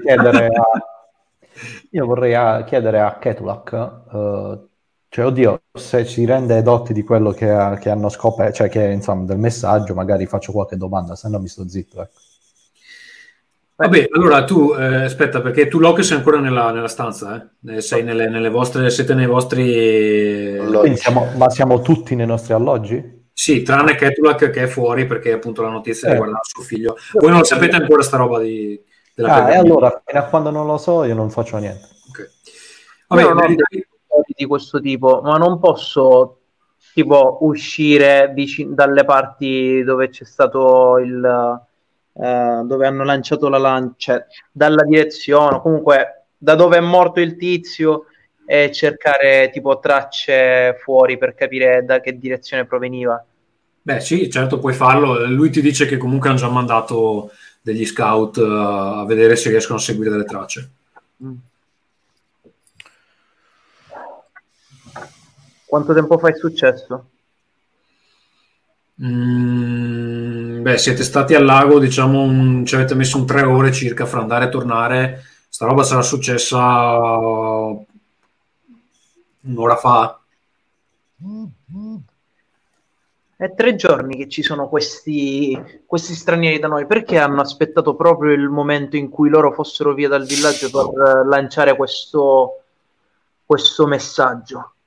chiedere a Ketulak, cioè, oddio, se ci rende edotti di quello che hanno scoperto, cioè che insomma del messaggio, magari faccio qualche domanda, se no mi sto zitto, ecco. Vabbè, allora tu aspetta, perché tu Locke sei ancora nella stanza, sei siete nei vostri Quindi siamo tutti nei nostri alloggi? Sì, tranne Ketulak che è fuori perché appunto la notizia riguarda suo figlio. Voi non lo sapete ancora sta roba della e allora fino a quando non lo so io non faccio niente. Okay. Vabbè, io non ho di questo tipo, ma non posso tipo uscire dalle parti dove c'è stato dove hanno lanciato la lancia, dalla direzione, comunque da dove è morto il tizio, e cercare tipo tracce fuori per capire da che direzione proveniva. Beh sì, certo puoi farlo. Lui ti dice che comunque hanno già mandato degli scout a vedere se riescono a seguire delle tracce. Quanto tempo fa è successo? Beh, siete stati al lago, diciamo, ci avete messo 3 ore circa fra andare e tornare. Sta roba sarà successa un'ora fa. È 3 giorni che ci sono questi stranieri da noi. Perché hanno aspettato proprio il momento in cui loro fossero via dal villaggio per lanciare questo messaggio?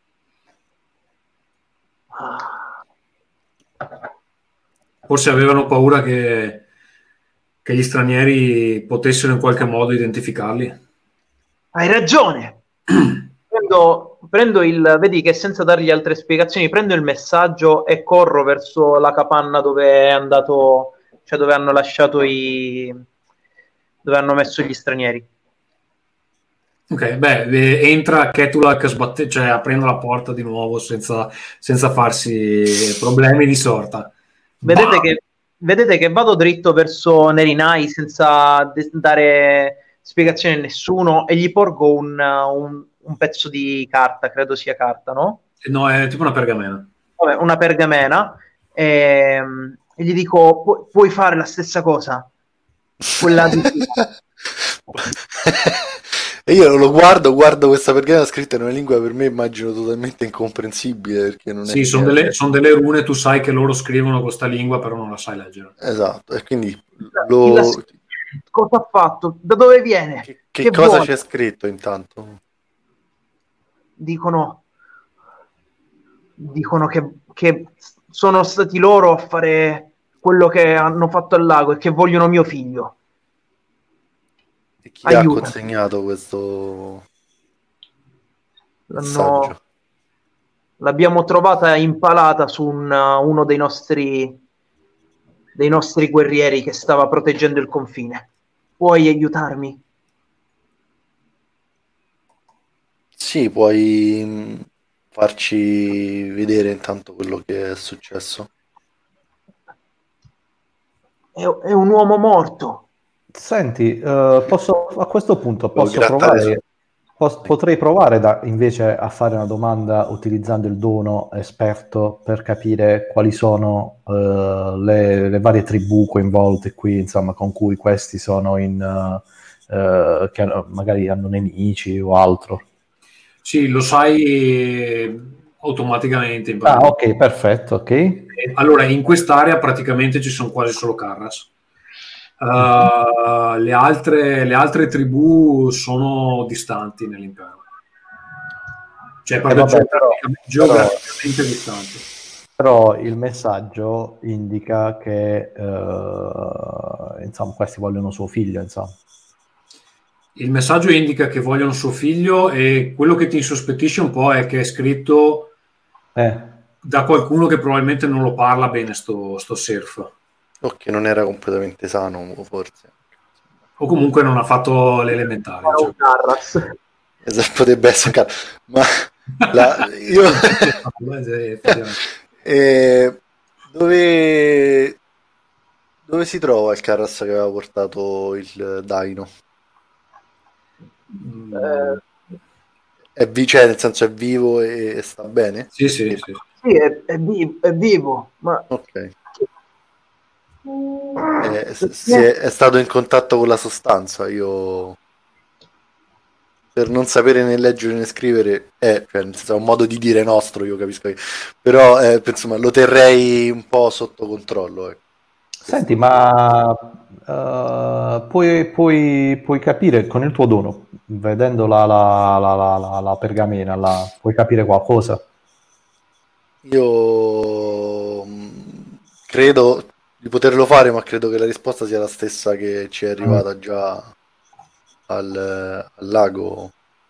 Forse avevano paura che gli stranieri potessero in qualche modo identificarli. Hai ragione. Prendo vedi che senza dargli altre spiegazioni prendo il messaggio e corro verso la capanna dove è andato, cioè dove hanno lasciato dove hanno messo gli stranieri. Ok, beh, entra Ketulak cioè aprendo la porta di nuovo senza farsi problemi di sorta. Vedete che vado dritto verso Nerinai senza dare spiegazioni a nessuno, e gli porgo un pezzo di carta, credo sia carta, no? No, è tipo una pergamena. Vabbè, una pergamena, e gli dico, puoi fare la stessa cosa? Quella di... E io lo guardo questa pergamena scritta in una lingua per me immagino totalmente incomprensibile, perché non sì, sono delle rune, tu sai che loro scrivono questa lingua, però non la sai leggere. Esatto, e quindi cosa ha fatto? Da dove viene? Che cosa vuole? C'è scritto intanto? Dicono che sono stati loro a fare quello che hanno fatto al lago e che vogliono mio figlio. E chi ha consegnato questo messaggio? L'abbiamo trovata impalata su uno dei nostri guerrieri che stava proteggendo il confine. Puoi aiutarmi? Sì, puoi farci vedere intanto quello che è successo. È un uomo morto. Senti, a questo punto potrei provare invece a fare una domanda utilizzando il dono esperto per capire quali sono le varie tribù coinvolte qui, insomma, con cui questi sono che magari hanno nemici o altro. Sì, lo sai automaticamente. Ok, perfetto, ok. Allora, in quest'area praticamente ci sono quasi solo Carras. Le altre tribù sono distanti nell'impero, cioè proprio geograficamente distanti. Però il messaggio indica che insomma, questi vogliono suo figlio, insomma. Il messaggio indica che vogliono suo figlio, e quello che ti insospettisce un po' è che è scritto da qualcuno che probabilmente non lo parla bene sto Serf. O che non era completamente sano, forse. O comunque non ha fatto l'elementare. Un Carras. Esatto, potrebbe essere ma io dove si trova il Carras che aveva portato il Daino? Cioè, nel senso, è vivo e sta bene? Sì, è vivo, ma ok. È stato in contatto con la sostanza. Io, per non sapere né leggere né scrivere, cioè, nel senso, è un modo di dire nostro, io capisco, però insomma, lo terrei un po' sotto controllo. Senti, ma puoi capire con il tuo dono, vedendo la pergamena, puoi capire qualcosa? Io credo di poterlo fare, ma credo che la risposta sia la stessa che ci è arrivata già al lago.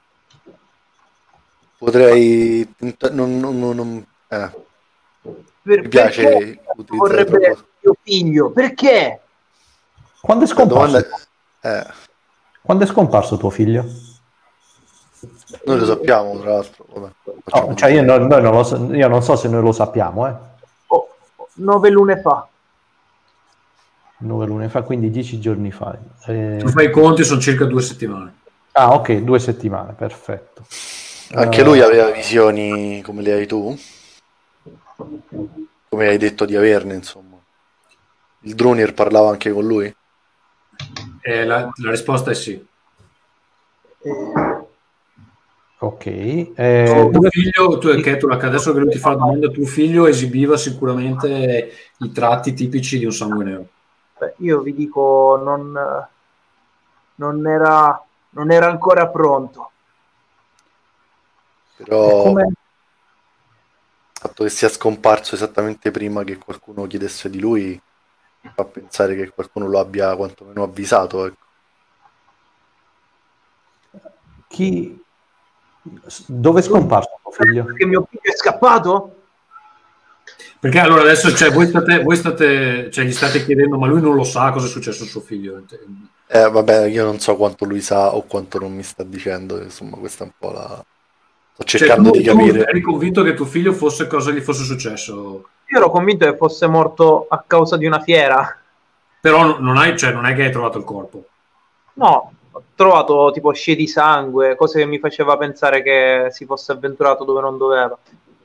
Potrei mi piace utilizzare troppo mio figlio, perché? Quando è scomparso? Quando è scomparso tuo figlio? Noi lo sappiamo, tra l'altro. Cioè io non so se noi lo sappiamo. 9 lune fa. 9 lune fa, quindi 10 giorni fa. Tu fai i conti, sono circa 2 settimane. Ah, ok, 2 settimane, perfetto. Anche lui aveva visioni come le hai tu? Come hai detto di averne, insomma. Il Drunir parlava anche con lui? La risposta è sì. Ok. Tuo figlio, Ketulak, adesso che lui ti fa la domanda, tuo figlio esibiva sicuramente i tratti tipici di un sangue nero. Beh, io vi dico, non era ancora pronto. Però il fatto che sia scomparso esattamente prima che qualcuno chiedesse di lui fa pensare che qualcuno lo abbia quantomeno avvisato, ecco. Dove è scomparso tuo figlio? Perché mio figlio è scappato? Perché allora adesso voi state gli state chiedendo, ma lui non lo sa cosa è successo al suo figlio. Vabbè, io non so quanto lui sa o quanto non mi sta dicendo, insomma, questa è un po' la... Sto cercando di capire. Eri convinto che tuo figlio cosa gli fosse successo? Io ero convinto che fosse morto a causa di una fiera. Però non è che hai trovato il corpo. No, ho trovato tipo scie di sangue, cose che mi faceva pensare che si fosse avventurato dove non doveva.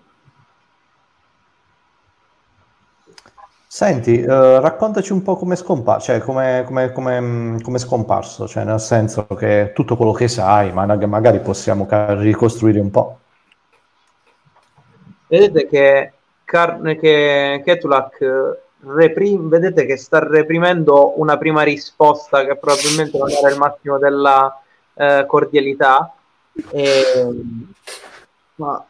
Senti, raccontaci un po' come è scomparso, cioè come scomparso, cioè nel senso che tutto quello che sai, ma magari possiamo ricostruire un po'. Vedete che Ketulak vedete che sta reprimendo una prima risposta che probabilmente non era il massimo della cordialità, ma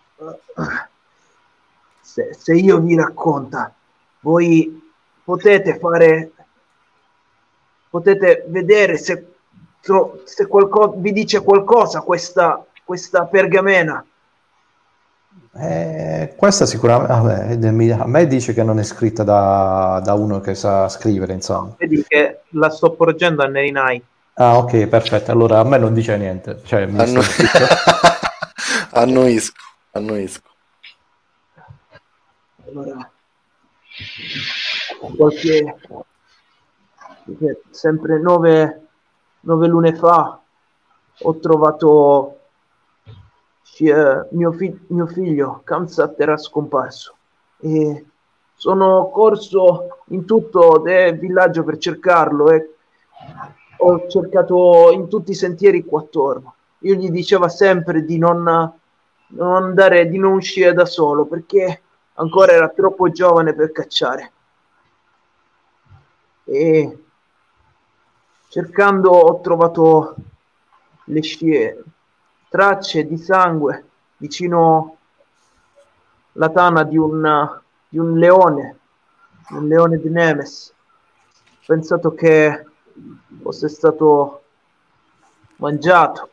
se io vi racconta, voi potete vedere se qualcosa vi dice qualcosa questa pergamena. Questa sicuramente a me dice che non è scritta da uno che sa scrivere, insomma. Vedi che la sto porgendo a Nerinai. Ah, ok, perfetto. Allora a me non dice niente. Cioè, annuisco. Allora, sempre 9 lune fa ho trovato mio figlio Kamsat era scomparso e sono corso in tutto il villaggio per cercarlo e ho cercato in tutti i sentieri qua attorno. Io gli diceva sempre di non andare, di non uscire da solo perché ancora era troppo giovane per cacciare. E cercando ho trovato le tracce di sangue vicino la tana di un leone di Nemes. Ho pensato che fosse stato mangiato,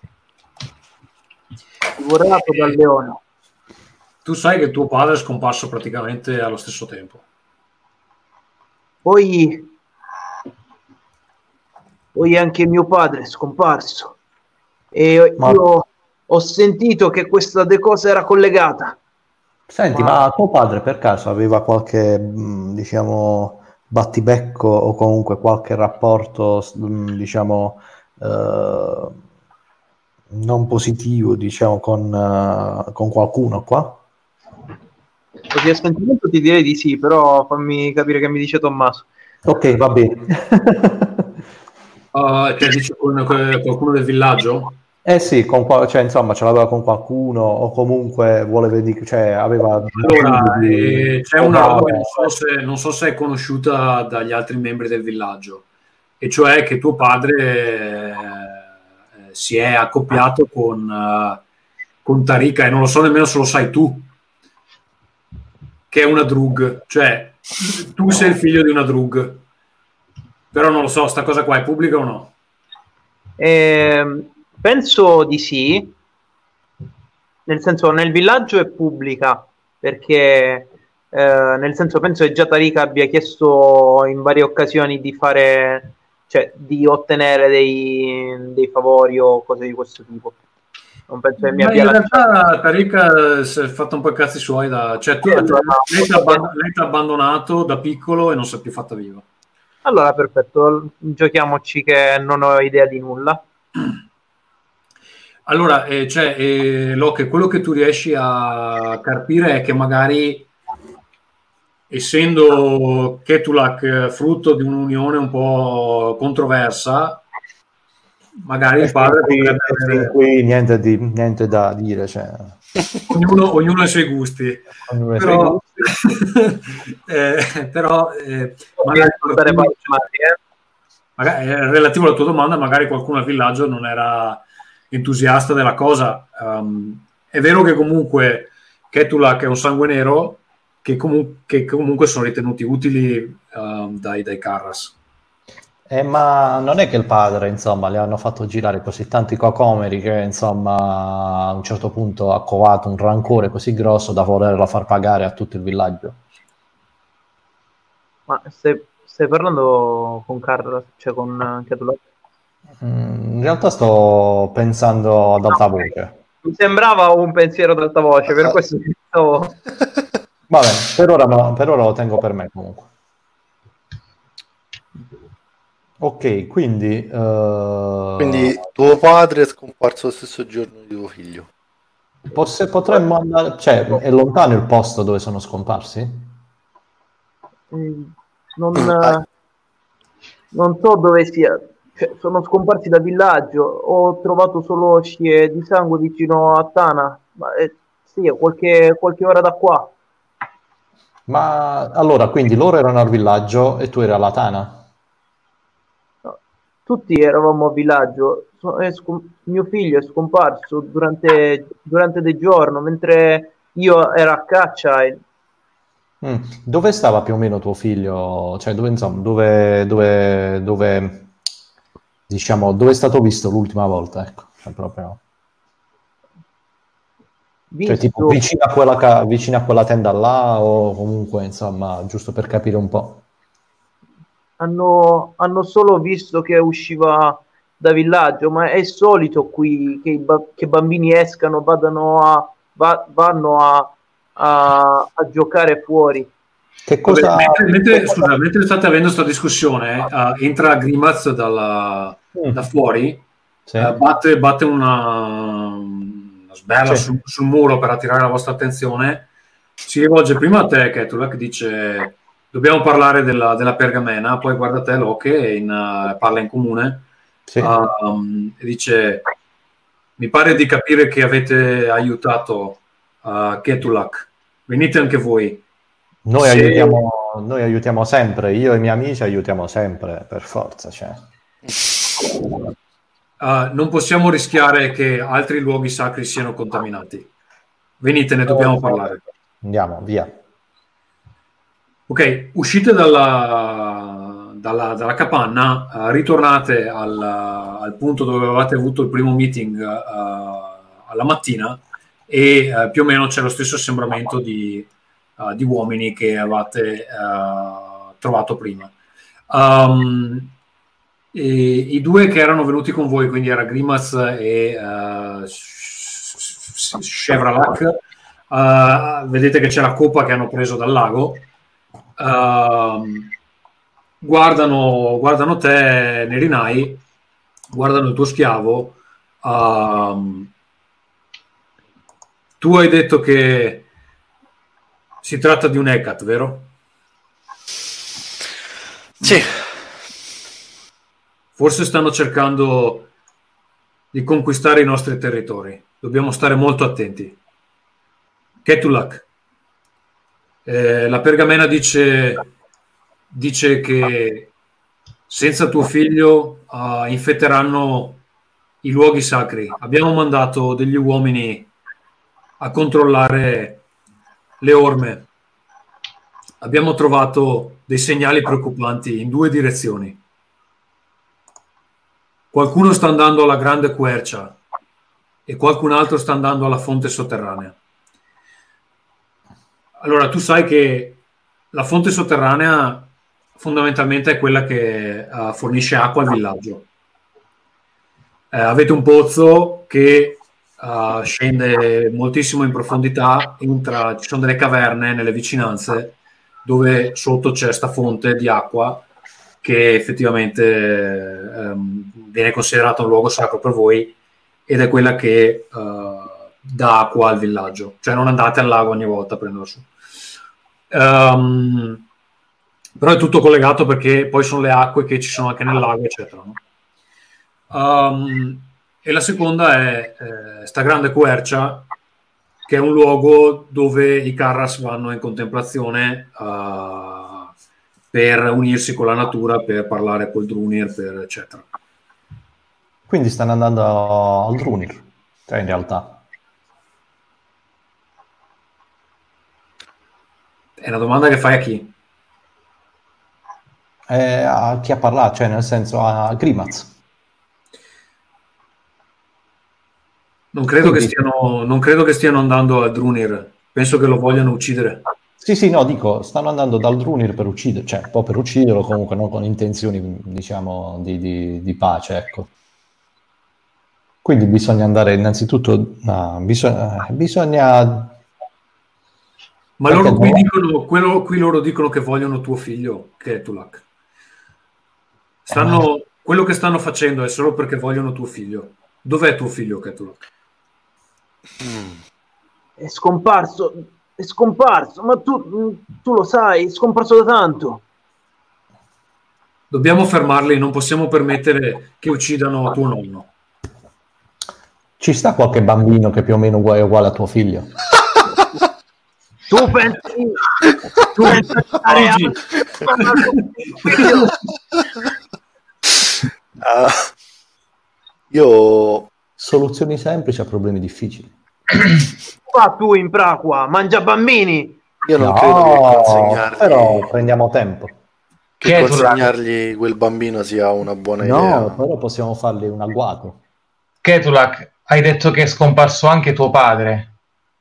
divorato dal leone. Tu sai che tuo padre è scomparso praticamente allo stesso tempo. Poi anche mio padre è scomparso e io ho sentito che questa cosa era collegata. Senti, ma tuo padre per caso aveva qualche, diciamo, battibecco o comunque qualche rapporto, diciamo, non positivo, diciamo, con qualcuno qua? Così a sentimento ti direi di sì, però fammi capire che mi dice Tommaso. Ok, va bene. Che dice con qualcuno del villaggio? Sì, cioè, insomma, ce l'aveva con qualcuno o comunque vuole vedere, cioè aveva... Allora, c'è una roba che non so se è conosciuta dagli altri membri del villaggio, e cioè che tuo padre si è accoppiato con Tarika, e non lo so nemmeno se lo sai tu, che è una drug, cioè tu sei il figlio di una drug, però non lo so, sta cosa qua è pubblica o no? Penso di sì, nel senso nel villaggio è pubblica, perché nel senso penso che già Tarika abbia chiesto in varie occasioni di fare, cioè di ottenere dei favori o cose di questo tipo. Non penso che mi abbia in realtà Tarika si è fatto un po' i cazzi suoi cioè lei ti ha abbandonato da piccolo e non si è più fatta viva. Allora perfetto, giochiamoci che non ho idea di nulla. Allora, Locke, quello che tu riesci a carpire è che magari, essendo Ketulak frutto di un'unione un po' controversa, magari il padre potrebbe... Qui niente da dire, cioè... ognuno ha i suoi gusti. Però magari, relativo alla tua domanda, magari qualcuno al villaggio non era entusiasta della cosa. È vero che comunque Ketulak è un sangue nero che comunque sono ritenuti utili dai Karras. Ma non è che il padre, insomma, le hanno fatto girare così tanti cocomeri che, insomma, a un certo punto ha covato un rancore così grosso da volerla far pagare a tutto il villaggio. Ma stai parlando con Karras, cioè con Ketulak? In realtà sto pensando ad alta voce. Mi sembrava un pensiero ad alta voce, per questo stavo... Vabbè, per ora lo tengo per me comunque. Ok, quindi tuo padre è scomparso lo stesso giorno di tuo figlio. Potremmo andare, cioè, è lontano il posto dove sono scomparsi? Non so dove sia. Cioè, sono scomparsi da villaggio, ho trovato solo scie di sangue vicino a Tana, ma sì, qualche ora da qua. Ma allora, quindi loro erano al villaggio e tu eri alla Tana? No, tutti eravamo a villaggio, mio figlio è scomparso durante del giorno, mentre io ero a caccia. Dove stava più o meno tuo figlio? Cioè, dove diciamo, dove è stato visto l'ultima volta? Ecco, cioè, proprio. Cioè, tipo vicino a quella tenda là, o comunque, insomma, giusto per capire un po'. Hanno solo visto che usciva da villaggio, ma è solito qui che bambini escano, vanno a giocare fuori. Che cosa... mentre state avendo questa discussione, entra Grimaz da fuori, sì. Batte una sberla sul muro per attirare la vostra attenzione, si rivolge prima a te, Ketulak, dice: dobbiamo parlare della pergamena, poi guarda te, Locke, e parla in comune, sì. E dice: mi pare di capire che avete aiutato Ketulak, venite anche voi. Noi aiutiamo sempre, io e i miei amici aiutiamo sempre, per forza, cioè. Non possiamo rischiare che altri luoghi sacri siano contaminati. Venite, ne dobbiamo parlare. Andiamo, via. Ok, uscite dalla capanna, ritornate al punto dove avevate avuto il primo meeting alla mattina e più o meno c'è lo stesso assembramento di uomini che avevate trovato prima. I due che erano venuti con voi, quindi era Grimaz e Chevralak, vedete che c'è la coppa che hanno preso dal lago. Guardano te, Nerinai, guardano il tuo schiavo. Tu hai detto che si tratta di un Hecat, vero? Sì. Forse stanno cercando di conquistare i nostri territori. Dobbiamo stare molto attenti. Ketulak, la pergamena dice che senza tuo figlio infetteranno i luoghi sacri. Abbiamo mandato degli uomini a controllare le orme. Abbiamo trovato dei segnali preoccupanti in due direzioni. Qualcuno sta andando alla Grande Quercia e qualcun altro sta andando alla fonte sotterranea. Allora, tu sai che la fonte sotterranea fondamentalmente è quella che fornisce acqua al villaggio. Avete un pozzo che scende moltissimo in profondità, ci sono delle caverne nelle vicinanze dove sotto c'è sta fonte di acqua che effettivamente viene considerata un luogo sacro per voi ed è quella che dà acqua al villaggio, cioè non andate al lago ogni volta a prenderlo su. Però è tutto collegato perché poi sono le acque che ci sono anche nel lago, eccetera, no? E la seconda è sta Grande Quercia, che è un luogo dove i Carras vanno in contemplazione per unirsi con la natura, per parlare col Drunir, eccetera. Quindi stanno andando al Drunir, cioè in realtà. È una domanda che fai a chi? A chi ha parlato, cioè nel senso a Grimaz. Non credo che stiano andando al Drunir, penso che lo vogliano uccidere. Sì, no, dico, stanno andando dal Drunir per uccidere, cioè un po' per ucciderlo, comunque non con intenzioni, diciamo, di pace, ecco. Quindi bisogna andare innanzitutto, bisogna... Ma loro qui dicono, loro dicono che vogliono tuo figlio, Ketulak. Quello che stanno facendo è solo perché vogliono tuo figlio. Dov'è tuo figlio, Ketulak? È scomparso, ma tu lo sai, è scomparso da tanto. Dobbiamo fermarli, non possiamo permettere che uccidano tuo nonno. Ci sta qualche bambino che più o meno è uguale a tuo figlio? Tu pensi io soluzioni semplici a problemi difficili. Qua tu in Praqua mangia bambini. Io non credo che consegnargli, però prendiamo tempo. Che consegnargli quel bambino sia una buona idea. No, però possiamo fargli un agguato. Ketulak, hai detto che è scomparso anche tuo padre.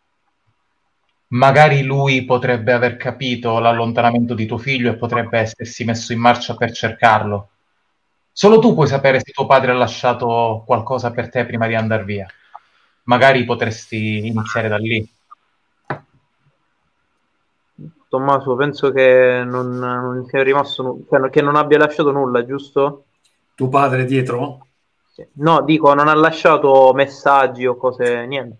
Magari lui potrebbe aver capito l'allontanamento di tuo figlio e potrebbe essersi messo in marcia per cercarlo. Solo tu puoi sapere se tuo padre ha lasciato qualcosa per te prima di andare via. Magari potresti iniziare da lì. Tommaso, penso che non sia rimasto che non abbia lasciato nulla, giusto? Tuo padre dietro? No, dico, non ha lasciato messaggi o cose, niente.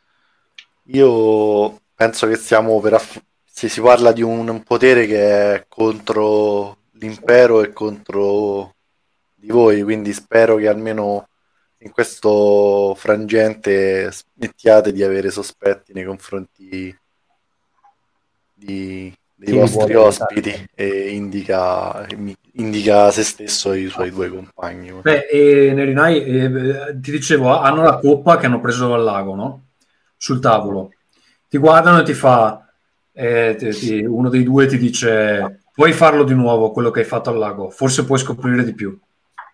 Io penso che stiamo se si parla di un potere che è contro l'impero e contro di voi, quindi spero che almeno in questo frangente smettiate di avere sospetti nei confronti dei vostri ospiti e indica indica se stesso e i suoi due compagni. Beh, e Nerinai, ti dicevo, hanno la coppa che hanno preso dal lago, no? Sul tavolo. Ti guardano e ti fa, uno dei due ti dice, puoi farlo di nuovo quello che hai fatto al lago, forse puoi scoprire di più.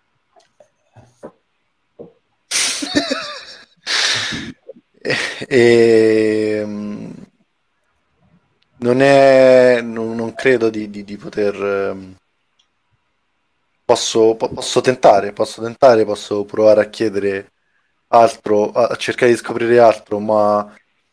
Non credo di poter. Posso tentare, posso provare a chiedere altro, a cercare di scoprire altro, ma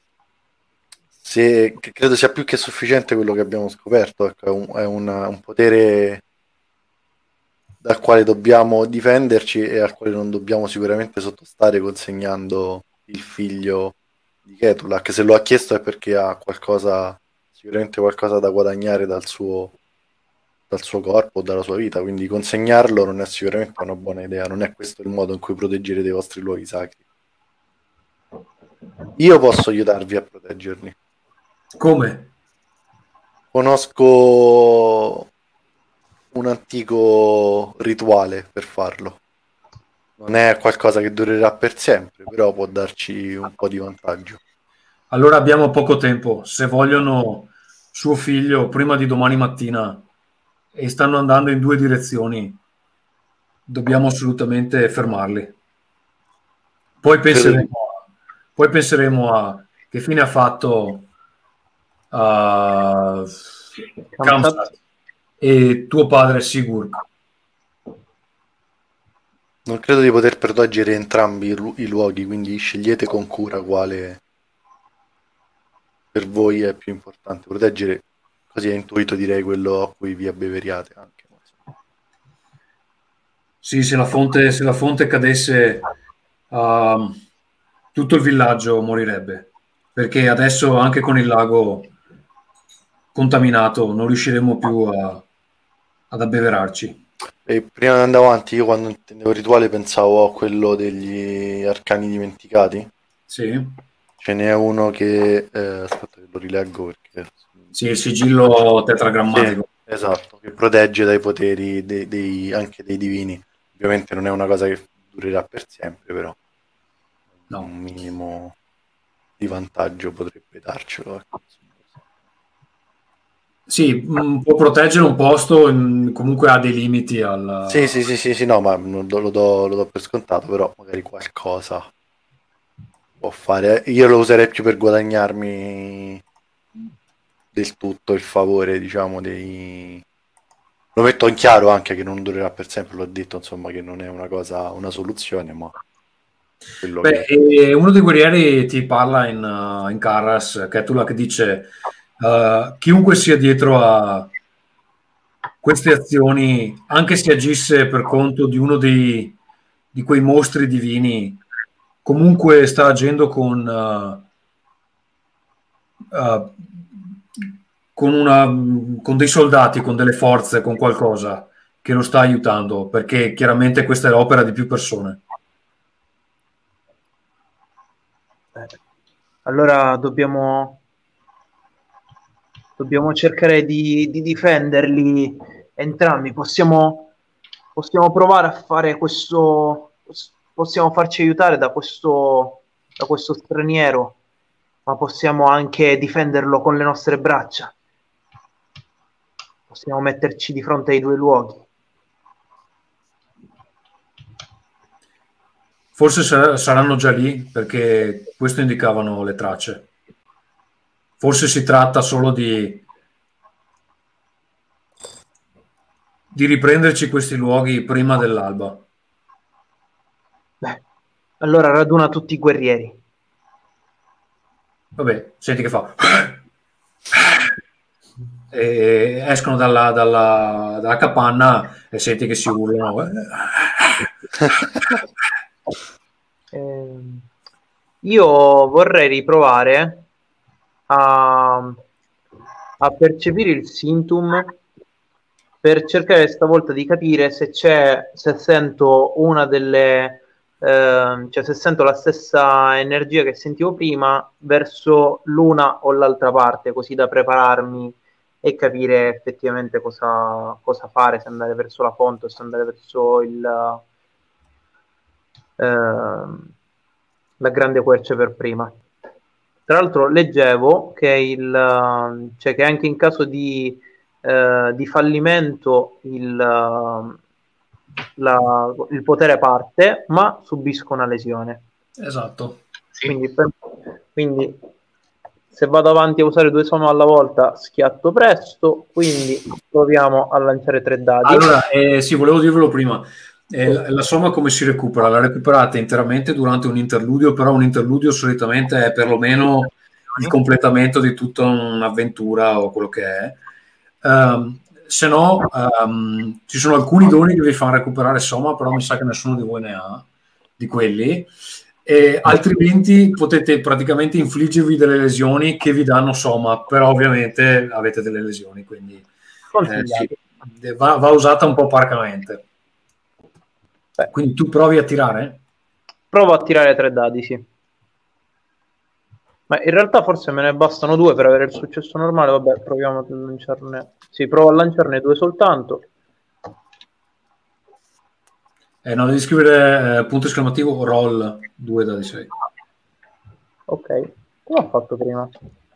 credo sia più che sufficiente quello che abbiamo scoperto. Ecco, è un potere dal quale dobbiamo difenderci e al quale non dobbiamo sicuramente sottostare consegnando il figlio di Ketulak. Se lo ha chiesto è perché ha sicuramente qualcosa da guadagnare dal suo corpo, dalla sua vita, quindi consegnarlo non è sicuramente una buona idea, non è questo il modo in cui proteggerete i vostri luoghi sacri. Io posso aiutarvi a proteggerli. Come? Conosco un antico rituale per farlo. Non è qualcosa che durerà per sempre, però può darci un po' di vantaggio. Allora abbiamo poco tempo. Se vogliono suo figlio prima di domani mattina e stanno andando in due direzioni, dobbiamo assolutamente fermarli. Poi penseremo a che fine ha fatto Kamsat e tuo padre Sigurd. Non credo di poter proteggere entrambi i luoghi, quindi scegliete con cura quale per voi è più importante. Proteggere, così è intuito, direi quello a cui vi abbeveriate anche. Sì, se la fonte cadesse, tutto il villaggio morirebbe, perché adesso anche con il lago contaminato non riusciremo più ad abbeverarci. E prima di andare avanti, io quando intendevo rituale pensavo a quello degli arcani dimenticati. Sì. Ce n'è uno che aspetta che lo rileggo perché sì, il sigillo tetragrammatico. Sì, esatto, che protegge dai poteri anche dei divini. Ovviamente non è una cosa che durerà per sempre, però no. Un minimo di vantaggio potrebbe darcelo. Ecco. Sì, può proteggere un posto, comunque ha dei limiti al... Sì, no, ma lo do per scontato, però magari qualcosa può fare. Io lo userei più per guadagnarmi del tutto il favore, diciamo, lo metto in chiaro anche che non durerà per sempre, l'ho detto, insomma, che non è una soluzione, ma uno dei guerrieri ti parla in Karras, Ketulak, che dice chiunque sia dietro a queste azioni, anche se agisse per conto di uno di quei mostri divini, comunque sta agendo con dei soldati, con delle forze, con qualcosa che lo sta aiutando, perché chiaramente questa è l'opera di più persone. Allora dobbiamo cercare di difenderli entrambi. Possiamo provare a fare questo, possiamo farci aiutare da questo straniero, ma possiamo anche difenderlo con le nostre braccia. Possiamo metterci di fronte ai due luoghi. Forse saranno già lì, perché questo indicavano le tracce. Forse si tratta solo di riprenderci questi luoghi prima dell'alba. Beh, allora raduna tutti i guerrieri. Vabbè, senti che fa... E escono dalla capanna e senti che si urlano. Io vorrei riprovare a percepire il Sintum per cercare stavolta di capire se sento una delle cioè se sento la stessa energia che sentivo prima verso l'una o l'altra parte, così da prepararmi e capire effettivamente cosa fare, se andare verso la fonte o se andare verso la grande quercia per prima. Tra l'altro leggevo che, cioè che anche in caso di fallimento il potere parte, ma subisco una lesione. Esatto. Sì. Quindi se vado avanti a usare 2 somme alla volta schiatto presto, quindi proviamo a lanciare 3 dadi. Allora, sì, volevo dirvelo prima. La somma come si recupera? La recuperate interamente durante un interludio, però un interludio solitamente è perlomeno il completamento di tutta un'avventura o quello che è. Se no, ci sono alcuni doni che vi fanno recuperare somma, però mi sa che nessuno di voi ne ha di quelli. E altrimenti potete praticamente infliggervi delle lesioni che vi danno somma, però ovviamente avete delle lesioni, quindi sì, va usata un po' parcamente. Quindi tu provi a tirare? Provo a tirare 3 dadi, sì. Ma in realtà forse me ne bastano 2 per avere il successo normale. Vabbè, proviamo a lanciarne. Sì, provo a lanciarne 2 soltanto. No, devi scrivere punto esclamativo roll 2 dadi 6. Ok, come ho fatto prima?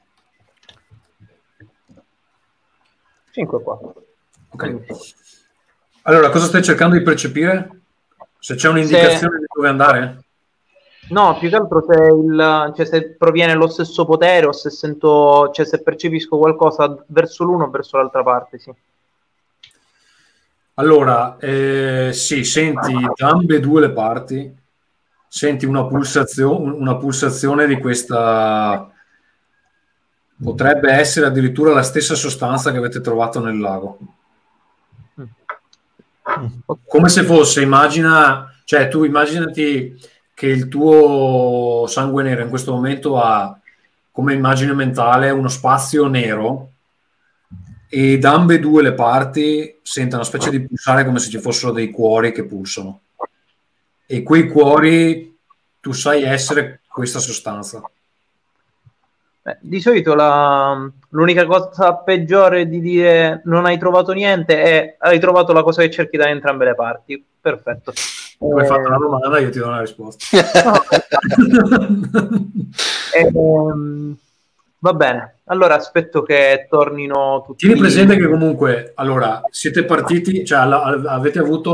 5 4. Ok. Allora, cosa stai cercando di percepire? Se c'è un'indicazione di dove andare? No, più che altro se proviene lo stesso potere o se sento, cioè se percepisco qualcosa verso l'uno o verso l'altra parte, sì. Allora, sì, senti da ambedue le parti, senti una pulsazione di questa, potrebbe essere addirittura la stessa sostanza che avete trovato nel lago. Come se fosse, cioè tu immaginati che il tuo sangue nero in questo momento ha come immagine mentale uno spazio nero e da ambedue le parti sente una specie di pulsare come se ci fossero dei cuori che pulsano, e quei cuori tu sai essere questa sostanza. Di solito l'unica cosa peggiore di dire non hai trovato niente è hai trovato la cosa che cerchi da entrambe le parti. Perfetto. Tu hai fatto una domanda, io ti do una risposta. Va bene, allora aspetto che tornino tutti. Tieni presente che comunque, allora, siete partiti, cioè avete avuto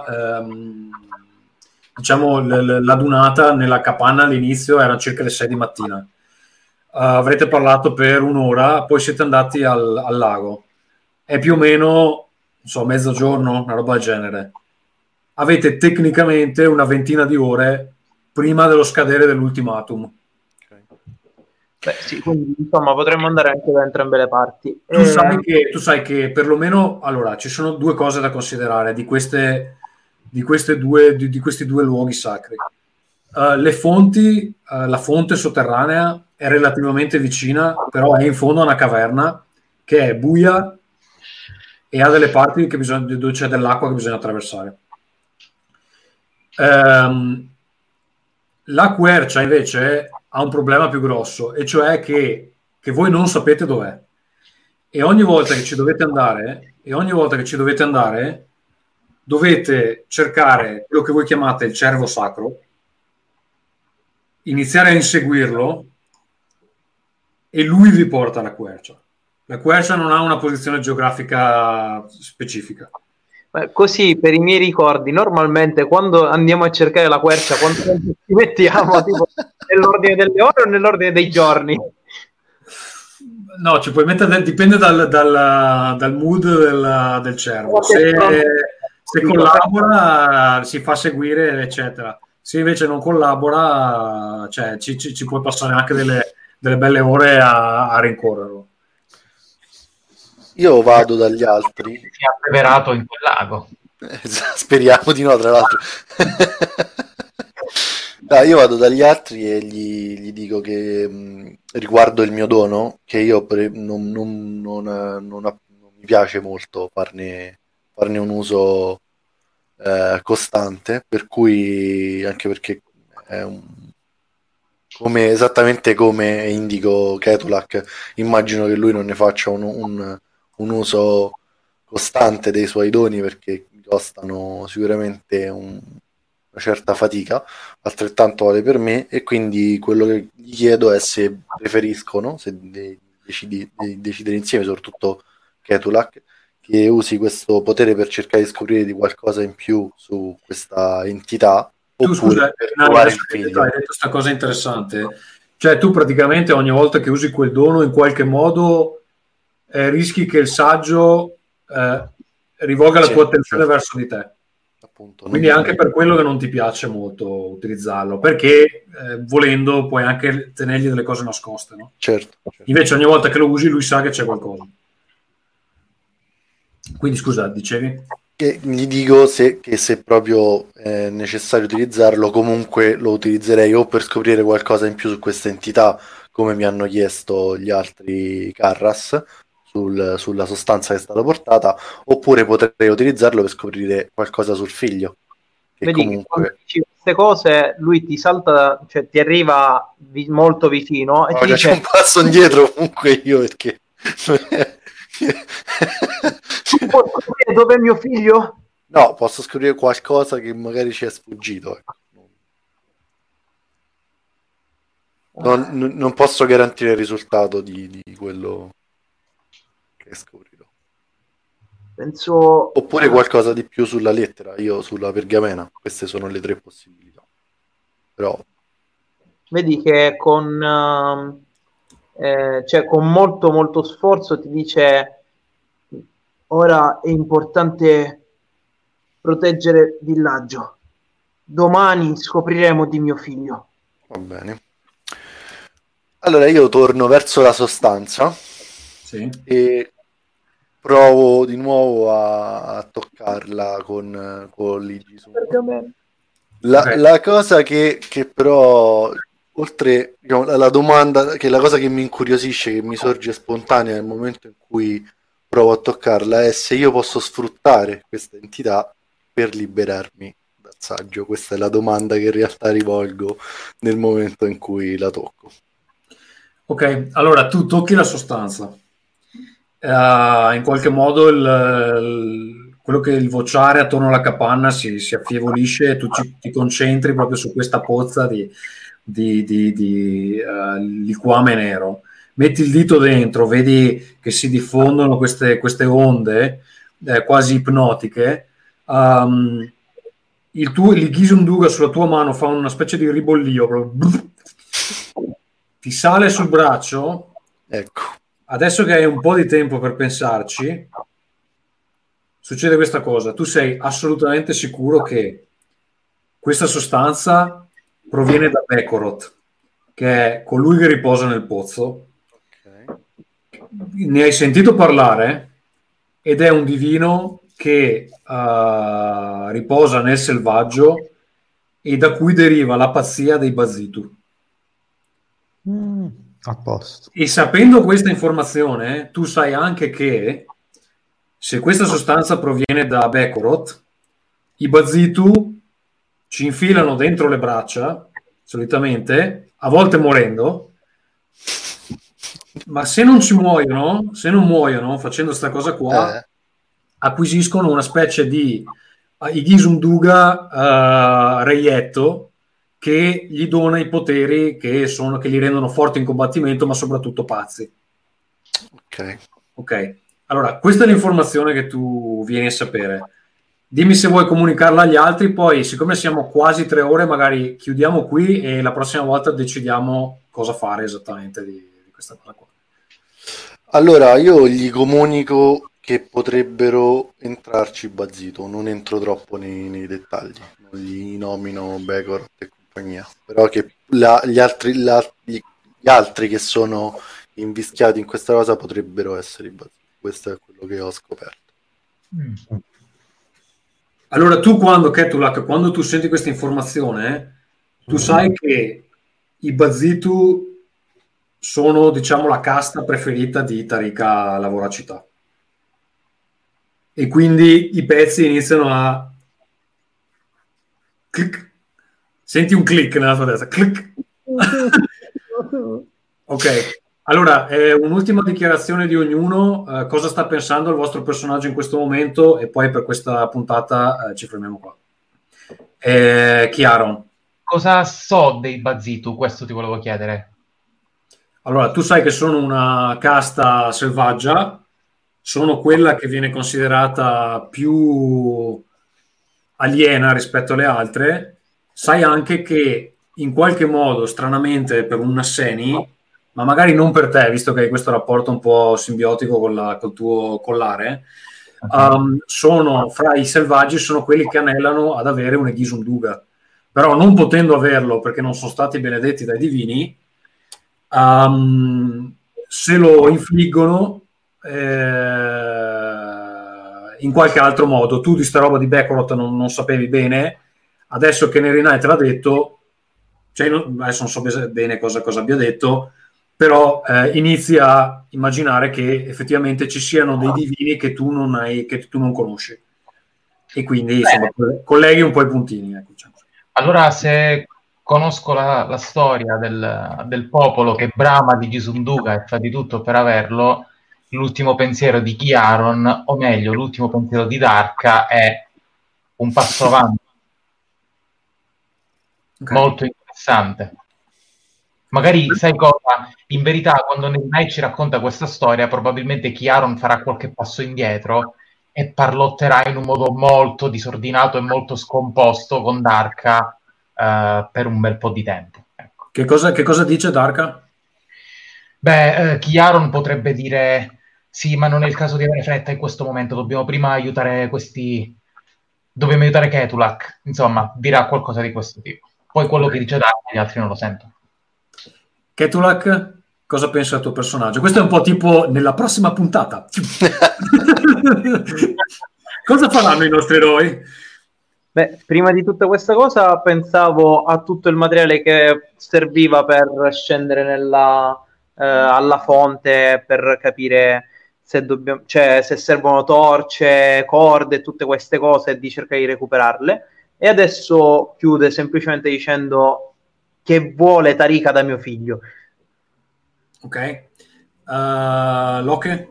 diciamo, la dunata nella capanna all'inizio, erano circa le 6 di mattina. Avrete parlato per un'ora, poi siete andati al lago. È più o meno, non so, mezzogiorno, una roba del genere. Avete tecnicamente una ventina di ore prima dello scadere dell'ultimatum. Beh, sì, quindi insomma potremmo andare anche da entrambe le parti. Tu sai che perlomeno, allora, ci sono 2 cose da considerare di questi due luoghi sacri. Le fonti, la fonte sotterranea è relativamente vicina, però è in fondo a una caverna che è buia e ha delle parti dove c'è dell'acqua che bisogna attraversare. La quercia invece ha un problema più grosso, e cioè che voi non sapete dov'è, e ogni volta che ci dovete andare dovete cercare quello che voi chiamate il cervo sacro, iniziare a inseguirlo e lui vi porta alla quercia. La quercia non ha una posizione geografica specifica. Così, per i miei ricordi, normalmente quando andiamo a cercare la quercia, quanto tempo ci mettiamo? Tipo, nell'ordine delle ore o nell'ordine dei giorni? No, ci puoi mettere, dipende dal mood del cervo. Se collabora si fa seguire, eccetera. Se invece non collabora, cioè, ci puoi passare anche delle belle ore a rincorrerlo. Io vado dagli altri. Si è appeverato in quel lago. Speriamo di no, tra l'altro. No, io vado dagli altri e gli dico che riguardo il mio dono, che io non mi piace molto farne un uso costante, per cui, anche perché è esattamente come indico Ketulak, immagino che lui non ne faccia un un uso costante dei suoi doni, perché costano sicuramente una certa fatica, altrettanto vale per me, e quindi quello che gli chiedo è se preferiscono, se decidere insieme, soprattutto Ketulak, che usi questo potere per cercare di scoprire di qualcosa in più su questa entità, Tu oppure scusa, per no, trovare il adesso figlio. hai detto questa cosa interessante. Cioè, tu praticamente ogni volta che usi quel dono, in qualche modo rischi che il saggio rivolga la Sì, tua attenzione certo. verso di te. Appunto, Quindi è anche per quello che non ti piace molto utilizzarlo, perché volendo puoi anche tenergli delle cose nascoste, no? certo. Invece ogni volta che lo usi lui sa che c'è qualcosa. Quindi scusa, dicevi? Che gli dico che se proprio è necessario utilizzarlo, comunque lo utilizzerei o per scoprire qualcosa in più su questa entità, come mi hanno chiesto gli altri Carras, sulla sostanza che è stata portata, oppure potrei utilizzarlo per scoprire qualcosa sul figlio, che Vedi che quando comunque... dici queste cose lui ti salta, cioè ti arriva molto vicino e No, ti c'è un dice passo indietro comunque io, perché... tu puoi scoprire dov'è mio figlio? No, posso scoprire qualcosa che magari ci è sfuggito, ecco. Non posso garantire il risultato di quello che scoprirò. Penso Oppure qualcosa di più sulla lettera, io sulla pergamena. Queste sono le 3 possibilità. Però vedi che cioè, con molto molto sforzo ti dice ora è importante proteggere il villaggio. Domani scopriremo di mio figlio. va bene. Allora io torno verso la sostanza Sì. e provo di nuovo a toccarla con l'Igisu. Ok. La cosa che però, oltre, diciamo, la domanda, che la cosa che mi incuriosisce, che mi sorge spontanea nel momento in cui provo a toccarla, è se io posso sfruttare questa entità per liberarmi dal saggio. Questa è la domanda che in realtà rivolgo nel momento in cui la tocco. Ok, allora tu tocchi la sostanza. In qualche modo quello che è il vociare attorno alla capanna si affievolisce e tu ti concentri proprio su questa pozza di liquame nero. Metti il dito dentro, vedi che si diffondono queste onde quasi ipnotiche. Il Ghisunduga sulla tua mano fa una specie di ribollio, proprio, ti sale sul braccio. Ecco. Adesso che hai un po' di tempo per pensarci, succede questa cosa. Tu sei assolutamente sicuro che questa sostanza proviene da Bekorot, che è colui che riposa nel pozzo. Okay. Ne hai sentito parlare ed è un divino che riposa nel selvaggio e da cui deriva la pazzia dei Bazitu. A posto. E sapendo questa informazione, tu sai anche che se questa sostanza proviene da Bekorot, i Bazitu ci infilano dentro le braccia, solitamente, a volte morendo, ma se non muoiono facendo questa cosa qua, acquisiscono una specie di Igisunduga reietto che gli dona i poteri che li rendono forti in combattimento, ma soprattutto pazzi. Ok. Allora, questa è l'informazione che tu vieni a sapere. Dimmi se vuoi comunicarla agli altri, poi siccome siamo quasi 3 ore, magari chiudiamo qui e la prossima volta decidiamo cosa fare esattamente di questa cosa qua. Allora, io gli comunico che potrebbero entrarci Bazzito, non entro troppo nei dettagli, non gli nomino Bekorot e compagnia, però che gli altri che sono invischiati in questa cosa potrebbero essere i Bazzito. Questo è quello che ho scoperto. Allora Ketulak, quando tu senti questa informazione, tu sai che i Bazitu sono, diciamo, la casta preferita di Tarika la voracità. E quindi i pezzi iniziano a click. Senti un click nella tua testa. Click. Ok. Allora, un'ultima dichiarazione di ognuno, cosa sta pensando il vostro personaggio in questo momento e poi per questa puntata ci fermiamo qua. Chiaro. Cosa so dei Bazitu? Questo ti volevo chiedere. Allora, tu sai che sono una casta selvaggia, sono quella che viene considerata più aliena rispetto alle altre. Sai anche che in qualche modo, stranamente per un Nasseni, ma magari non per te, visto che hai questo rapporto un po' simbiotico col tuo collare, sono fra i selvaggi, sono quelli che anelano ad avere un Egisum Duga. Però non potendo averlo perché non sono stati benedetti dai divini, se lo infliggono in qualche altro modo. Tu di sta roba di Bekorot non sapevi bene, adesso che Nerinai te l'ha detto, cioè adesso non so bene cosa abbia detto, però inizi a immaginare che effettivamente ci siano dei divini che tu non conosci, e quindi insomma colleghi un po' i puntini, ecco, diciamo. Allora, se conosco la storia del popolo che brama di Gisunduga e fa di tutto per averlo, l'ultimo pensiero di Chiaron, o meglio, l'ultimo pensiero di Darka è un passo avanti. Okay. Molto interessante. Magari, sai cosa? In verità, quando Nerinai ci racconta questa storia, probabilmente Chiaron farà qualche passo indietro e parlotterà in un modo molto disordinato e molto scomposto con Darka per un bel po' di tempo. Ecco. Che cosa dice Darka? Beh, Chiaron potrebbe dire sì, ma non è il caso di avere fretta in questo momento, dobbiamo prima aiutare dobbiamo aiutare Ketulak, insomma, dirà qualcosa di questo tipo. Poi quello che dice Darka gli altri non lo sentono. Ketulak, cosa pensa del tuo personaggio? Questo è un po' tipo nella prossima puntata. Cosa faranno i nostri eroi? Beh, prima di tutta questa cosa pensavo a tutto il materiale che serviva per scendere alla fonte, per capire se servono torce, corde, tutte queste cose, e di cercare di recuperarle. E adesso chiude semplicemente dicendo che vuole Tarika da mio figlio. Ok. Loke?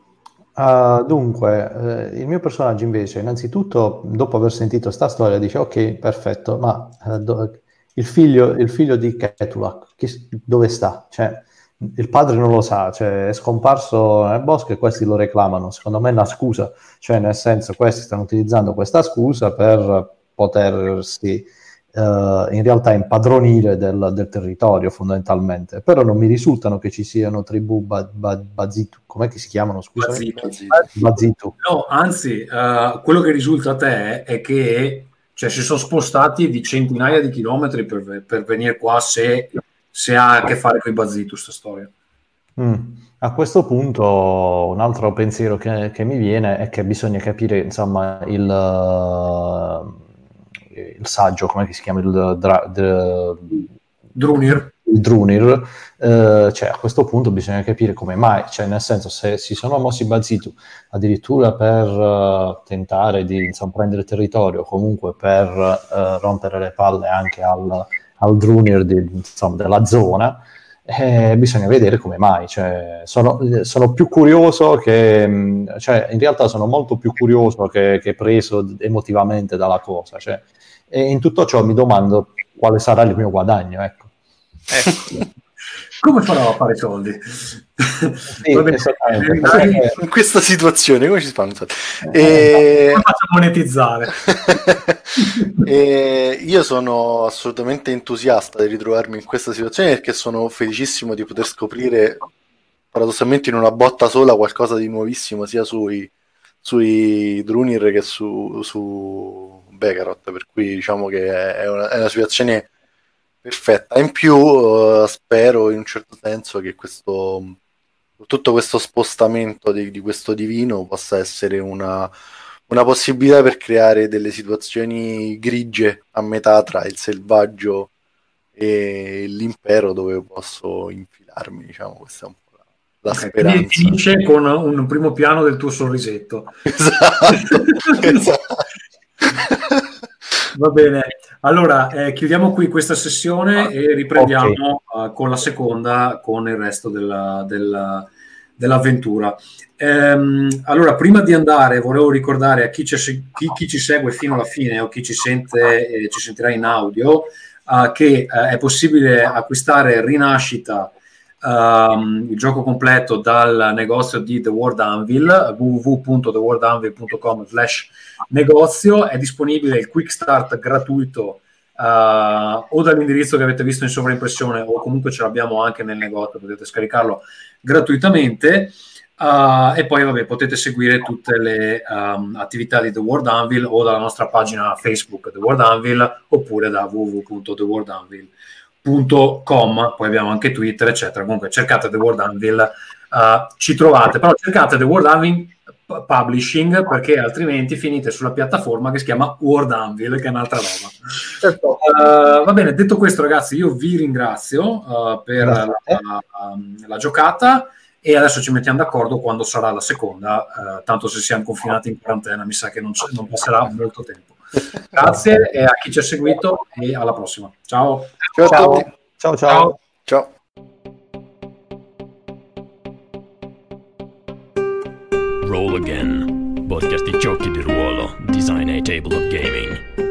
Dunque, il mio personaggio invece, innanzitutto, dopo aver sentito sta storia, dice ok, perfetto, ma il figlio di Ketulak, dove sta? Cioè, il padre non lo sa, cioè, è scomparso nel bosco e questi lo reclamano. Secondo me è una scusa, cioè nel senso questi stanno utilizzando questa scusa per potersi in realtà impadronire del territorio fondamentalmente, però non mi risultano che ci siano tribù Bazitu, com'è che si chiamano? Scusa, Bazitu. No, anzi, quello che risulta a te è che si sono spostati di centinaia di chilometri per venire qua, se ha a che fare con i Bazitu sta storia. A questo punto un altro pensiero che mi viene è che bisogna capire, insomma, il saggio, come si chiama? Drunir. Il Drunir, cioè a questo punto bisogna capire come mai, cioè nel senso, se si sono mossi Bazitu addirittura per tentare di prendere territorio, comunque per rompere le palle anche al Drunir della zona, bisogna vedere come mai, cioè, sono più curioso cioè in realtà sono molto più curioso che preso emotivamente dalla cosa, cioè, e in tutto ciò mi domando quale sarà il mio guadagno, ecco. Come farò a fare soldi? Sì, in questa situazione come ci si fa? Come faccio a monetizzare? Io sono assolutamente entusiasta di ritrovarmi in questa situazione, perché sono felicissimo di poter scoprire paradossalmente in una botta sola qualcosa di nuovissimo, sia sui Drunir che su Bekarot, per cui diciamo che è una situazione perfetta. In più spero in un certo senso che tutto questo spostamento di questo divino possa essere una possibilità per creare delle situazioni grigie a metà tra il selvaggio e l'impero, dove posso infilarmi, diciamo. Questa è un po' la speranza. Quindi finisce con un primo piano del tuo sorrisetto. Esatto. Va bene. Allora, chiudiamo qui questa sessione e riprendiamo con la seconda, con il resto dell'avventura. Allora, prima di andare, volevo ricordare a chi ci segue fino alla fine o chi ci sente e ci sentirà in audio che è possibile acquistare Rinascita, il gioco completo, dal negozio di The World Anvil, www.theworldanvil.com/negozio. È disponibile il quick start gratuito o dall'indirizzo che avete visto in sovraimpressione, o comunque ce l'abbiamo anche nel negozio, potete scaricarlo gratuitamente. E poi vabbè, potete seguire tutte le attività di The World Anvil o dalla nostra pagina Facebook The World Anvil, oppure da www.theworldanvil.com. Poi abbiamo anche Twitter, eccetera. Comunque cercate The World Anvil, ci trovate, però cercate The World Anvil Publishing, perché altrimenti finite sulla piattaforma che si chiama World Anvil, che è un'altra roba. Va bene, detto questo, ragazzi, io vi ringrazio per la giocata, e adesso ci mettiamo d'accordo quando sarà la seconda, tanto se siamo confinati in quarantena mi sa che non passerà molto tempo. Grazie a chi ci ha seguito e alla prossima. Ciao. Ciao. Ciao, ciao. Ciao. Roll Again, podcast di giochi di ruolo, Design a Table of Gaming.